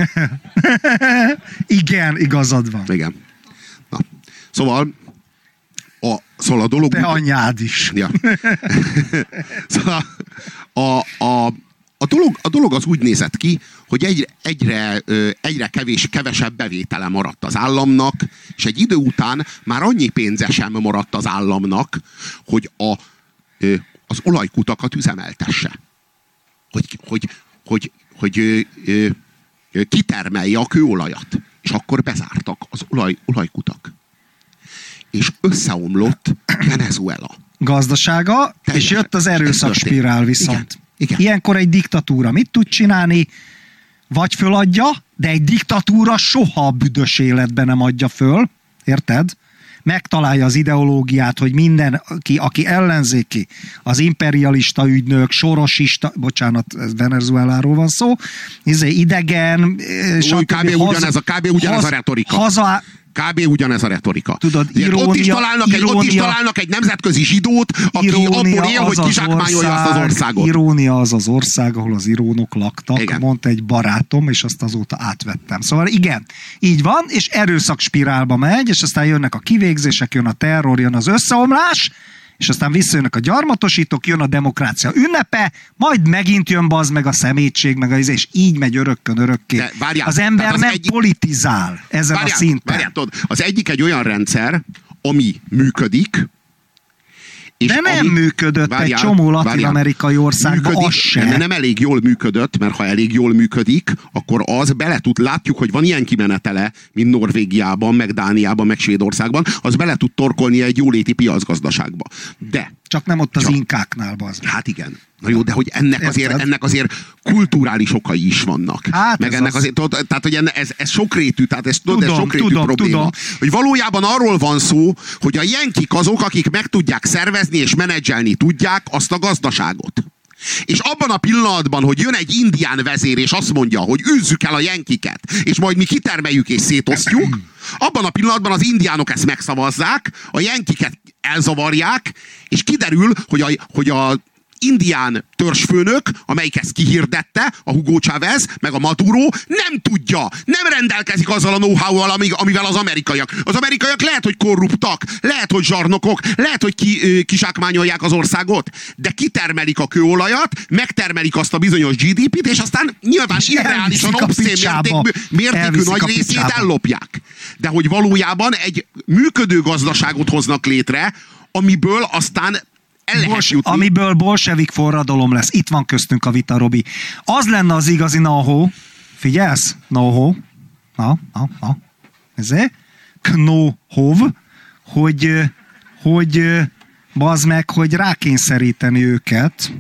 Igen, igazad van. Igen. Na. Szóval a, szóval a dolog... Te anyád is. Ja. Szóval a, a, a, dolog, a dolog az úgy nézett ki, hogy egyre, egyre, egyre kevés, kevesebb bevétele maradt az államnak, és egy idő után már annyi pénze sem maradt az államnak, hogy a, az olajkutakat üzemeltesse. Hogy, hogy, hogy, hogy, hogy kitermelje a kőolajat. És akkor bezártak az olaj, olajkutak. És összeomlott Venezuela. Gazdasága, teljesen, és jött az erőszakspirál viszont. Igen, igen. Ilyenkor egy diktatúra mit tud csinálni? Vagy föladja, de egy diktatúra soha a büdös életben nem adja föl. Érted? Megtalálja az ideológiát, hogy minden, aki, aki ellenzéki, az imperialista ügynök, sorosista, bocsánat, Venezueláról van szó, idegen, Úgy, kb. ugyanez a, kb. ugyanez haz, a retorika. Haza, Kb. ugyanez a retorika. Tudod, irónia, ott, is találnak irónia, egy, ott is találnak egy nemzetközi zsidót, aki abból él, hogy kizsákmányolja azt az országot. Irónia az az ország, ahol az irónok laktak, igen. mondta egy barátom, és azt azóta átvettem. Szóval igen, így van, és erőszakspirálba megy, és aztán jönnek a kivégzések, jön a terror, jön az összeomlás, és aztán visszajönnek a gyarmatosítók, jön a demokrácia ünnepe, majd megint jön bazd meg a szemétség, meg az, és így megy örökkön örökké. Várjál, az ember az nem egyik... politizál ezen várjál, a szinten. Várjál, tudod, az egyik egy olyan rendszer, ami működik, és de nem ami, működött várjál, egy csomó latin-amerikai országban, az se. Nem, nem elég jól működött, mert ha elég jól működik, akkor az bele tud, látjuk, hogy van ilyen kimenetele, mint Norvégiában, meg Dániában, meg Svédországban, az bele tud torkolni egy jóléti piacgazdaságba. De csak nem ott az csak, inkáknál, bazd. Hát igen. Na jó, de hogy ennek azért, ennek azért kulturális okai is vannak. Hát meg ennek az... azért, tudod, tehát, hogy enne, ez, ez sokrétű, tehát ez, tudod, tudom, ez sokrétű tudom, probléma. tudom. Hogy valójában arról van szó, hogy a jenkik azok, akik meg tudják szervezni és menedzselni tudják azt a gazdaságot. És abban a pillanatban, hogy jön egy indián vezér, és azt mondja, hogy űzzük el a jenkiket, és majd mi kitermeljük és szétosztjuk, abban a pillanatban az indiánok ezt megszavazzák, a jenkiket elzavarják, és kiderül, hogy a, hogy a indián törzsfőnök, amelyik ezt kihirdette, a Hugo Chávez, meg a Maduro, nem tudja, nem rendelkezik azzal a know-how-val, amivel az amerikaiak. Az amerikaiak lehet, hogy korruptak, lehet, hogy zsarnokok, lehet, hogy ki, kizsákmányolják az országot, de kitermelik a kőolajat, megtermelik azt a bizonyos gé dé pét, és aztán nyilván irreálisan obszén mértékű, mértékű nagy részét ellopják. De hogy valójában egy működő gazdaságot hoznak létre, amiből aztán Bols, amiből bolsevik forradalom lesz. Itt van köztünk a vita, Robi. Az lenne az igazi know-how. Figyelsz? Know-how. Na, na, na. Ezért? Know-how, hogy, hogy bazd meg, hogy rákényszeríteni őket,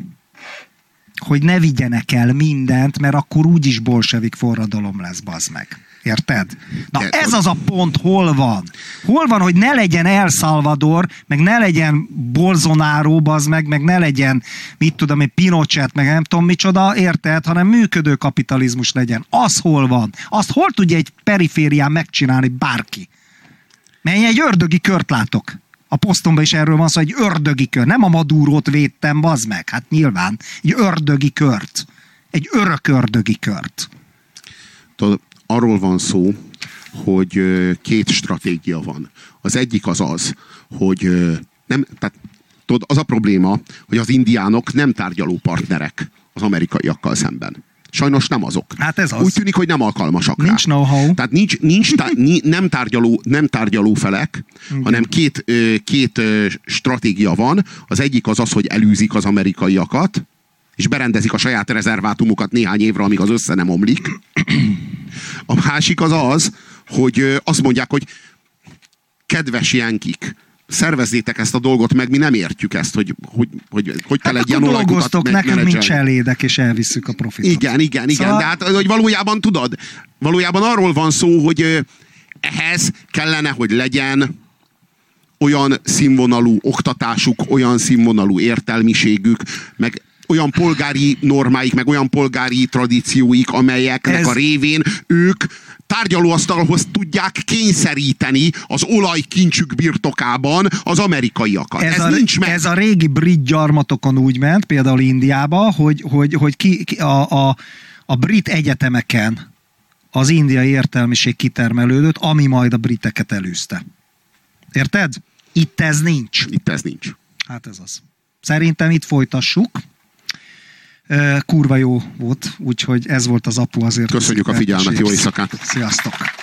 hogy ne vigyenek el mindent, mert akkor úgyis bolsevik forradalom lesz, bazd meg. Érted? Na de, ez az a pont, hol van? Hol van, hogy ne legyen El Salvador, meg ne legyen Bolsonaro, bazd meg, meg ne legyen, mit tudom én, Pinochet, meg nem tudom micsoda, érted? Hanem működő kapitalizmus legyen. Az hol van? Azt hol tudja egy periférián megcsinálni bárki? Mert én egy ördögi kört látok. A posztomban is erről van szó, egy ördögi kör. Nem a Madurót védtem, bazd meg. Hát nyilván. Egy ördögi kört. Egy örök ördögi kört. Tudod, arról van szó, hogy két stratégia van. Az egyik az az, hogy nem, tehát, tudod, az a probléma, hogy az indiánok nem tárgyaló partnerek az amerikaiakkal szemben. Sajnos nem azok. Hát ez az. Úgy tűnik, hogy nem alkalmasak rá. Nincs know-how. Tehát nincs, nincs tá, nem, tárgyaló, nem tárgyaló felek, igen, hanem két, két stratégia van. Az egyik az az, hogy elűzik az amerikaiakat, és berendezik a saját rezervátumokat néhány évre, amíg az össze nem omlik. A másik az az, hogy azt mondják, hogy kedves jenkik, szervezzétek ezt a dolgot meg, mi nem értjük ezt, hogy hogy, hogy, hogy kell hát egy ilyen olajkutat dolgoztok nekünk, mint cselédek, és elvisszük a profitot. Igen, igen, igen. Szóval... De hát, hogy valójában tudod, valójában arról van szó, hogy ehhez kellene, hogy legyen olyan színvonalú oktatásuk, olyan színvonalú értelmiségük, meg olyan polgári normáik, meg olyan polgári tradícióik, amelyeknek ez... a révén ők tárgyalóasztalhoz tudják kényszeríteni az olajkincsük birtokában az amerikaiakat. Ez, ez a, nincs meg. Ez a régi brit gyarmatokon úgy ment, például Indiába, hogy, hogy, hogy ki, ki, a, a, a brit egyetemeken az indiai értelmiség kitermelődött, ami majd a briteket elűzte. Érted? Itt ez nincs. Itt ez nincs. Hát ez az. Szerintem itt folytassuk. Kurva jó volt, úgyhogy ez volt az apu azért. Köszönjük a figyelmet, jó éjszakát! Sziasztok!